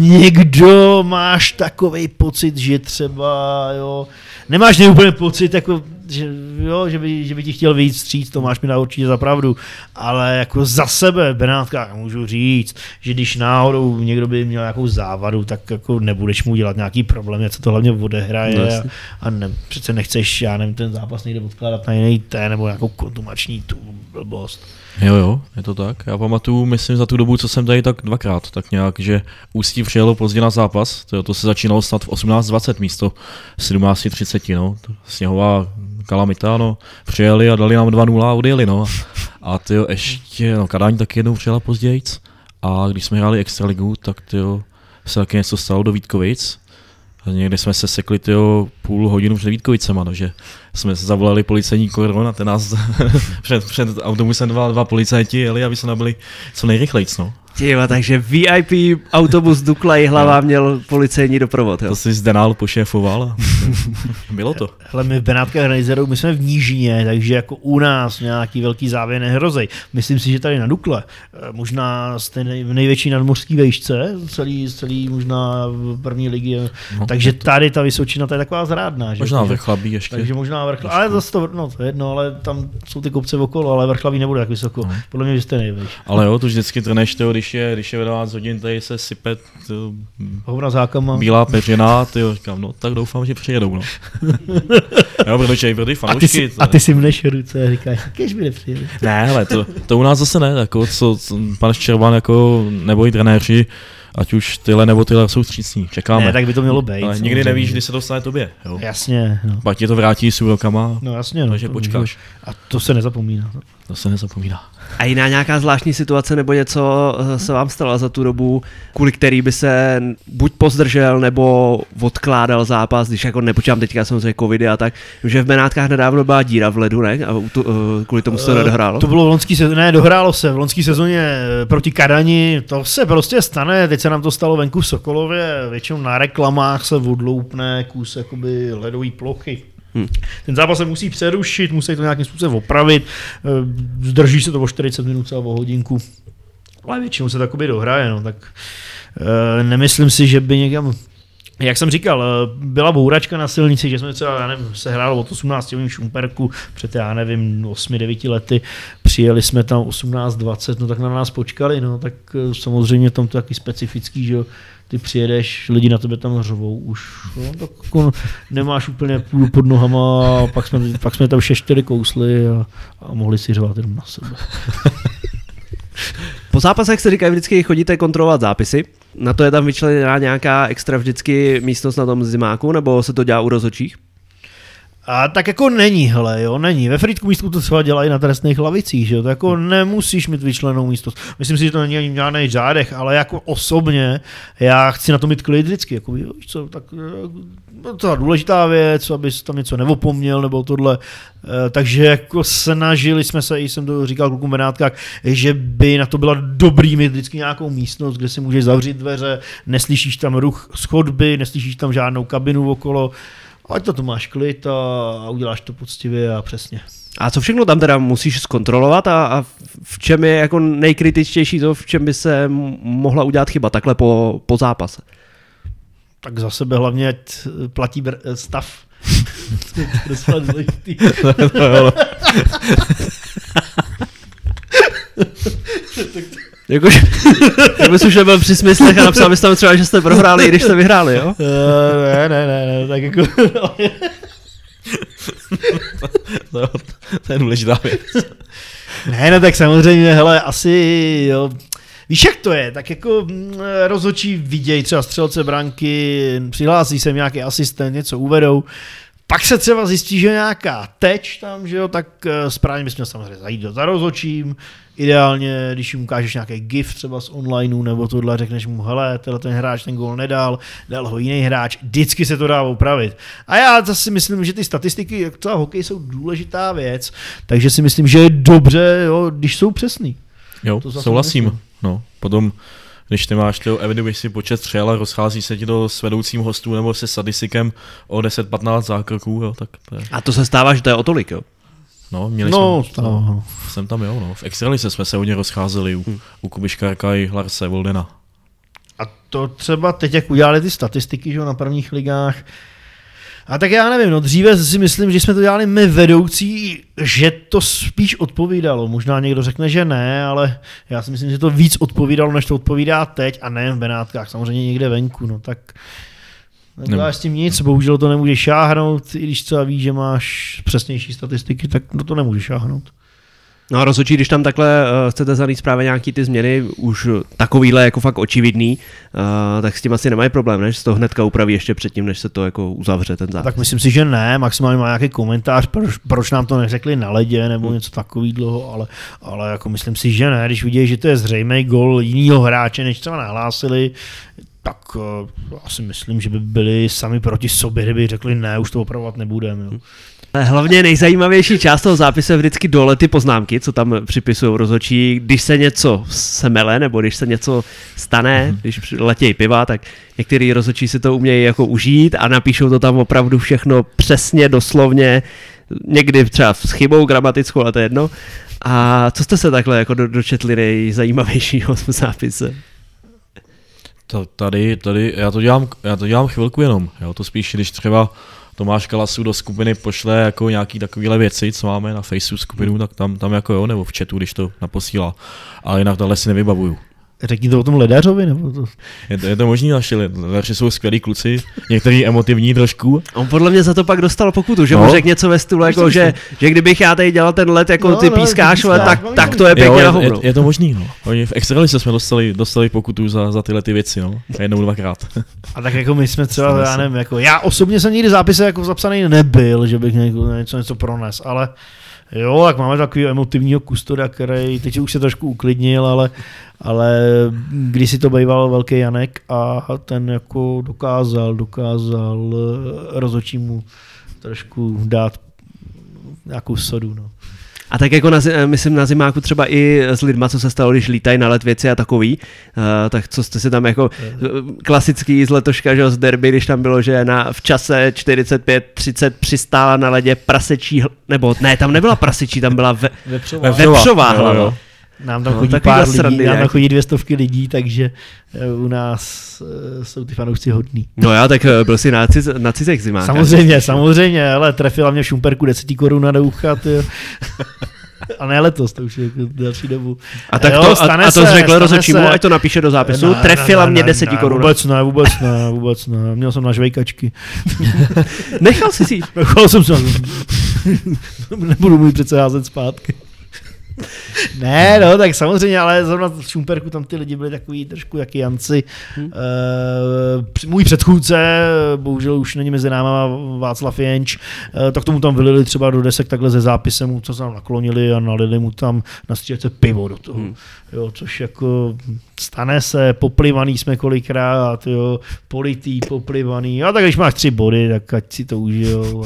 někdo máš takovej pocit, že třeba, jo, nemáš neúplně pocit, jako, že, jo, že, by, že by ti chtěl vyjít vstříc, to máš mi dát určitě za pravdu, ale jako za sebe, v Benátkách, můžu říct, že když náhodou někdo by měl nějakou závadu, tak jako nebudeš mu dělat nějaký problém, co to hlavně odehraje no, a, a ne, přece nechceš, já nevím, ten zápas někde odkládat na jiný ten nebo nějakou kontumační tu blbost. Jo, jo, je to tak. Já pamatuju, myslím, za tu dobu, co jsem tady, tak dvakrát, tak nějak, že Ústí přijelo pozdě na zápas, to, to se začínalo snad v osmnáct dvacet místo sedmnáct třicet, no, sněhová kalamita, no, přijeli a dali nám dva nula a odjeli, no. A tyjo, ještě, no, Kadaň taky jednou přijela pozdějc a když jsme hráli extraligu, tak tyjo, se taky něco stalo do Vítkovic. A někdy jsme se sekli tyjo, půl hodinu před Vítkovicema, no, že jsme se zavolali policejní kordon a ten nás před, před autobusem dva, dva policajti jeli, aby se nabili co nejrychlejc, no. Těva, takže V I P autobus Dukla Jihlava měl policejní doprovod, jo? To si Zdenál pošéfoval a bylo to. Hele, my v Benátkách Rejzerou, my jsme v nížině, takže jako u nás nějaký velký závěr nehrozej. Myslím si, že tady na Dukle, možná jste nej, v největší nadmořský vejšce, celý, celý možná v první ligy, no, takže tady ta Vysočina, to je taková zrádná. Že? Možná Vrchlabí ještě. Takže možná Vrchlabí, ale zase to, no, to je jedno, ale tam jsou ty kopce okolo, ale Vrchlabí nebude tak vysoko. No. Podle mě, že jste nejvejš. Ale jo, to vždycky trneš, když je, když je ve dvanáct hodin, tady se sype hovna s hákama. Bílá peřina, tyjo, říkám, no tak doufám, že přijedou, no. Jo, protože i pro ty fanoušky. A ty si, to, a ty si mneš ruce a říkáš, kež by nepřijeli. Ne, hele, to, to u nás zase ne, jako, co, co pan Ščerban, jako, nebo i trenéři, ať už tyhle nebo tyhle jsou vstřícní, čekáme. Ne, tak by to mělo být. Ale nikdy nevíš, kdy se dostane tobě. Jo. Jasně. No. Pak ti to vrátí s úrokama, no, jasně, no, takže to počkáš. A to se nezapomíná. To se nezapomíná. A jiná nějaká zvláštní situace nebo něco se vám stalo za tu dobu, kvůli který by se buď pozdržel nebo odkládal zápas, když jako nepočítám teďka samozřejmě covidy a tak, že v Benátkách nedávno byla díra v ledu, ne? A tu, kvůli tomu se to nedohrálo? To bylo v loňský sezóně, ne, dohrálo se v loňský sezóně proti Kadani, to se prostě stane, teď se nám to stalo venku v Sokolově, většinou na reklamách se odloupne kus jakoby ledové plochy. Hmm. Ten zápas se musí přerušit, musí to nějakým způsobem opravit, zdrží se to o čtyřicet minut, třeba o hodinku, ale většinou se takoby dohraje, no, tak e, nemyslím si, že by někam, jak jsem říkal, byla bouračka na silnici, že jsme třeba, já nevím, se hrálo od osmnácti v Šumperku před, já nevím, osmi devíti lety, přijeli jsme tam osmnáct dvacet, no tak na nás počkali, no tak samozřejmě tam to taky specifický, že jo, ty přijedeš, lidi na tebe tam řvou už, no, tak jako nemáš úplně půl pod nohama, a pak jsme, pak jsme tam šest čtyři kousli a, a mohli si řvát jenom na sebe. Po zápasech se říká, vždycky chodíte kontrolovat zápisy, na to je tam vyčleněná nějaká extra vždycky místnost na tom zimáku, nebo se to dělá u rozhodčích? A tak jako není, hele, jo, není. Ve Frýdku místku to třeba dělají na trestných lavicích, že jo, to jako nemusíš mít vyčlenou místnost. Myslím si, že to není ani v žádných řádech, ale jako osobně já chci na to mít klid vždycky, jako víš co, tak to je důležitá věc, aby tam něco neopomněl nebo tohle, takže jako snažili jsme se, i jsem to říkal klukům v Benátkách, že by na to byla dobrý mít vždycky nějakou místnost, kde si můžeš zavřít dveře, neslyšíš tam ruch z chodby, neslyšíš tam žádnou kabinu okolo, ať to tu máš klid a, a uděláš to poctivě a přesně. A co všechno tam teda musíš zkontrolovat a, a v čem je jako nejkritičtější to, v čem by se mohla udělat chyba takhle po, po zápase? Tak za sebe hlavně ať platí br- stav. Jakože, kdybys už nebyl při smyslech a napsal bys tam třeba, že jste prohráli, i když jste vyhráli, jo? Uh, ne, ne, ne, ne, tak jako... to, to je důležitá věc. Ne, ne, tak samozřejmě, hele, asi, jo, víš, jak to je, tak jako rozhodčí vidějí třeba střelce branky, přihlásí se nějaký asistent, něco uvedou, Pak se třeba zjistí, že nějaká teč tam, že jo, tak správně bys měl samozřejmě zajít do za rozhodčím. Ideálně, když jim ukážeš nějaký gif třeba z onlineu nebo tohle, řekneš mu, hele, tenhle ten hráč ten gól nedal, dal ho jiný hráč, vždycky se to dá opravit. A já zase myslím, že ty statistiky, jak celá hokej, jsou důležitá věc, takže si myslím, že je dobře, jo, když jsou přesný. Jo, souhlasím. No, potom, když ty máš to, eviduješ si počet střel a rozchází se ti to s vedoucím hostů nebo se statistikem o deset patnáct zákroků, jo, tak to je... A to se stává, že to je o tolik, jo? No, měli no, jsme, no, jsem tam, jo, no. V Extralize jsme se hodně rozcházeli u, hmm. u Kuby Škárka i Larse Voldena. A to třeba teď, jak udělali ty statistiky, že na prvních ligách, a tak já nevím, no dříve si myslím, že jsme to dělali my vedoucí, že to spíš odpovídalo. Možná někdo řekne, že ne, ale já si myslím, že to víc odpovídalo, než to odpovídá teď a nejen v Benátkách, samozřejmě někde venku, no tak neděláš s tím nic, bohužel to nemůžeš šáhnout, i když třeba víš, že máš přesnější statistiky, tak no to nemůžeš šáhnout. No a rozhodčí, když tam takhle uh, chcete zanést právě nějaký ty změny, už takovýhle jako fakt očividný, uh, tak s tím asi nemají problém, než se to hnedka upraví ještě předtím, než se to jako uzavře ten zápas. Tak myslím si, že ne, maximálně má nějaký komentář, proč, proč nám to neřekli na ledě nebo hmm. něco takového, ale, ale jako myslím si, že ne, když vidějí, že to je zřejmý gol jinýho hráče, než třeba nahlásili, tak uh, asi myslím, že by byli sami proti sobě, kdyby řekli ne, už to opravovat nebudeme. Jo. Hlavně nejzajímavější část toho zápisu je vždycky dole ty poznámky, co tam připisují rozhodčí, když se něco semele, nebo když se něco stane, když letějí piva, tak některý rozhodčí si to umějí jako užít a napíšou to tam opravdu všechno přesně, doslovně, někdy třeba s chybou gramatickou, ale to je jedno. A co jste se takhle jako do, dočetli nejzajímavějšího v zápise? To, tady, tady, já to dělám, já to dělám chvilku jenom, jo, to spíš, když třeba Tomáš Kalasu do skupiny pošle jako nějaký takovýhle věci, co máme na Faceu skupinu, tak tam, tam jako jo, nebo v chatu, když to naposílá, ale jinak tohle si nevybavuju. Řekni to o tom Ledařovi, nebo to? Je to, je to možný, naši Ledaři jsou skvělí kluci, některý emotivní trošku. On podle mě za to pak dostal pokutu, že no. mu řekl něco ve stylu, jako, že, že kdybych já tady dělal ten let, jako no, ty pískáš, no, tak, tak, tak to je pěkně na hovno. Je, je to možný, no. Oni v Extralize jsme dostali, dostali pokutu za, za tyhle ty věci, no. Jednou, dvakrát. A tak jako my jsme třeba, já nevím, jako, já osobně jsem nikdy zápise jako zapsaný nebyl, že bych něco, něco prones, ale jo, tak máme takového emotivního kustoda, který teď už se trošku uklidnil, ale, ale když si to býval velký Janek a ten jako dokázal, dokázal rozhodčímu trošku dát nějakou sodu, no. A tak jako na, myslím na zimáku třeba i s lidma, co se stalo, když lítají na let věci a takový, uh, tak co jste si tam jako klasický z letoška, že z derby, když tam bylo, že na, v čase čtyřicet pět třicet přistála na ledě prasečí, nebo ne, tam nebyla prasečí, tam byla ve, vepřová, vepřová hlava. Nám tam chodí no, pár lidí, nám tam chodí dvě stovky lidí, takže u nás uh, jsou ty fanoušci hodný. No já, tak byl jsi na, ciz, na cizech zimákách. Samozřejmě, samozřejmě, ale trefila mě v Šumperku deset korun do ucha, a ne letos, to už je další dobu. A tak jo, to, a, a to řekl rozhodčímu, ať to napíše do zápisu, ne, trefila ne, ne, mě deset korun. Vůbec ne, vůbec ne, vůbec ne, měl jsem na žvejkačky. Nechal jsi si? Nechal jsem si, nebudu mu přece házet zpátky. Ne, no, tak samozřejmě, ale zrovna v Šumperku tam ty lidi byli takový trošku jaký Janci. Hmm. E, můj předchůdce, bohužel už není mezi náma, Václav Jenč, e, tak tomu tam vylili třeba do desek takhle ze zápisem, co se tam naklonili a nalili mu tam na střílece pivo do toho. Hmm. Jo, což jako stane se, poplivaný jsme kolikrát, jo, politý, poplivaný, a tak když máš tři body, tak ať si to užijou.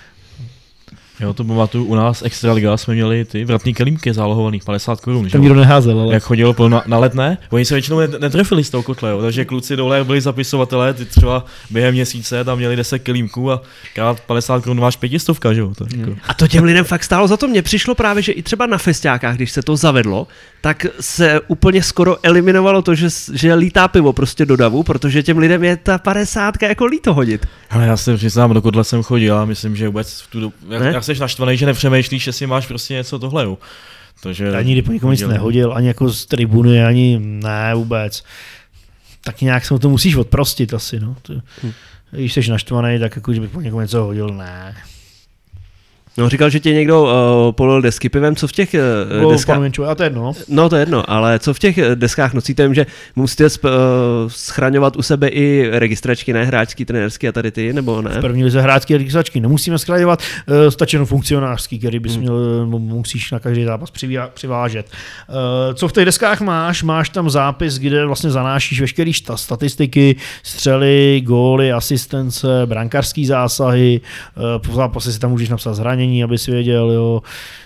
Jo, to pamatuju, u nás Extraliga jsme měli ty vratný kelímky zálohovaný, padesát korun. Tam nikdo neházel, ale... Jak chodilo na, na letné, oni se většinou netrefili z toho kotle, jo, takže kluci dole byli zapisovatelé, ty třeba během měsíce tam měli deset kelímků a krát padesát korun máš pětistovka, že jo. To jako... A to těm lidem fakt stálo za to, mně přišlo právě, že i třeba na festiákách, když se to zavedlo, tak se úplně skoro eliminovalo to, že, že lítá pivo prostě do davu, protože těm lidem je ta padesátka jako líto hodit. Ale já se přiznám, do kotle jsem chodil a myslím, že vůbec v tu dobu, jak, jak jsi naštvaný, že nepřemýšlíš, že si máš prostě něco tohle, jo. Takže já nikdy po někomu nic nehodil, ani jako z tribuny, ani ne vůbec. Tak nějak se to musíš odprostit asi, no. Hm. Když jsi naštvaný, tak jako, že bych po někomu něco hodil, ne. No, říkal, že tě někdo uh, polil desky pivem, co v těch uh, deskách... A to je jedno. No, to je jedno, ale co v těch deskách nosíte, vím, že musíte sp- uh, schraňovat u sebe i registračky, ne hráčský, trenérský a tady ty, nebo ne? V první lize hráčský registračky nemusíme schraňovat, uh, stačí jenom funkcionářský, který bys měl, hmm. musíš na každý zápas přivá- přivážet. Uh, co v těch deskách máš? Máš tam zápis, kde vlastně zanášíš veškeré šta- statistiky, střely, góly, asistence, brankářský zásahy, uh, po zápase si tam můžeš napsat zranění, aby si věděl, jo.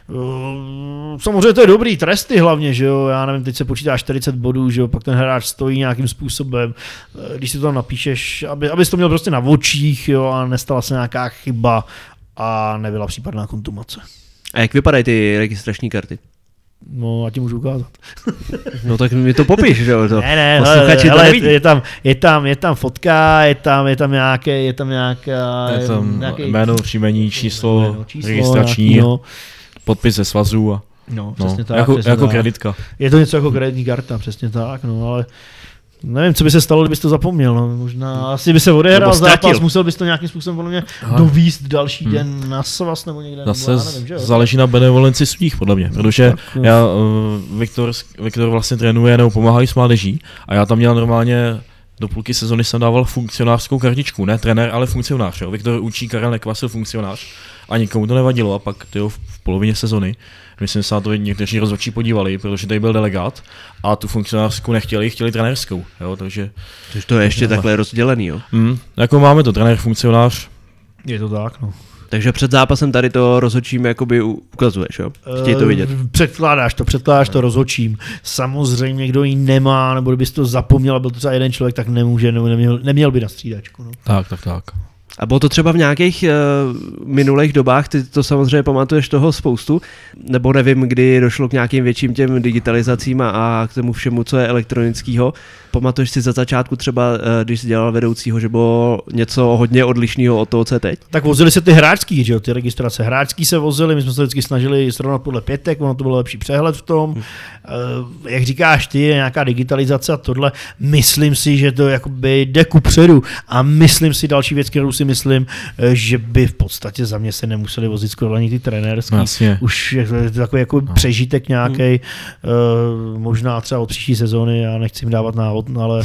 Samozřejmě to je dobrý, tresty hlavně, že jo, já nevím, teď se počítá čtyřicet bodů, že jo, pak ten hráč stojí nějakým způsobem, když si to tam napíšeš, aby, abys to měl prostě na očích, jo, a nestala se nějaká chyba a nebyla případná kontumace. A jak vypadají ty registrační karty? No, a ti můžu ukázat. No tak mi to popiš, že jo, to. Ne, ne, hele, hele, je, je, tam, je, tam, je tam fotka, je tam, je tam nějaké, je tam nějaká... Je tam nějaký, jméno, příjmení, číslo, jméno, číslo registrační, nějaký, no. podpis ze svazu a... No, přesně no, tak. Jako, přesně jako tak. kreditka. Je to něco jako kreditní karta, přesně tak, no, ale nevím, co by se stalo, kdybys to zapomněl, no, možná asi by se odehrál zápas, musel bys to nějakým způsobem podle mě dovízt další hmm. den na svaz nebo někde. Zase nebo já nevím, že jo? záleží na benevolenci svých, podle mě, protože tak, no. já, uh, Viktor, Viktor vlastně trénuje nebo pomáhá s mládeží a já tam měl normálně do půlky sezony jsem dával funkcionářskou kartičku, ne trenér, ale funkcionář. Jo. Viktor učí, Karel Nekvasil funkcionář a nikomu to nevadilo a pak tyjo, v polovině sezony, myslím se na to někteří rozhodčí podívali, protože tady byl delegát a tu funkcionářskou nechtěli, chtěli trenérskou. Jo, takže, takže to je ještě takhle rozdělený, jo? Mm, jako máme to, trenér, funkcionář. Je to tak, no. Takže před zápasem tady to rozhodčím jakoby ukazuješ, jo? Chtějí to vidět. Předkládáš to, předkládáš to rozhodčím. Samozřejmě, kdo ji nemá, nebo kdybys to zapomněl, byl to třeba jeden člověk, tak nemůže, nebo neměl, neměl by na střídačku. No. Tak, tak, tak. A bylo to třeba v nějakých uh, minulých dobách, ty to samozřejmě pamatuješ toho spoustu, nebo nevím, kdy došlo k nějakým větším těm digitalizacím a, a k tomu všemu, co je elektronického. Pamatuješ si za začátku třeba, uh, když jsi dělal vedoucího, že bylo něco hodně odlišného od toho, co je teď? Tak vozili se ty hráčský, že jo, ty registrace hráčský se vozily, my jsme se vždycky snažili srovnat podle pětek, ono to bylo lepší přehled v tom. Hmm. Uh, jak říkáš ty, nějaká digitalizace a tohle, myslím si, že to jakoby jde kupředu a myslím si další věc, kterou si myslím, že by v podstatě za mě se nemuseli vozit skoro ani ty trenérský. Vlastně. Už je to takový jako no. přežitek nějaký, hmm. uh, možná třeba od příští sezóny, já nechci jim dávat návod, ale...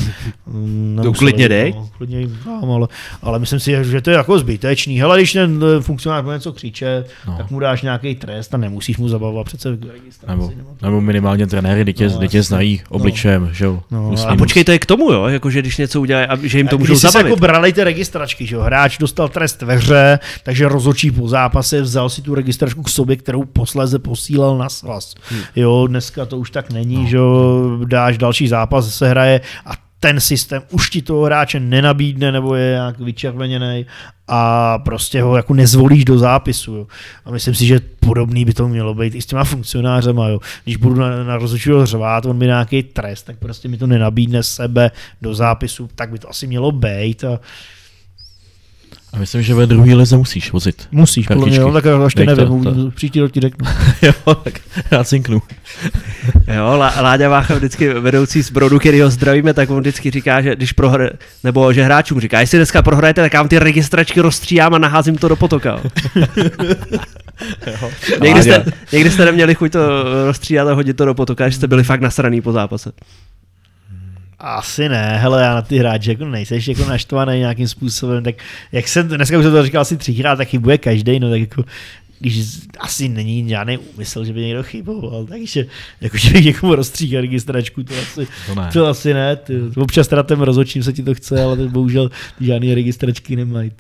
To klidně dej. No, klidně jim dám, ale, ale myslím si, že to je jako zbytečný. Hele, když ten funkcionář bude něco křičet, no. tak mu dáš nějaký trest a nemusíš mu zabavovat přece registraci. Nebo, nebo minimálně trenéry, kdy tě, no, tě znají obličejem, no. že jo. No, a počkej, to je k tomu, jo, jako, že když něco udělají, že jim to můžou zabavit. Když si jako brali ty registračky, že jo, hráč dostal trest ve hře, takže rozhodčí po zápase vzal si tu registračku k sobě, kterou posléze posílal na svaz. Hmm. Jo, dneska to už tak není, no. že jo, dáš další zápas, se hraje a ten systém už ti toho hráče nenabídne nebo je nějak vyčerveněný a prostě ho jako nezvolíš do zápisu. Jo. A myslím si, že podobný by to mělo být i s těma funkcionářema. Jo. Když budu na, na rozhodčího řvát, on mi nějaký trest, tak prostě mi to nenabídne sebe do zápisu, tak by to asi mělo být. A A myslím, že ve druhé lize musíš vozit. Musíš, podle mě, no, tak až to nevím, to... příští rok ti řeknu. Jo, tak já cinknu. Jo, Láďa Vácha vždycky vedoucí z Brodu, který ho zdravíme, tak on vždycky říká, že když prohraje, nebo že hráčům říká, jestli dneska prohrajete, tak já vám ty registračky rozstříhám a naházím to do potoka. někdy, jste, někdy jste neměli chuť to rozstříhat a hodit to do potoka, že jste byli fakt nasraný po zápase. Asi ne, hele, já na ty hráče jako nejseš jako naštvaný nějakým způsobem, tak jak jsem, dneska už jsem to říkal asi třikrát, tak chybuje každej, no tak jako, když asi není žádný úmysl, že by někdo chyboval, takže jako, že bych někomu rozstříhal registračku, to asi, to, ne. to asi ne, ty, občas teda ten rozhodčím se ti to chce, ale bohužel ty žádný registračky nemají.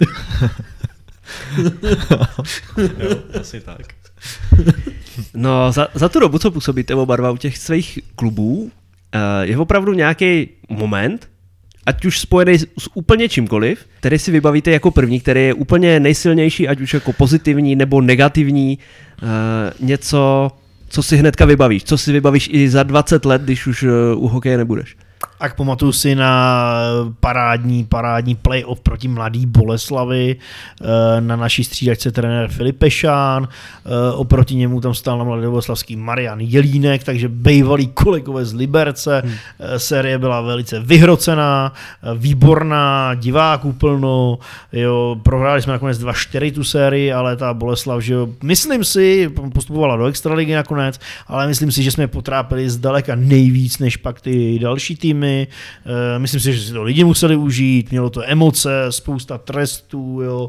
Jo, asi tak. No, za, za tu dobu, co působíte oba dva u těch svých klubů, je opravdu nějaký moment, ať už spojený s, s úplně čímkoliv, který si vybavíte jako první, který je úplně nejsilnější, ať už jako pozitivní nebo negativní, uh, něco, co si hnedka vybavíš, co si vybavíš i za dvacet let, když už uh, u hokeje nebudeš. A pamatuju si na parádní, parádní playoff proti Mladý Boleslavi, na naší střídačce trenér Filip Pešán, oproti němu tam stál na Mladé Boleslavský Marian Jelínek, takže bejvalí kolegové z Liberce. Hmm. Série byla velice vyhrocená, výborná, diváků plno, jo, prohráli jsme nakonec dva čtyři tu sérii, ale ta Boleslav, že jo, myslím si, postupovala do extraligy nakonec, ale myslím si, že jsme potrápili zdaleka nejvíc než pak ty další týmy. Myslím si, že si to lidi museli užít, mělo to emoce, spousta trestů, jo,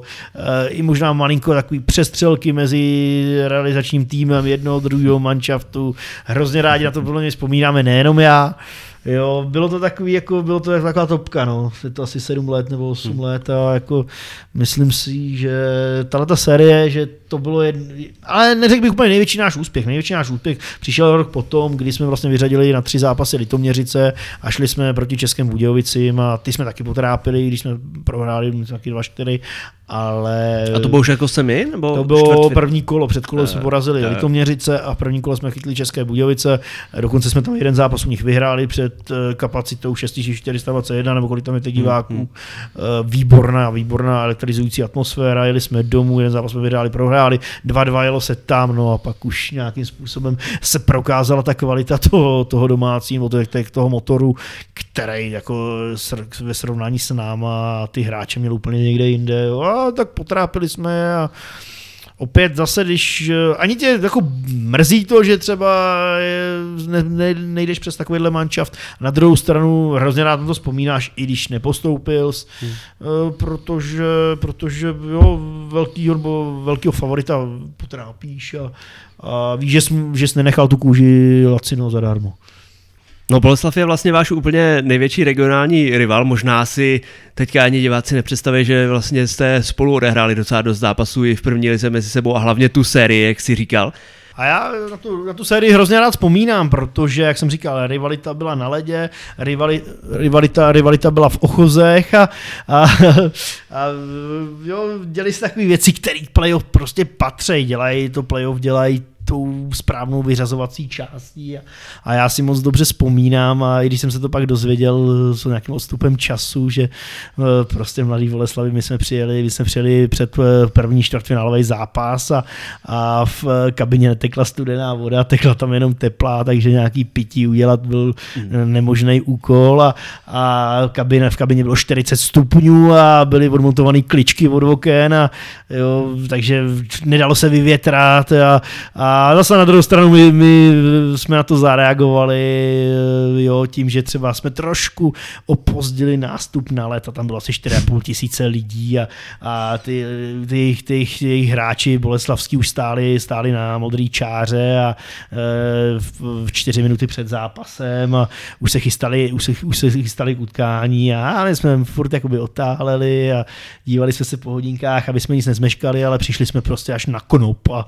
i možná malinko takový přestřelky mezi realizačním týmem jednoho, druhého manšaftu. Hrozně rádi na to bylo, vzpomínáme nejenom já. Jo, bylo to takový, jako, bylo to taková topka, no. Je to asi sedm let nebo osm hmm. let a jako myslím si, že tato série, že to bylo jedno, ale neřekl bych úplně největší náš úspěch. Největší náš úspěch přišel rok potom, kdy jsme vlastně vyřadili na tři zápasy Litoměřice a šli jsme proti Českým Budějovicím a ty jsme taky potrápili, když jsme prohráli taky dva čtyři, ale... A to bylo už jako semi? Nebo to bylo čtvrtfin... první kolo, před kolem jsme porazili Litoměřice a v první kolo jsme chytli České Budějovice, dokonce jsme tam jeden zápas u nich vyhráli před kapacitou šest tisíc čtyři sta dvacet jedna, nebo kolik tam je těch diváků. Hmm. Výborná, výborná elektrizující atmosféra, jeli jsme domů, jeden zápas jsme vyhráli, prohráli, dva dva jelo se tam, no a pak už nějakým způsobem se prokázala ta kvalita toho, toho domácího, toho motoru, který jako ve srovnání s náma ty hráče měl úplně někde jinde. A tak potrápili jsme a opět zase, když ani tě jako mrzí to, že třeba ne, ne, nejdeš přes takovýhle manšaft. Na druhou stranu hrozně rád na to vzpomínáš, i když nepostoupil, hmm. protože, protože jo, velkýho, velkýho favorita potrápíš a, a víš, že jsi, že jsi nenechal tu kůži lacino zadarmo. No Boleslav je vlastně váš úplně největší regionální rival, možná si teďka ani diváci nepředstaví, že vlastně jste spolu odehráli docela dost zápasů i v první lize mezi sebou a hlavně tu sérii, jak jsi říkal. A já na tu, na tu sérii hrozně rád vzpomínám, protože, jak jsem říkal, rivalita byla na ledě, rivali, rivalita, rivalita byla v ochozech a, a, a jo, děli se takové věci, které playoff prostě patří, dělají to playoff, dělají tou správnou vyřazovací částí a, a já si moc dobře vzpomínám a i když jsem se to pak dozvěděl s nějakým odstupem času, že uh, prostě Mladý Boleslavi, my jsme přijeli, my jsme přijeli před uh, první čtvrtfinálový zápas a, a v uh, kabině netekla studená voda, tekla tam jenom teplá, takže nějaký pití udělat byl mm. nemožný úkol a, a kabine, v kabině bylo čtyřicet stupňů a byly odmontované kličky od oken a jo, takže nedalo se vyvětrat a, a A zase na druhou stranu my, my jsme na to zareagovali jo, tím, že třeba jsme trošku opozdili nástup na let a tam bylo asi čtyři a půl tisíce lidí a, a ty, ty, ty, ty hráči boleslavský už stáli, stáli na modrý čáře a e, v, v čtyři minuty před zápasem a už se chystali, už se, už se chystali k utkání a my jsme furt jakoby otáleli a dívali jsme se po hodinkách, aby jsme nic nezmeškali, ale přišli jsme prostě až na konop a,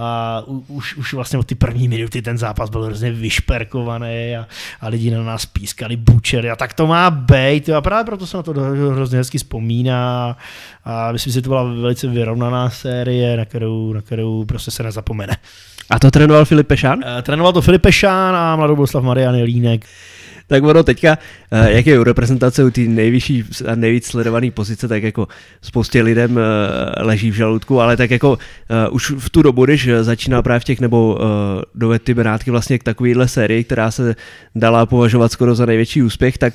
a Už, už vlastně od ty první minuty ten zápas byl hrozně vyšperkovaný a, a lidi na nás pískali bučery a tak to má být a právě proto se na to hrozně hezky vzpomíná a myslím si, že to byla velice vyrovnaná série, na kterou, na kterou prostě se nezapomene. A to trénoval Filip Pešán? E, trénoval to Filip Pešán a Mladou Boleslav Marian Jelínek. Tak ono teďka, jak je u reprezentace u té nejvyšší a nejvíc sledované pozice, tak jako spoustě lidem leží v žaludku, ale tak jako už v tu dobu, když začíná právě v těch nebo dovedl ty Benátky vlastně k takovýhle sérii, která se dala považovat skoro za největší úspěch, tak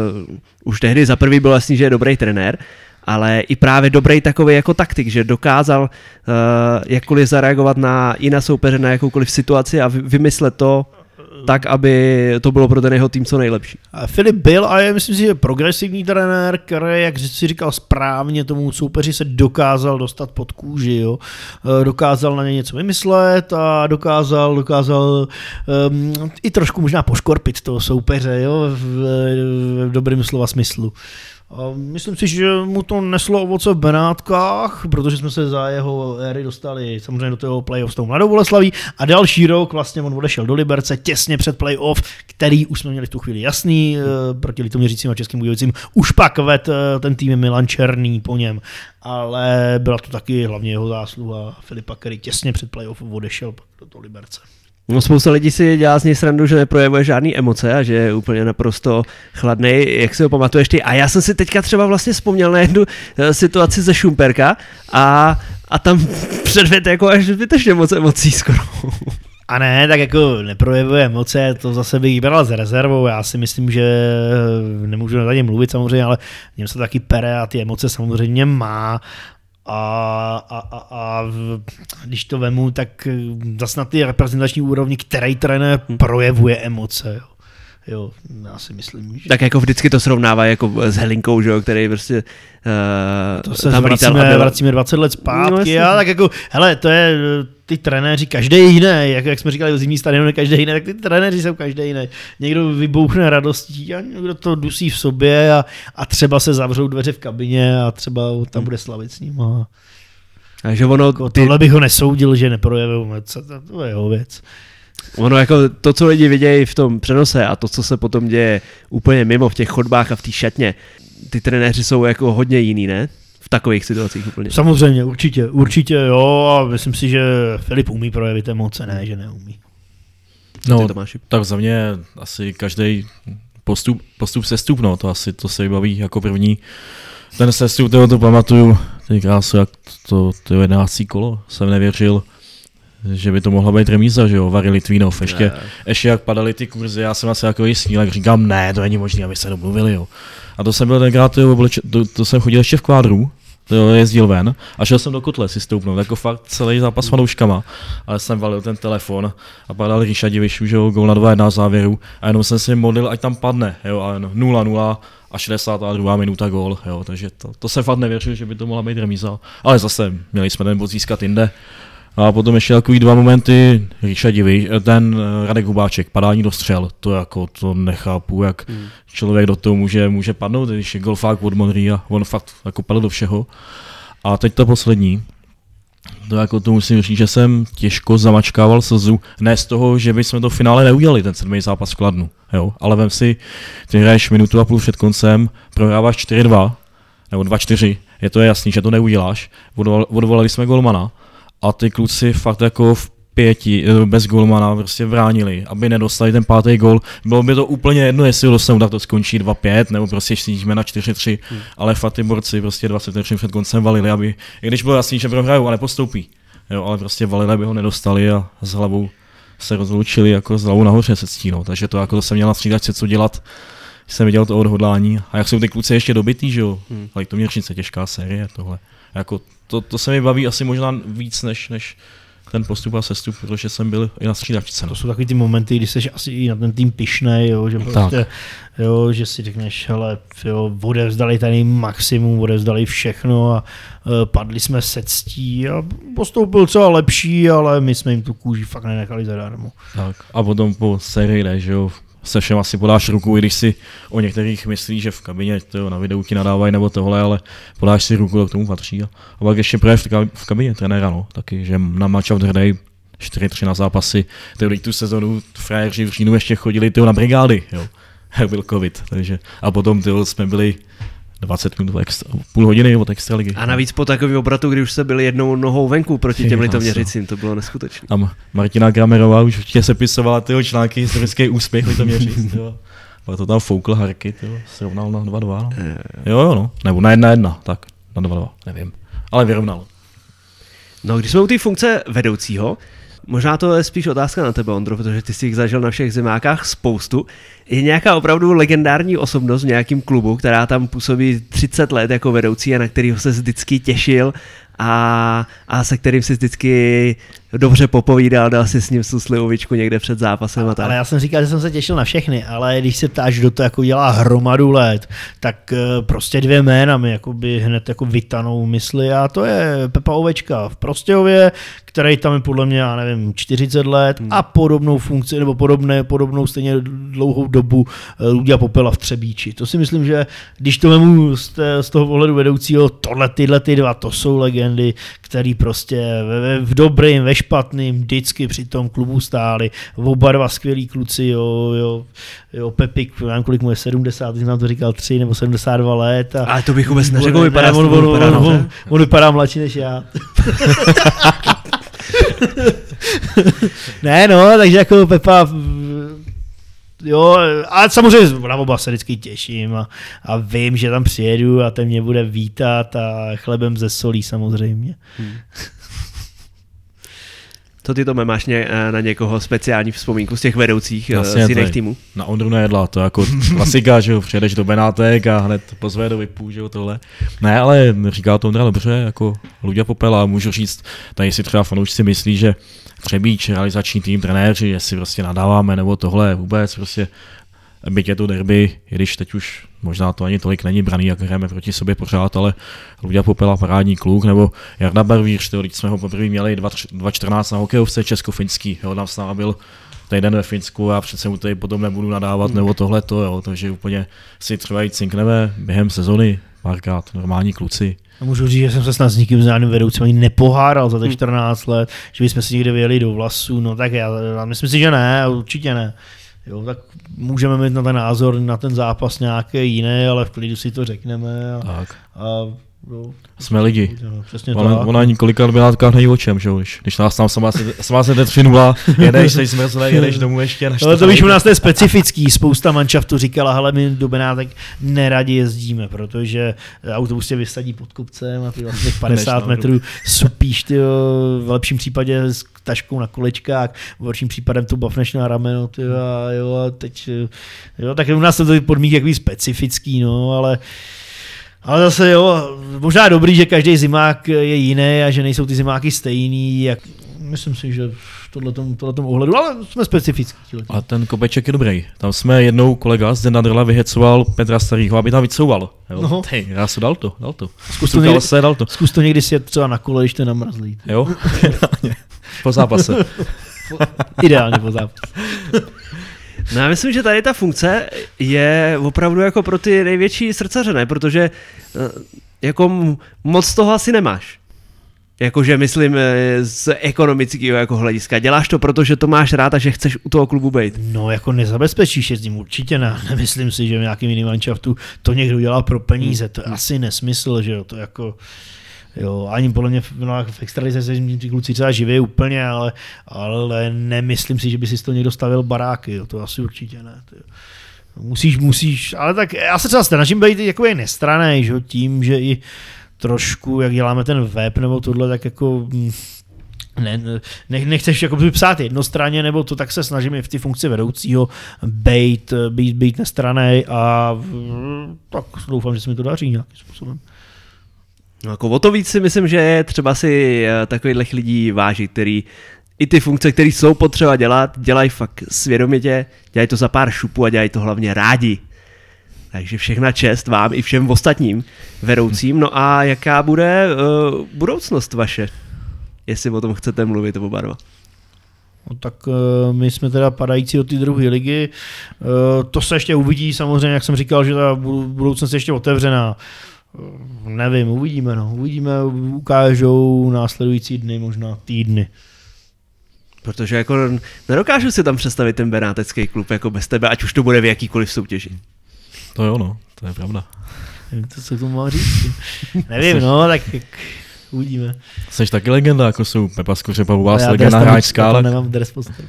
už tehdy za prvý bylo jasný, že je dobrý trenér, ale i právě dobrý takový jako taktik, že dokázal uh, jakkoliv zareagovat na i na soupeře, na jakoukoliv situaci a vymyslet to tak, aby to bylo pro ten jeho tým co nejlepší. Filip byl a je, myslím si, že progresivní trenér, který, jak si říkal správně, tomu soupeři se dokázal dostat pod kůži, jo. Dokázal na ně něco vymyslet a dokázal, dokázal um, i trošku možná poškorpit toho soupeře, jo, v, v dobrém slova smyslu. A myslím si, že mu to neslo ovoce v Benátkách, protože jsme se za jeho éry dostali samozřejmě do toho playoff s tou Mladou Boleslaví a další rok vlastně on odešel do Liberce těsně před playoff, který už jsme měli v tu chvíli jasný proti Litoměřicím a Českým Budějovicím. Už pak ved ten tým Milan Černý po něm, ale byla to taky hlavně jeho zásluha Filipa, který těsně před playoff odešel do toho Liberce. No, spousta lidí si dělá z něj srandu, že neprojevuje žádný emoce a že je úplně naprosto chladný, jak si ho pamatuješ ty. A já jsem si teďka třeba vlastně vzpomněl na jednu situaci ze Šumperka a, a tam předvedl jako až zbytečně moc emocí skoro. A ne, tak jako neprojevuje emoce, to zase bych bral s rezervou, já si myslím, že nemůžu na něj mluvit samozřejmě, ale něm se taky pere a ty emoce samozřejmě má. A, a, a, a když to vemu, tak zase na ty reprezentační úrovni, který trenér projevuje emoce. Jo. Jo, já si myslím, že... Tak jako vždycky to srovnává jako s Helinkou, že jo, který prostě uh, to se tam vracíme, byl... vracíme dvacet let zpátky, no, a tak jako, hele, to je, ty trenéři, každý jiný, jak, jak jsme říkali o zimní stadionu, každý jiný, tak ty trenéři jsou každý jiný. Někdo vybouchne radostí a někdo to dusí v sobě a, a třeba se zavřou dveře v kabině a třeba tam bude slavit s ním. A... Takže ono... Jako, ty... Tohle bych ho nesoudil, že neprojevil, to, to je jeho věc. Ono jako to, co lidi vidějí v tom přenose a to, co se potom děje úplně mimo v těch chodbách a v té šatně, ty trenéři jsou jako hodně jiný, ne? V takových situacích úplně. Samozřejmě, určitě, určitě jo a myslím si, že Filip umí projevit emoce, ne, že neumí. No, tak za mě asi každý postup, postup sestup, no, to asi to se vybaví jako první. Ten sestup, toho to pamatuju, ty krásu, jak to, to jedenáctý kolo, jsem nevěřil, že by to mohla být remíza, že jo, Vary Litvínov, ještě, ještě jak padaly ty kurzy, já jsem asi takový snílek, říkám, ne, to není možné, aby se domluvili, jo. A to jsem byl tenkrát, to, to, to jsem chodil ještě v kvádru, to jezdil ven a šel jsem do kotle si stoupnout, jako fakt celý zápas s fanouškama, ale jsem valil ten telefon a padal Ríša Divišů, že jo, gól na dva jedna závěru a jenom jsem si modlil, ať tam padne, jo, a nula nula a šedesátá druhá minuta gól, jo, takže to, to jsem fakt nevěřil, že by to mohla být remíza, ale zase měli jsme ten bod získat jinde. A potom ještě takový dva momenty, Ríša Diviš, ten Radek Hubáček, padání do střel, to jako to nechápu, jak hmm. člověk do toho může, může padnout, když je golfák od Modrý a on fakt jako padl do všeho. A teď to poslední, to jako to musím říct, že jsem těžko zamačkával slzu, ne z toho, že bychom to v finále neudělali, ten sedmý zápas v Kladnu, jo, ale vem si, ty hraješ minutu a půl před koncem, prohráváš čtyři dva, nebo dva čtyři, je to jasný, že to neuděláš, odvolali jsme golmana, a ty kluci fakt jako v pěti, bez golmana prostě bránili, aby nedostali ten pátý gól. Bylo by to úplně jedno, jestli ho dostanou, tak to skončí dva pět, nebo prostě snížíme na čtyři tři, hmm. ale fakt ty borci prostě dvacet tři před koncem valili, aby, i když bylo jasný, že prohrajou a nepostoupí, jo, ale prostě valili, aby ho nedostali a s hlavou se rozloučili jako s hlavou nahoře se stínou, takže to jako to jsem měl na střídačce co dělat, jsem viděl to odhodlání a jak jsou ty kluci ještě dobitý, že jo, hmm. ale to Měřnice, těžká série tohle, jako To, to se mi baví asi možná víc než, než ten postup a sestup, protože jsem byl i na střídačce. To jsou takový ty momenty, kdy jsi asi i na ten tým pyšnej, jo, že, prostě, jo, že si řekneš, hele, jo, odevzdali tady maximum, odevzdali všechno a uh, padli jsme se ctí a postoupil třeba lepší, ale my jsme jim tu kůži fakt nenechali zadarmo. Tak a potom po sérii jde, že jo, se všem asi podáš ruku, i když si o některých myslíš, že v kabině to na videu ti nadávají nebo tohle, ale podáš si ruku, to k tomu patří. A pak ještě projev v kabině trenéra, no, taky, že na Match of the Day čtyři tři na zápasy, tyjo, tu sezonu frajeři v říjnu ještě chodili tyjo, na brigády, jo, byl covid, takže a potom tyjo, jsme byli dvacet minut, extra, půl hodiny od extraligy. A navíc po takovém obratu, kdy už se byli jednou nohou venku proti těm Litoměřicím, to bylo neskutečné. Tam Martina Kramerová už určitě sepisovala tyho články historický úspěch Litoměřic. Pak to tam foukl Harky, tyjo, srovnal na dva dva. No. Jo, jo, no, nebo na jedna jedna, tak na dva dva, nevím, ale vyrovnal. No, když jsme u té funkce vedoucího, možná to je spíš otázka na tebe, Ondro, protože ty jsi jich zažil na všech zimákách spoustu. Je nějaká opravdu legendární osobnost v nějakém klubu, která tam působí třicet let jako vedoucí a na kterýho se vždycky těšil a, a se kterým si vždycky dobře popovídal, dal si s ním slivovičku někde před zápasem a tak. Ale já jsem říkal, že jsem se těšil na všechny, ale když se ptáš, kdo to jako dělá hromadu let, tak prostě dvě jména mi jakoby hned jako vytanou mysli a to je Pepa Ovečka v Prostějově, který tam je podle mě, já nevím, čtyřicet let hmm. a podobnou funkci, nebo podobné, podobnou stejně dlouhou dobu Luďa Popela v Třebíči. To si myslím, že když to vemu z, té, z toho pohledu vedoucího, tohle, tyhle ty dva, to jsou legendy, který prostě v, v dobrým, ve špatným, vždycky při tom klubu stáli. Oba dva skvělí kluci, jo, jo, jo Pepik, nevím, kolik mu je sedmdesát, když nám to říkal tři nebo sedmdesát dva let. A ale to bych vůbec neřekl, vypadá, on, on, on, on, on vypadá mladší než já. Ne, no, takže jako Pepa, jo, ale samozřejmě na oba se vždycky těším a, a vím, že tam přijedu a ten mě bude vítat a chlebem ze solí samozřejmě. Hmm. Co ty, Tome, máš ně, na někoho speciální vzpomínku z těch vedoucích Jasně, z jiných týmů? Na Ondru Nejedla, to je jako klasika, že jo, přijedeš do Benátek a hned pozve do Vipů, že jo, tohle. Ne, ale říká to Ondra dobře, jako Luďa Popela, můžu říct, tady si třeba fanoušci myslí, že Třebíč, realizační tým, trenéři, jestli prostě nadáváme nebo tohle vůbec, prostě byť je to derby, i když teď už možná to ani tolik není braný, jak hrajeme proti sobě pořád, ale Luďa Popela, parádní kluk, nebo Jarda Barvíř, když jsme ho poprvé měli dva čtrnáct na hokejovce česko-finský, jo, tam s náma byl týden ve Finsku a přece mu tady potom nebudu nadávat, nebo tohleto, jo, takže úplně si třeba jít cinkneme během sezony, párkrát, normální kluci. A můžu říct, že jsem se snad s nikým žádným vedoucím ani nepoháral za těch čtrnáct let, že bychom si někde vyjeli do vlasů, no tak já, já myslím si, že ne, určitě ne. Jo, tak můžeme mít na ten názor, na ten zápas nějaký jiný, ale v klidu si to řekneme. A, tak. A, jo, jsme lidi. No, přesně ona, tak. ona několika Benátkách nejí o čem, že jo? Když, když nás tam sama se jde tři nula, jedeš, jsi zmrzlej, jedeš domů ještě. Ale to víš, u nás to je specifický. Spousta manšaftů říkala, hele, my do Benátek neradi jezdíme, protože autobus tě vysadí pod kopcem a ty vlastně padesát metrů supíš, ty v lepším případě s taškou na kolečkách, v horším případem to bafneš na rameno, ty a jo, a teď, jo, tak u nás to je podmínky takový specifický, no, ale Ale zase jo, možná je dobrý, že každý zimák je jiný a že nejsou ty zimáky stejný. Jak, myslím si, že v tohletom ohledu, ale jsme specifický. A ten kopeček je dobrý. Tam jsme jednou kolega z Denadrla vyhecoval Petra Starýho, aby tam vycouval. No. Tej, rásu, dal to, dal to. Zkus to, někdy, se, dal to. Zkus to někdy si jet třeba na kole, když to je namrzlý. Jo, po zápase. Ideálně po zápase. No já myslím, že tady ta funkce je opravdu jako pro ty největší srdcaře, ne? Protože jako moc toho asi nemáš. Jakože myslím z ekonomického jako hlediska. Děláš to, protože to máš rád a že chceš u toho klubu být. No jako nezabezpečíš je s ním určitě ne. Nemyslím si, že v nějakém jiném manšaftu to někdo dělá pro peníze. To je asi nesmysl, že jo. To jako... Jo, ani podle mě no, v extralize se ty kluci třeba živí úplně, ale, ale nemyslím si, že by si to někdo stavil baráky, jo, to asi určitě ne. To, musíš, musíš, ale tak já se třeba snažím být takový nestranej, že, tím, že i trošku, jak děláme ten web nebo tohle, tak jako ne, ne, nechceš jako psát jednostranně, nebo to, tak se snažím i v ty funkci vedoucího být, být, být nestranej a tak doufám, že se mi to daří nějakým způsobem. No jako o to víc si myslím, že je třeba si takových lidí vážit, který i ty funkce, které jsou potřeba dělat, dělají fakt svědomitě, dělají to za pár šupů a dělají to hlavně rádi. Takže všechna čest vám i všem ostatním vedoucím. No a jaká bude uh, budoucnost vaše, jestli o tom chcete mluvit oba dva? No, tak uh, my jsme teda padající od té druhé ligy. Uh, to se ještě uvidí samozřejmě, jak jsem říkal, že ta budoucnost je ještě otevřená. Nevím, uvidíme, no. Uvidíme, ukážou následující dny, možná týdny. Protože jako nedokážu si tam představit ten benátecký klub jako bez tebe, ať už to bude v jakýkoliv soutěži. To jo, no, to je pravda. Nevím, co se tomu má říct. Nevím, no, tak uvidíme. Jsi taky legenda, jako jsou Pepa Skořepa, u vás legenda hráčská. Já nemám dres poster.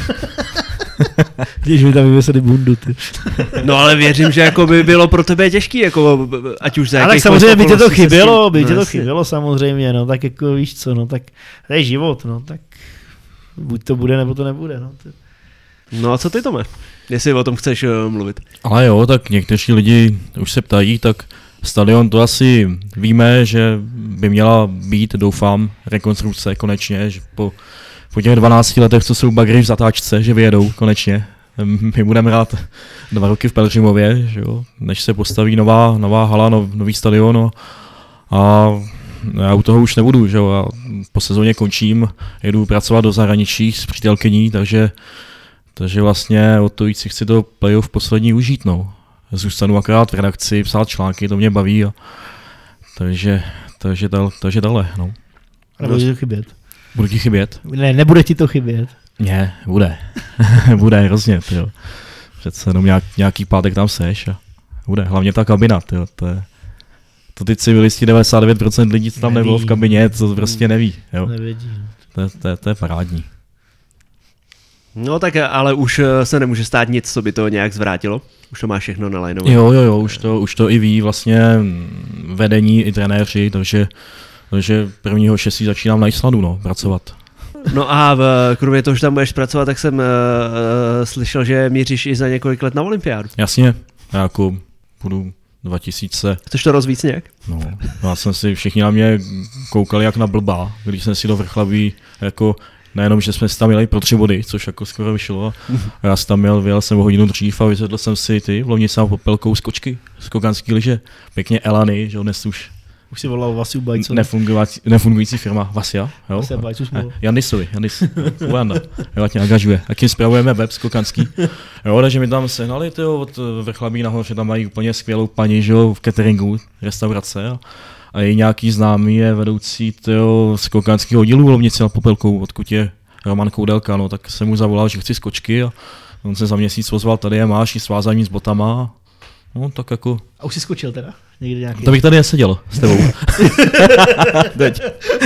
Když mi tam vymysleli bundu, ty. No ale věřím, že jako by bylo pro tebe těžký, jako ať už za ale tak samozřejmě by tě to chybělo, by tě to chybělo samozřejmě, no tak jako víš co, no tak to je život, no tak buď to bude, nebo to nebude, no. Ty. No a co ty, Tome? Jestli o tom chceš uh, mluvit. Ale jo, tak někteří lidi už se ptají, tak stadion to asi víme, že by měla být, doufám, rekonstrukce konečně, že po Po těch dvanácti letech, co jsou bagry v zatáčce, že vyjedou konečně. My budeme hrát dva roky v Pelhřimově, že jo, než se postaví nová, nová hala, nov, nový stadion. No. A já u toho už nebudu, že jo. Já po sezóně končím, jedu pracovat do zahraničí s přítelkyní, takže, takže vlastně o to víc si chci to playoff poslední užít. No. Zůstanu akorát v redakci, psát články, to mě baví. A, takže, takže, dal, takže dále. No. Ale bude to chybět. Bude ti chybět? Ne, nebude ti to chybět. Ne, bude. Bude hrozně, tyjo. Přece jenom nějak, nějaký pátek tam seš a bude. Hlavně ta kabina, tyjo. To, je, to ty civilisti devadesát devět procent lidí, co tam neví. Nebylo v kabině, to prostě neví. Jo. Nevědí. To, to, to je parádní. No tak ale už se nemůže stát nic, co by to nějak zvrátilo. Už to má všechno nalajnované. Jo, jo, jo, už to, už to i ví vlastně vedení i trenéři, takže, takže prvního šestý začínám na Islandu, no, pracovat. No a v, kromě toho, že tam budeš pracovat, tak jsem uh, slyšel, že míříš i za několik let na olympiádu. Jasně, já jako budu dva tisíce. Chceš to rozvíc nějak? No, já jsem si, všichni na mě koukali jak na blbá, když jsem si do Vrchlabí jako nejenom, že jsme si tam jeli pro tři body, což jako skoro vyšlo. A já jsem tam jel, vyjel jsem o hodinu dřív a vyzvedl jsem si ty v Lomnici a Popelkou skočky, skokanský lyže. Pěkně Elany, že dnes už Už si volal Vasiu Bajcu. Nefungující, nefungující firma Vasia. Jo? Vasia Bajcu jsme. Jandisovi, Jandis, Ujanda, jo, ať mě angažuje. A tím spravujeme web skokanský. Jo, takže mi tam sehnali tyjo, od Vrchlabí nahoře, tam mají úplně skvělou paní, že jo, v cateringu, restaurace. A, a její nějaký známý je vedoucí tyjo, skokanského oddílu v Lomnici nad Popelkou, odkud je Roman Koudelka, no, tak jsem mu zavolal, že chci skočky a on se za měsíc ozval, tady je máš, i svázaní s botama. No, tak jako... A už jsi skočil teda? Někdy nějaký? To bych tady neseděl s tebou. Teď.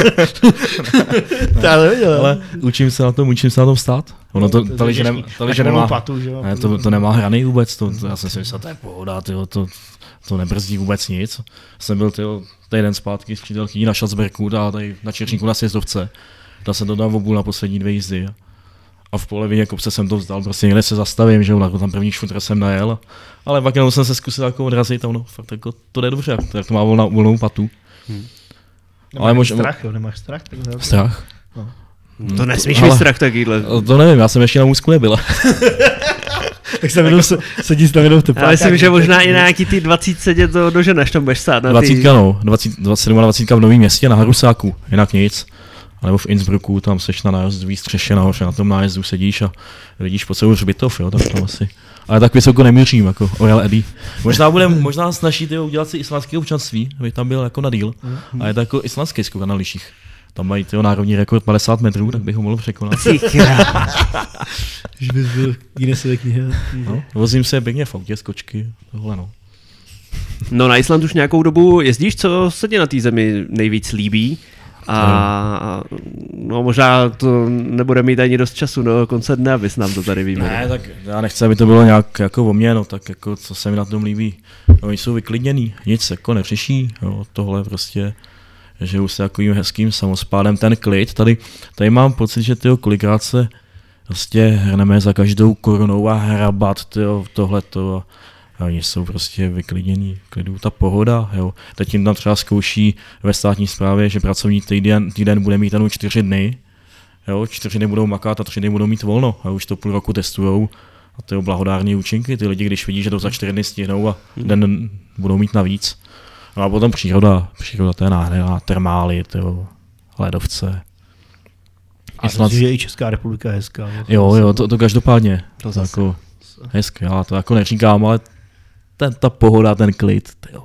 To já nevěděl. Ale učím se na tom, učím se na tom stát. Ono to, to, že nemá, to, že nemá, patu, že jo? Ne, to, to nemá hrany vůbec, to, to, já jsem si myslel, to je pohoda, tyjo, to, to nebrzdí vůbec nic. Jsem byl tyjo, týden zpátky s přítelkyní na Šalcberku a tady na Čerčínku na sjezdovce. Dal jsem to tam v obul na poslední dvě jízdy. A v polovině kopce jsem to vzdal, prostě někde se zastavím, že jo, tam první šutr jsem najel. Ale pak jenom jsem se zkusil jako odrazit a ono, fakt jako to jde dobře, tak to má volnou, volnou patu. Hmm. Ale Nemáš možná... strach, jo, nemáš strach? Tak ne... Strach? No. Hmm. To nesmíš mít strach takýhle. To nevím, já jsem ještě na můzku nebyl. Tak jsem jenom se, sedí tam jenom v teplákách. Já myslím, že možná i na nějaký ty dvacet sedět to doženeš, tam budeš stát na ty... dvacet, no, dvacet, dvacet, dvacet v Novém Městě na Harusáku, jinak nic. Nebo v Innsbrucku, tam seš na nájezdové střeše nahoře, na tom nájezdu sedíš a vidíš po celou hřbitov, jo, tak tam asi. Ale tak vysoko nemířím, jako Royal Eddy. Možná bude, možná snaží tyjo, udělat si islandské občanství, aby tam byl jako na díl. A je to jako islandský skok na lyžích. Tam mají tyjo, národní rekord padesát metrů, tak bych ho mohl překonat. Že bys byl Guinnessové knihy. No, vozím se pěkně v autě, skočky, tohle no. No na Island už nějakou dobu jezdíš, co se ti na té zemi nejvíc líbí? A no možná to nebude mít ani dost času do konce dne, abys nám to tady vyjmenil. Ne, tak já nechci, aby to bylo nějak jako o mně, no tak jako co se mi na tom líbí. No, oni jsou vyklidněný, nic jako neřeší, jo, tohle prostě, žijou se takovým hezkým samospádem, ten klid, tady, tady mám pocit, že tyjo, kolikrát se prostě hrneme za každou korunou a hrabat tyjo, tohleto. A oni jsou prostě vyklidnění, klidu, ta pohoda, jo. Teď jim tam třeba zkouší ve státní správě, že pracovní týden, týden bude mít jenom čtyři dny, jo, čtyři dny budou makat a tři dny budou mít volno a už to půl roku testujou a to je blahodární účinky, ty lidi, když vidí, že to za čtyři dny stihnou a den budou mít navíc. No a potom příroda, příroda to je nádherná, termály, tyjo, ledovce. A myslím, že i Česká republika je hezká. Jo, jo, to, to každopádně, to zase. Jako hezky, já to jako neříkám, ale ten, ta pohoda, ten klid, tyjo.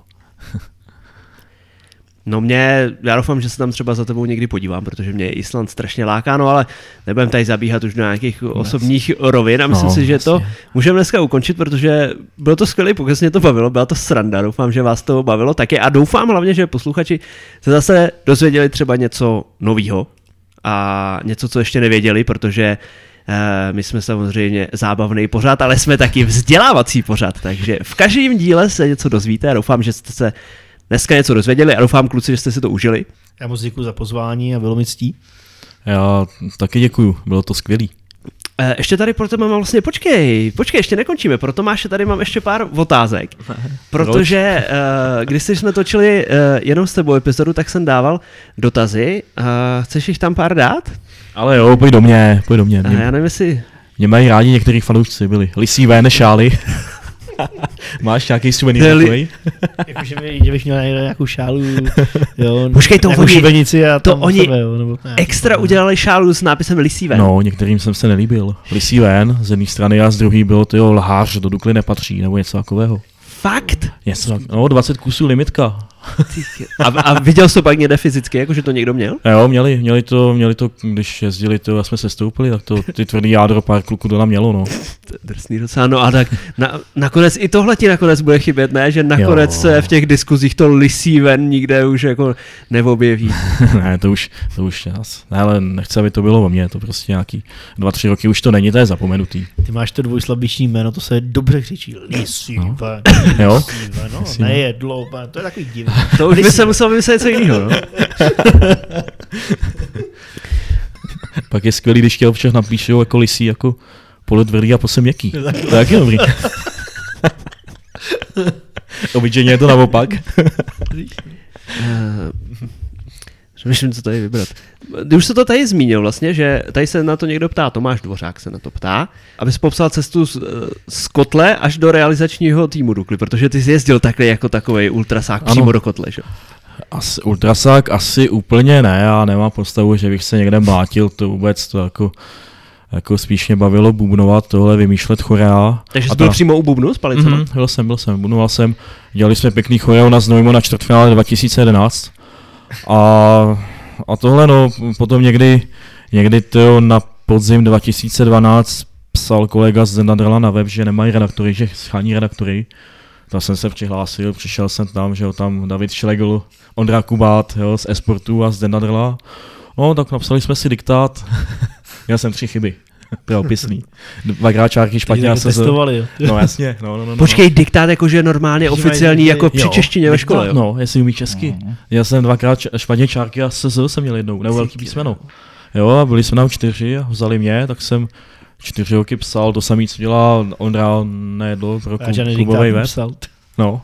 No mě, já doufám, že se tam třeba za tebou někdy podívám, protože mě Island strašně láká, no ale nebudem tady zabíhat už do nějakých no, osobních rovin a myslím no, si, že jasně. To můžeme dneska ukončit, protože bylo to skvělý pokec, mě to bavilo, byla to sranda, doufám, že vás to bavilo taky a doufám hlavně, že posluchači se zase dozvěděli třeba něco novýho a něco, co ještě nevěděli, protože my jsme samozřejmě zábavný pořad, ale jsme taky vzdělávací pořad, takže v každém díle se něco dozvíte a doufám, že jste se dneska něco dozvěděli a doufám, kluci, že jste si to užili. Já moc děkuji za pozvání a bylo mi ctí. Já taky děkuju, bylo to skvělý. Ještě tady pro tebe mám vlastně, počkej, počkej, ještě nekončíme, pro Tomáše tady mám ještě pár otázek, protože uh, když jsme točili uh, jenom s tebou epizodu, tak jsem dával dotazy, uh, chceš jich tam pár dát? Ale jo, pojď do mě, pojď do mě. mě já nevím, jestli... Mě mají rádi některý fanoušci, byli lisí ven, šály. Máš nějaký suvenýr takový? Jakože bych měl nějakou šálu, jo, počkej, to nějakou šibenici a to tam oni sebe, jo, nebo, ne, extra udělali šálu s nápisem lisí ven. No, některým jsem se nelíbil. Lisí ven z jedné strany a z druhé bylo tyjo lhář, do Dukly nepatří, nebo něco takového. Fakt? Něco tak, no, dvacet kusů limitka. A, a viděl jsi to pak někde fyzicky, jakože to někdo měl? Jo, měli, měli to, měli to, když jezdili to a jsme se stoupili, tak to ty tvrdý jádro pár kluků to nám mělo, no. To je drsný docela, no a tak na, nakonec i tohle ti nakonec bude chybět, ne? Že nakonec jo. se v těch diskuzích to lisí ven nikde už jako neobjeví. Ne, to už, to už, ne, ale nechci, aby to bylo o mně, to prostě nějaký dva, tři roky už to není, to je zapomenutý. Ty máš to dvojslabiční jméno, to se dobře křičí, lisí no. ven, jo? lisí ven, no, lisí nejedlo, ven, to je takový divný. To už by se musel vymyslet něco jiného, no. Pak je skvělý, když tě občas napíšou jako lisí, jako polotvrdý a posem měkký. To je taky dobrý. Obyčejně je to naopak. Přemýšlím, co tady vybrat. Ty už se to tady zmínil vlastně, že tady se na to někdo ptá, Tomáš Dvořák se na to ptá, abys popsal cestu z, z kotle až do realizačního týmu Dukly, protože ty jsi jezdil takhle jako takovej ultrasák ano. Přímo do kotle, že? Asi, ultrasák asi úplně ne, já nemám postavu, že bych se někde mlátil, to vůbec to jako, jako spíš mě bavilo bubnovat, tohle vymýšlet chorea. Takže jsi byl ta... přímo u bubnu s palicema? Mm, byl jsem, byl jsem, bubnoval jsem, dělali jsme pěkný choreo na Znojmo na čtvrtfinále dva tisíce jedenáct a, a tohle no, potom někdy, někdy to na podzim dva tisíce dvanáct psal kolega z Zenadrela na web, že nemají redaktory, že schání redaktory. Tam jsem se přihlásil, přišel jsem tam, že jo, tam David Šlegl, Ondra Kubát, jo, z eSportu a z Denadrela. No, tak napsali jsme si diktát. Měl jsem tři chyby. Pravopisný. Dvakrát čárky špatně a se testovali, jo. No jasně, no, no, no. Počkej, diktát jakože normálně oficiální, jako při češtině ve škole, jo? No, jestli umí česky. Mm. Já jsem dvakrát špatně čárky a se jsem měl jednou, nebo velký písmeno. Jo, a byli jsme tam čtyři a vzali mě, tak jsem čtyři roky psal, to samý, co dělá Ondra Nejedlo pro klubovej web. No.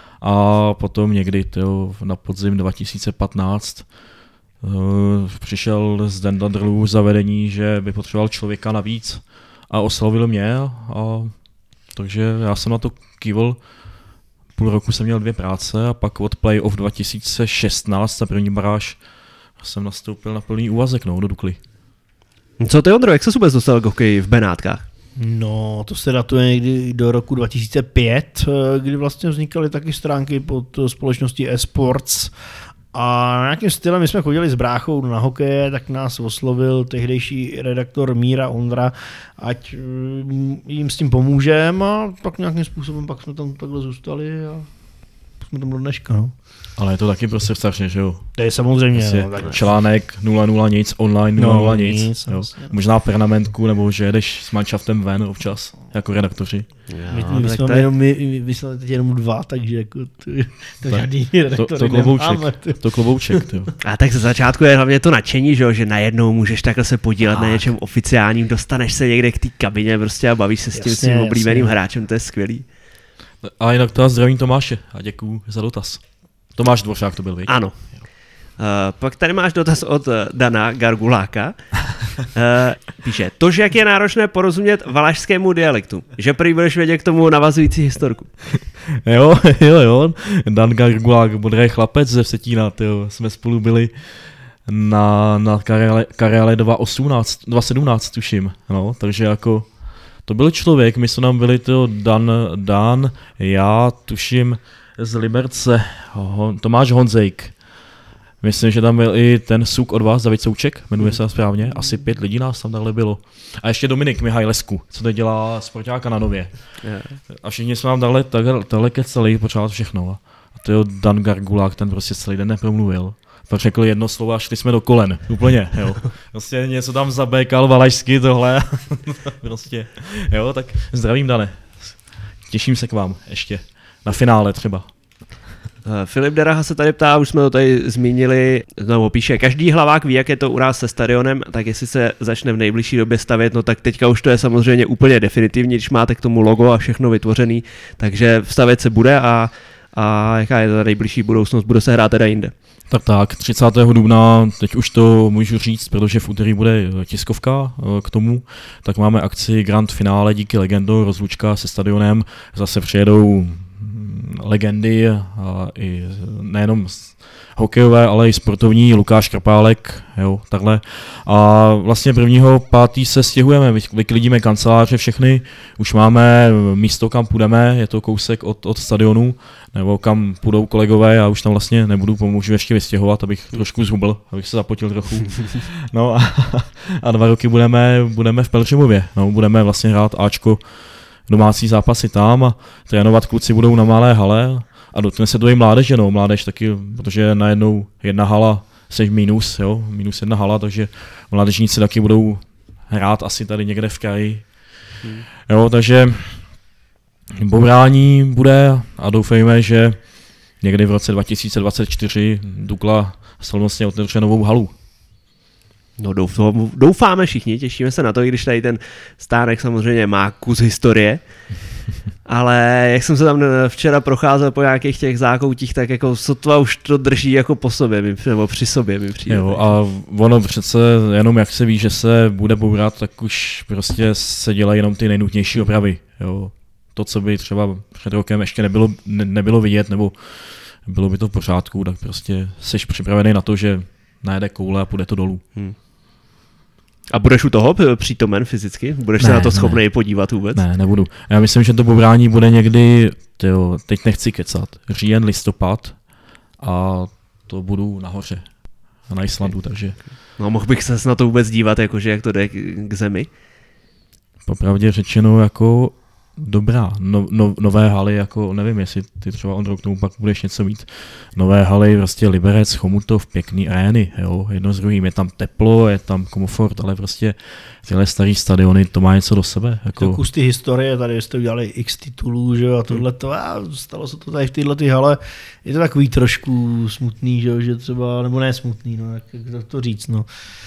A potom někdy to na podzim dva tisíce patnáct uh, přišel z Denadrelu zavedení, že by potřeboval člověka navíc a oslovil mě. A, takže já jsem na to kývil. Půl roku jsem měl dvě práce a pak od playoff dva tisíce šestnáct za první baráž jsem nastoupil na plný úvazek, no, do Dukly. Co ty, Ondro, jak se vůbec dostal k hokeji v Benátkách? No, to se datuje někdy do roku dva tisíce pět, kdy vlastně vznikaly taky stránky pod společností eSports a nějakým stylem my jsme chodili s bráchou na hokeje, tak nás oslovil tehdejší redaktor Míra Ondra, ať jim s tím pomůžeme a tak nějakým způsobem pak jsme tam takhle zůstali a jsme tam do dneška, no. Ale je to taky prostě strašně, že jo? To je samozřejmě. No, článek nula nula nic, online nula nula no, nic. nic jo. Možná pernamentku, nebo že jedeš s manšaftem ven občas, jako redaktoři. Jo, my, my jsme je... jenom, my, my jsme teď jenom dva, takže jako to, to žádný redaktory to, to klobouček, nemáme. To klobouček, to. A tak ze začátku je hlavně to nadšení, že, jo? Že najednou můžeš takhle se podílet tak. na něčem oficiálním, dostaneš se někde k té kabině prostě a bavíš se s tím svým oblíbeným hráčem, to je skvělý. A jinak to zdravím Tomáše a děkuju za dotaz. Tomáš Dvořák to byl, víš? Ano. Uh, pak tady máš dotaz od uh, Dana Garguláka. Uh, píše, to, že jak je náročné porozumět valašskému dialektu, že prý budeš vědět k tomu navazující historku. jo, jo, jo. Dan Gargulák, bodrý chlapec ze Vsetína, tyjo. Jsme spolu byli na, na Kareale dva tisíce sedmnáct, tuším. No, takže jako, to byl člověk, my jsme tam byli, tyjo, Dan, Dan, já tuším, z Liberce, Tomáš Honzejk. Myslím, že tam byl i ten Suk od vás, David Souček, jmenuje se správně. Asi pět lidí nás tam takhle bylo. A ještě Dominik Mihajlesku, co teď dělá sportáka na Nově. A všichni jsme nám takhle, takhle, takhle kecali, pořád všechno. A to je Dan Gargulák, ten prostě celý den nepromluvil. Pak řekl jedno slovo a šli jsme do kolen. Úplně, jo. Prostě něco tam zabékal valašsky tohle. Prostě, jo, tak zdravím, Dane. Těším se k vám ještě. Na finále třeba. Filip Deraha se tady ptá, už jsme to tady zmínili, znovu píše, každý hlavák ví, jak je to u nás se stadionem, tak jestli se začne v nejbližší době stavět, no tak teďka už to je samozřejmě úplně definitivní, když máte k tomu logo a všechno vytvořený, takže stavět se bude a, a jaká je ta nejbližší budoucnost, bude se hrát teda jinde. Tak tak, třicátého dubna, teď už to můžu říct, protože v úterý bude tiskovka k tomu, tak máme akci Grand Finále díky Legendo, rozlučka se stadionem, zase přijedou legendy, a i nejenom hokejové, ale i sportovní, Lukáš Krpálek, jo, takhle. A vlastně prvního pátý se stěhujeme, vyklidíme kanceláře všechny, už máme místo, kam půjdeme, je to kousek od, od stadionu, nebo kam půjdou kolegové, já už tam vlastně nebudu, pomůžu ještě vystěhovat, abych trošku zhubl, abych se zapotil trochu. No a, a dva roky budeme, budeme v Pelhřimově, no, budeme vlastně hrát Ačko, domácí zápasy tam a trénovat kluci budou na malé hale a dotkne se to i mládeže, no, mládež taky, protože najednou jedna hala, seš minus, jo, minus jedna hala, takže mládežníci taky budou hrát asi tady někde v kraji, hmm. jo, takže bourání bude a doufejme, že někdy v roce dva tisíce dvacet čtyři Dukla slavnostně otevře novou halu. No doufáme všichni, těšíme se na to, i když tady ten stánek samozřejmě má kus historie, ale jak jsem se tam včera procházel po nějakých těch zákoutích, tak jako sotva už to drží jako po sobě, nebo při sobě mi přijde. Jo, a ono přece jenom jak se ví, že se bude bourat, tak už prostě se dělají jenom ty nejnutnější opravy. Jo. To, co by třeba před rokem ještě nebylo, ne, nebylo vidět, nebo bylo by to v pořádku, tak prostě jsi připravený na to, že najede koule a půjde to dolů. Hmm. A budeš u toho přítomen fyzicky? Budeš ne, se na to schopný ne. podívat vůbec? Ne, nebudu. Já myslím, že to bourání bude někdy, tyjo, teď nechci kecat, říjen, listopad a to budu nahoře. Na Islandu, takže... No mohl bych se na to vůbec dívat, jakože jak to jde k zemi? Popravdě řečeno, jako dobrá. No, no, nové haly, jako nevím, jestli ty třeba Ondro k tomu pak budeš něco mít. Nové haly, prostě Liberec, Chomutov, pěkný arény, jo, jedno s druhým. Je tam teplo, je tam komfort, ale prostě tyhle starý stadiony, to má něco do sebe. Jako... To kus ty historie, tady jste udělali x titulů, že a tohleto, a stalo se to tady v téhle ty hale. Je to takový trošku smutný, že, že třeba, nebo ne smutný, no, jak, jak to říct, no.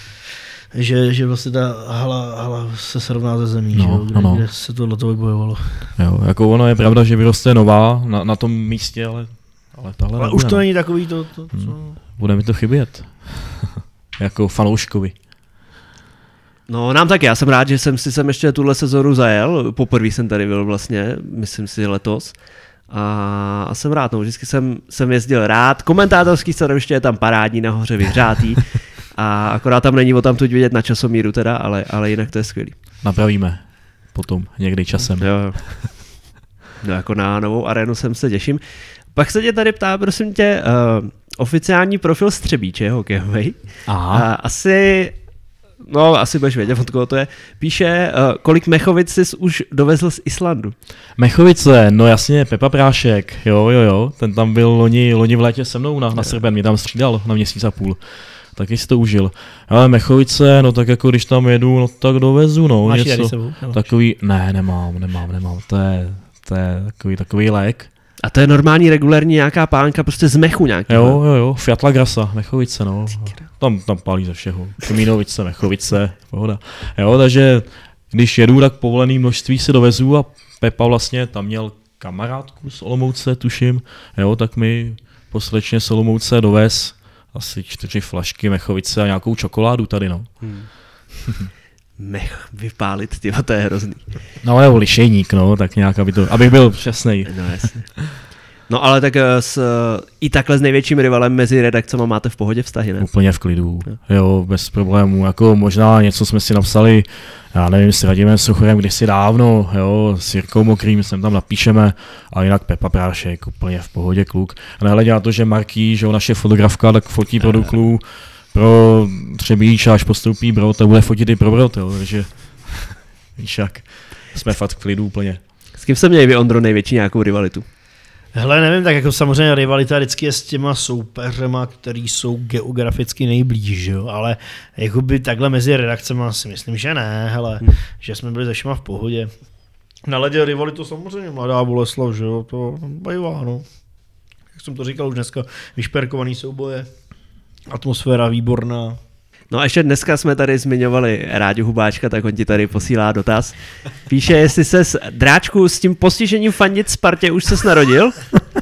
Že, že vlastně ta hala, hala se srovná ze zemí, no, že, kde, no, no. kde se tohleto vybojovalo. Jo, jako ono je pravda, že vyroste nová na, na tom místě, ale, ale tahle ale už to není takový to, to co... Hmm. Bude mi to chybět. Jako fanouškovi. No nám tak, já jsem rád, že jsem si sem ještě tuhle sezonu zajel, poprvé jsem tady byl vlastně, myslím si letos. A, a jsem rád, no, vždycky jsem, jsem jezdil rád, komentátorský stanoviště je tam parádní, nahoře vyhřátý. A akorát tam není o tam tuď vidět na časomíru teda, ale, ale jinak to je skvělý. Napravíme potom někdy časem. Jo. No jako na novou arénu jsem se těším. Pak se tě tady ptá, prosím tě, uh, oficiální profil Střebíče hokejovej. Aha. Uh, asi, no asi budeš vědět, od koho to je. Píše, uh, kolik Mechovic jsi už dovezl z Islandu. Mechovice, no jasně, Pepa Prášek, jo, jo, jo, ten tam byl loni, loni v létě se mnou na, na Srben, mě tam střídal na měsíc a půl. Taky si to užil. Ale Mechovice, no tak jako když tam jedu, no tak dovezu, no. Máš něco sebou, takový, ne, nemám, nemám, nemám, to je, to je takový, takový lék. A to je normální, regulární nějaká pánka, prostě z mechu nějaký. Jo, jo, jo, Fiat La Grassa, Mechovice, no. Tam, tam pálí ze všeho. Šumínovice, Mechovice, pohoda. Jo, takže když jedu, tak povolený množství si dovezu a Pepa vlastně tam měl kamarádku z Olomouce, tuším, jo, tak mi poslečně z Olomouce dovez asi čtyři flašky Mechovice a nějakou čokoládu tady, no. Hmm. Mech, vypálit, tyva, to je hrozný. No ale lišejník, no, tak nějak, aby to, abych byl přesnej. No jasně. No ale tak s, i takhle s největším rivalem mezi redakcemi máte v pohodě vztahy, ne? Úplně v klidu, no. Jo, bez problémů, jako možná něco jsme si napsali, já nevím, s Radimem Suchorem kdysi dávno, jo, s Jirkou Mokrým sem tam napíšeme, a jinak Pepa Prášek, úplně v pohodě kluk. A nehledě na to, že Marký, že jo, naše fotografka, tak fotí pro Duklu, pro Třebíč, až postoupí Brod, tak bude fotit i pro Brod, jo, takže víš jak, jsme fakt v klidu úplně. S kým jste měli vy, Ondro, největší nějakou rivalitu? Hele, nevím, tak jako samozřejmě rivalita vždycky je s těma soupeřema, který jsou geograficky nejblíž, jo, ale jakoby takhle mezi redakcemi si myslím, že ne, hele, hmm. že jsme byli se všema v pohodě. Na ledě rivalitu samozřejmě Mladá Boleslav, že jo, to bývá, no. Jak jsem to říkal už dneska, vyšperkovaný souboje, atmosféra výborná. No a ještě dneska jsme tady zmiňovali Ráďu Hubáčka, tak on ti tady posílá dotaz. Píše, jestli ses, Dráčku, s tím postižením fandit Spartě už ses narodil?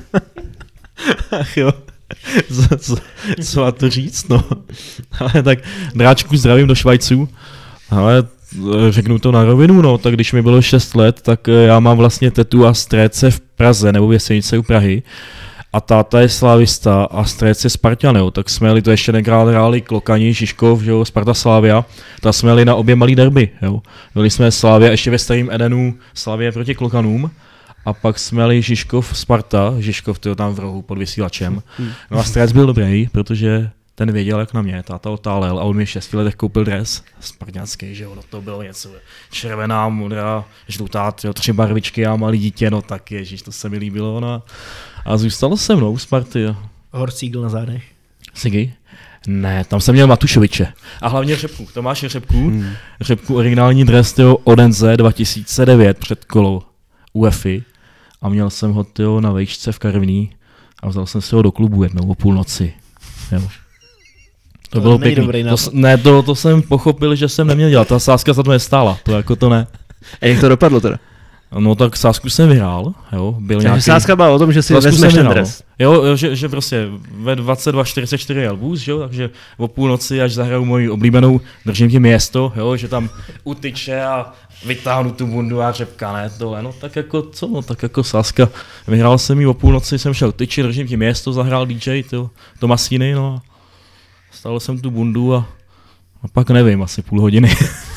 Ach jo, co, co, co má to říct, no. Ale tak Dráčku zdravím do Švajců, ale řeknu to na rovinu, no, tak když mi bylo šest let, tak já mám vlastně tetu a stréce v Praze, nebo v Jesenice u Prahy. A táta je slávista a strec je Spartan, jo, tak jsme jeli, to ještě tenkrát hráli Klokani, Žižkov, jo, Sparta Slavia, tak jsme jeli na obě malý derby, jo. Byli jsme Slavia ještě ve starým Edenu, Slavia proti Klokanům, a pak jsme jeli Žižkov Sparta, Žižkov to tam v rohu pod vysílačem. No a strec byl dobrý, protože ten věděl, jak na mě, táta otálel a on mi v šesti letech koupil dres spartanský, že jo, no to bylo něco, červená, modrá, žlutá, jo, tři barvičky a malý dítě, no tak ježiš, to se mi líbilo, no. A zůstalo se mnou u Sparty, jo. Horst Siegel na zádech. Sigy? Ne, tam jsem měl Matušoviče. A hlavně Řepku, Tomáš Řepku, hmm. Řepku originální dres, tyjo, Odense dva tisíce devět před kolo U E F I a měl jsem ho, tyjo, na vejšce v Karviní a vzal jsem si ho do klubu jednou o půlnoci, jo. To, to bylo pěkný. To, ne, to, to jsem pochopil, že jsem neměl dělat, ta sázka za to nestála, to jako to ne. A jak to dopadlo teda? No tak sázku jsem vyhrál, jo, byl Takže nějaký... sázka byla o tom, že si vezmeš ten dres. Jo, jo že, že prostě ve dvacet dva čtyřicet čtyři jel vůz, jo, takže o půlnoci, až zahraju moji oblíbenou, držím ti město, jo, že tam utyče a vytáhnu tu bundu a Řepka, ne, tohle, no tak jako co, no tak jako sázka. Vyhrál jsem ji o půlnoci, jsem šel tyči, držím ti město, zahrál D J, to, Tomasíny, no a stál jsem tu bundu a, a pak nevím, asi půl hodiny.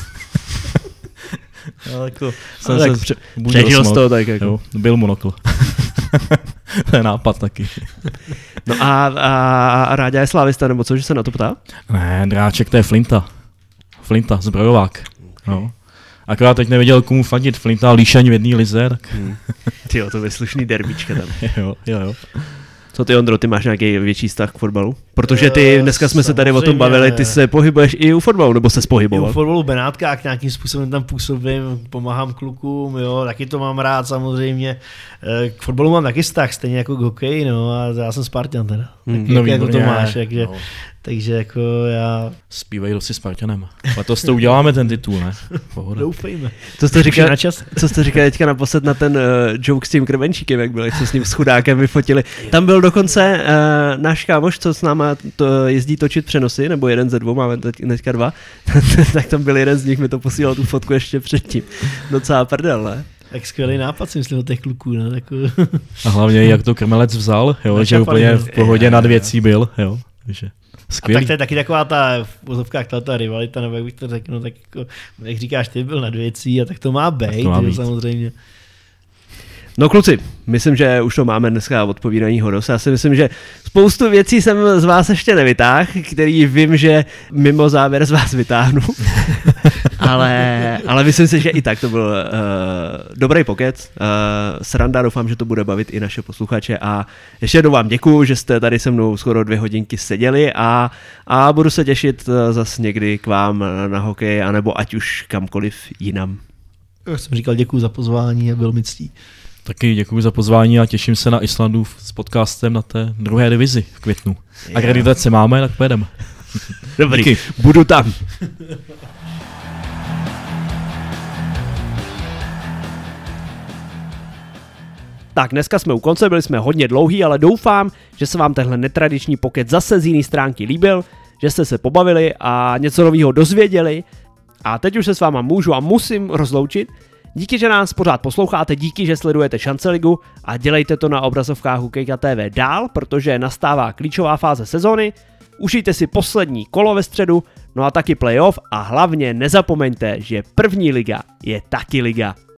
No, jako, jsem tak se přežil z toho tak jako. Jo, byl monokl. To je nápad taky. No a, a, a Ráďa je slávista, nebo co, že se na to ptá? Ne, Dráček, to je Flinta. Flinta, zbrojovák. No. Akorát teď nevěděl, komu fandit. Flinta a Líšaň v jedný lize. Tak... Hmm. Tyjo, to je slušný derbička tam. jo, jo, jo. Co ty, Ondro, ty máš nějaký větší vztah k fotbalu? Protože ty, dneska jsme se tady o tom bavili, ty se pohybuješ i u fotbalu, nebo se pohyboval? I u fotbalu v Benátkách nějakým způsobem tam působím, pomáhám klukům, jo, taky to mám rád samozřejmě. K fotbalu mám taky vztah, stejně jako k hokeji, no, a já jsem Spartan teda. Hmm. Tak, no, jako to máš, takže, no. Takže jako já... Zpívej si Spartanem. Letos to uděláme ten titul, ne? Pohoda. Doufejme. Co jste říkal, na čas? Co jste říkal teďka naposled na ten uh, joke s tím Krvenčíkem, jak byl, jak se s ním s chudákem vyfotili. Tam byl dokonce uh, náš kámoš, co s náma to jezdí točit přenosy, nebo jeden ze dvou, máme teď, teďka dva, tak tam byl jeden z nich, mi to posílal tu fotku ještě předtím. Docela prdel, ne? Tak skvělý nápad, si myslím, od těch kluků, no, tako... A hlavně, jak to Krmelec vzal, jo, že úplně v pohodě nad věcí byl, jo, takže... Skvělý. A tak to je taky taková ta v vozovkách ta, ta rivalita, nebo jak bych to řekl, no tak jako, jak říkáš, ty byl nad věcí a tak to má být, to má být. Samozřejmě. No kluci, myslím, že už to máme dneska odpovídaný hodos. Já si myslím, že spoustu věcí jsem z vás ještě nevytáhl, který vím, že mimo závěr z vás vytáhnu. ale, ale myslím si, že i tak to byl uh, dobrý pokec. Uh, sranda, doufám, že to bude bavit i naše posluchače a ještě jednou vám děkuju, že jste tady se mnou skoro dvě hodinky seděli a, a budu se těšit uh, zas někdy k vám na hokej, anebo ať už kamkoliv jinam. Já jsem říkal děkuju za pozvání a byl mi ctí. Taky děkuji za pozvání a těším se na Islandu s podcastem na té druhé divizi v květnu. Yeah. Akreditace máme, tak pojedeme. Dobrý, díky. Budu tam. Tak, dneska jsme u konce, byli jsme hodně dlouhý, ale doufám, že se vám tenhle netradiční pokec zase z jiné stránky líbil, že jste se pobavili a něco nového dozvěděli. A teď už se s váma můžu a musím rozloučit. Díky, že nás pořád posloucháte, díky, že sledujete Šance ligu a dělejte to na obrazovkách Hokejka T V dál, protože nastává klíčová fáze sezóny. Užijte si poslední kolo ve středu, no a taky playoff a hlavně nezapomeňte, že první liga je taky liga.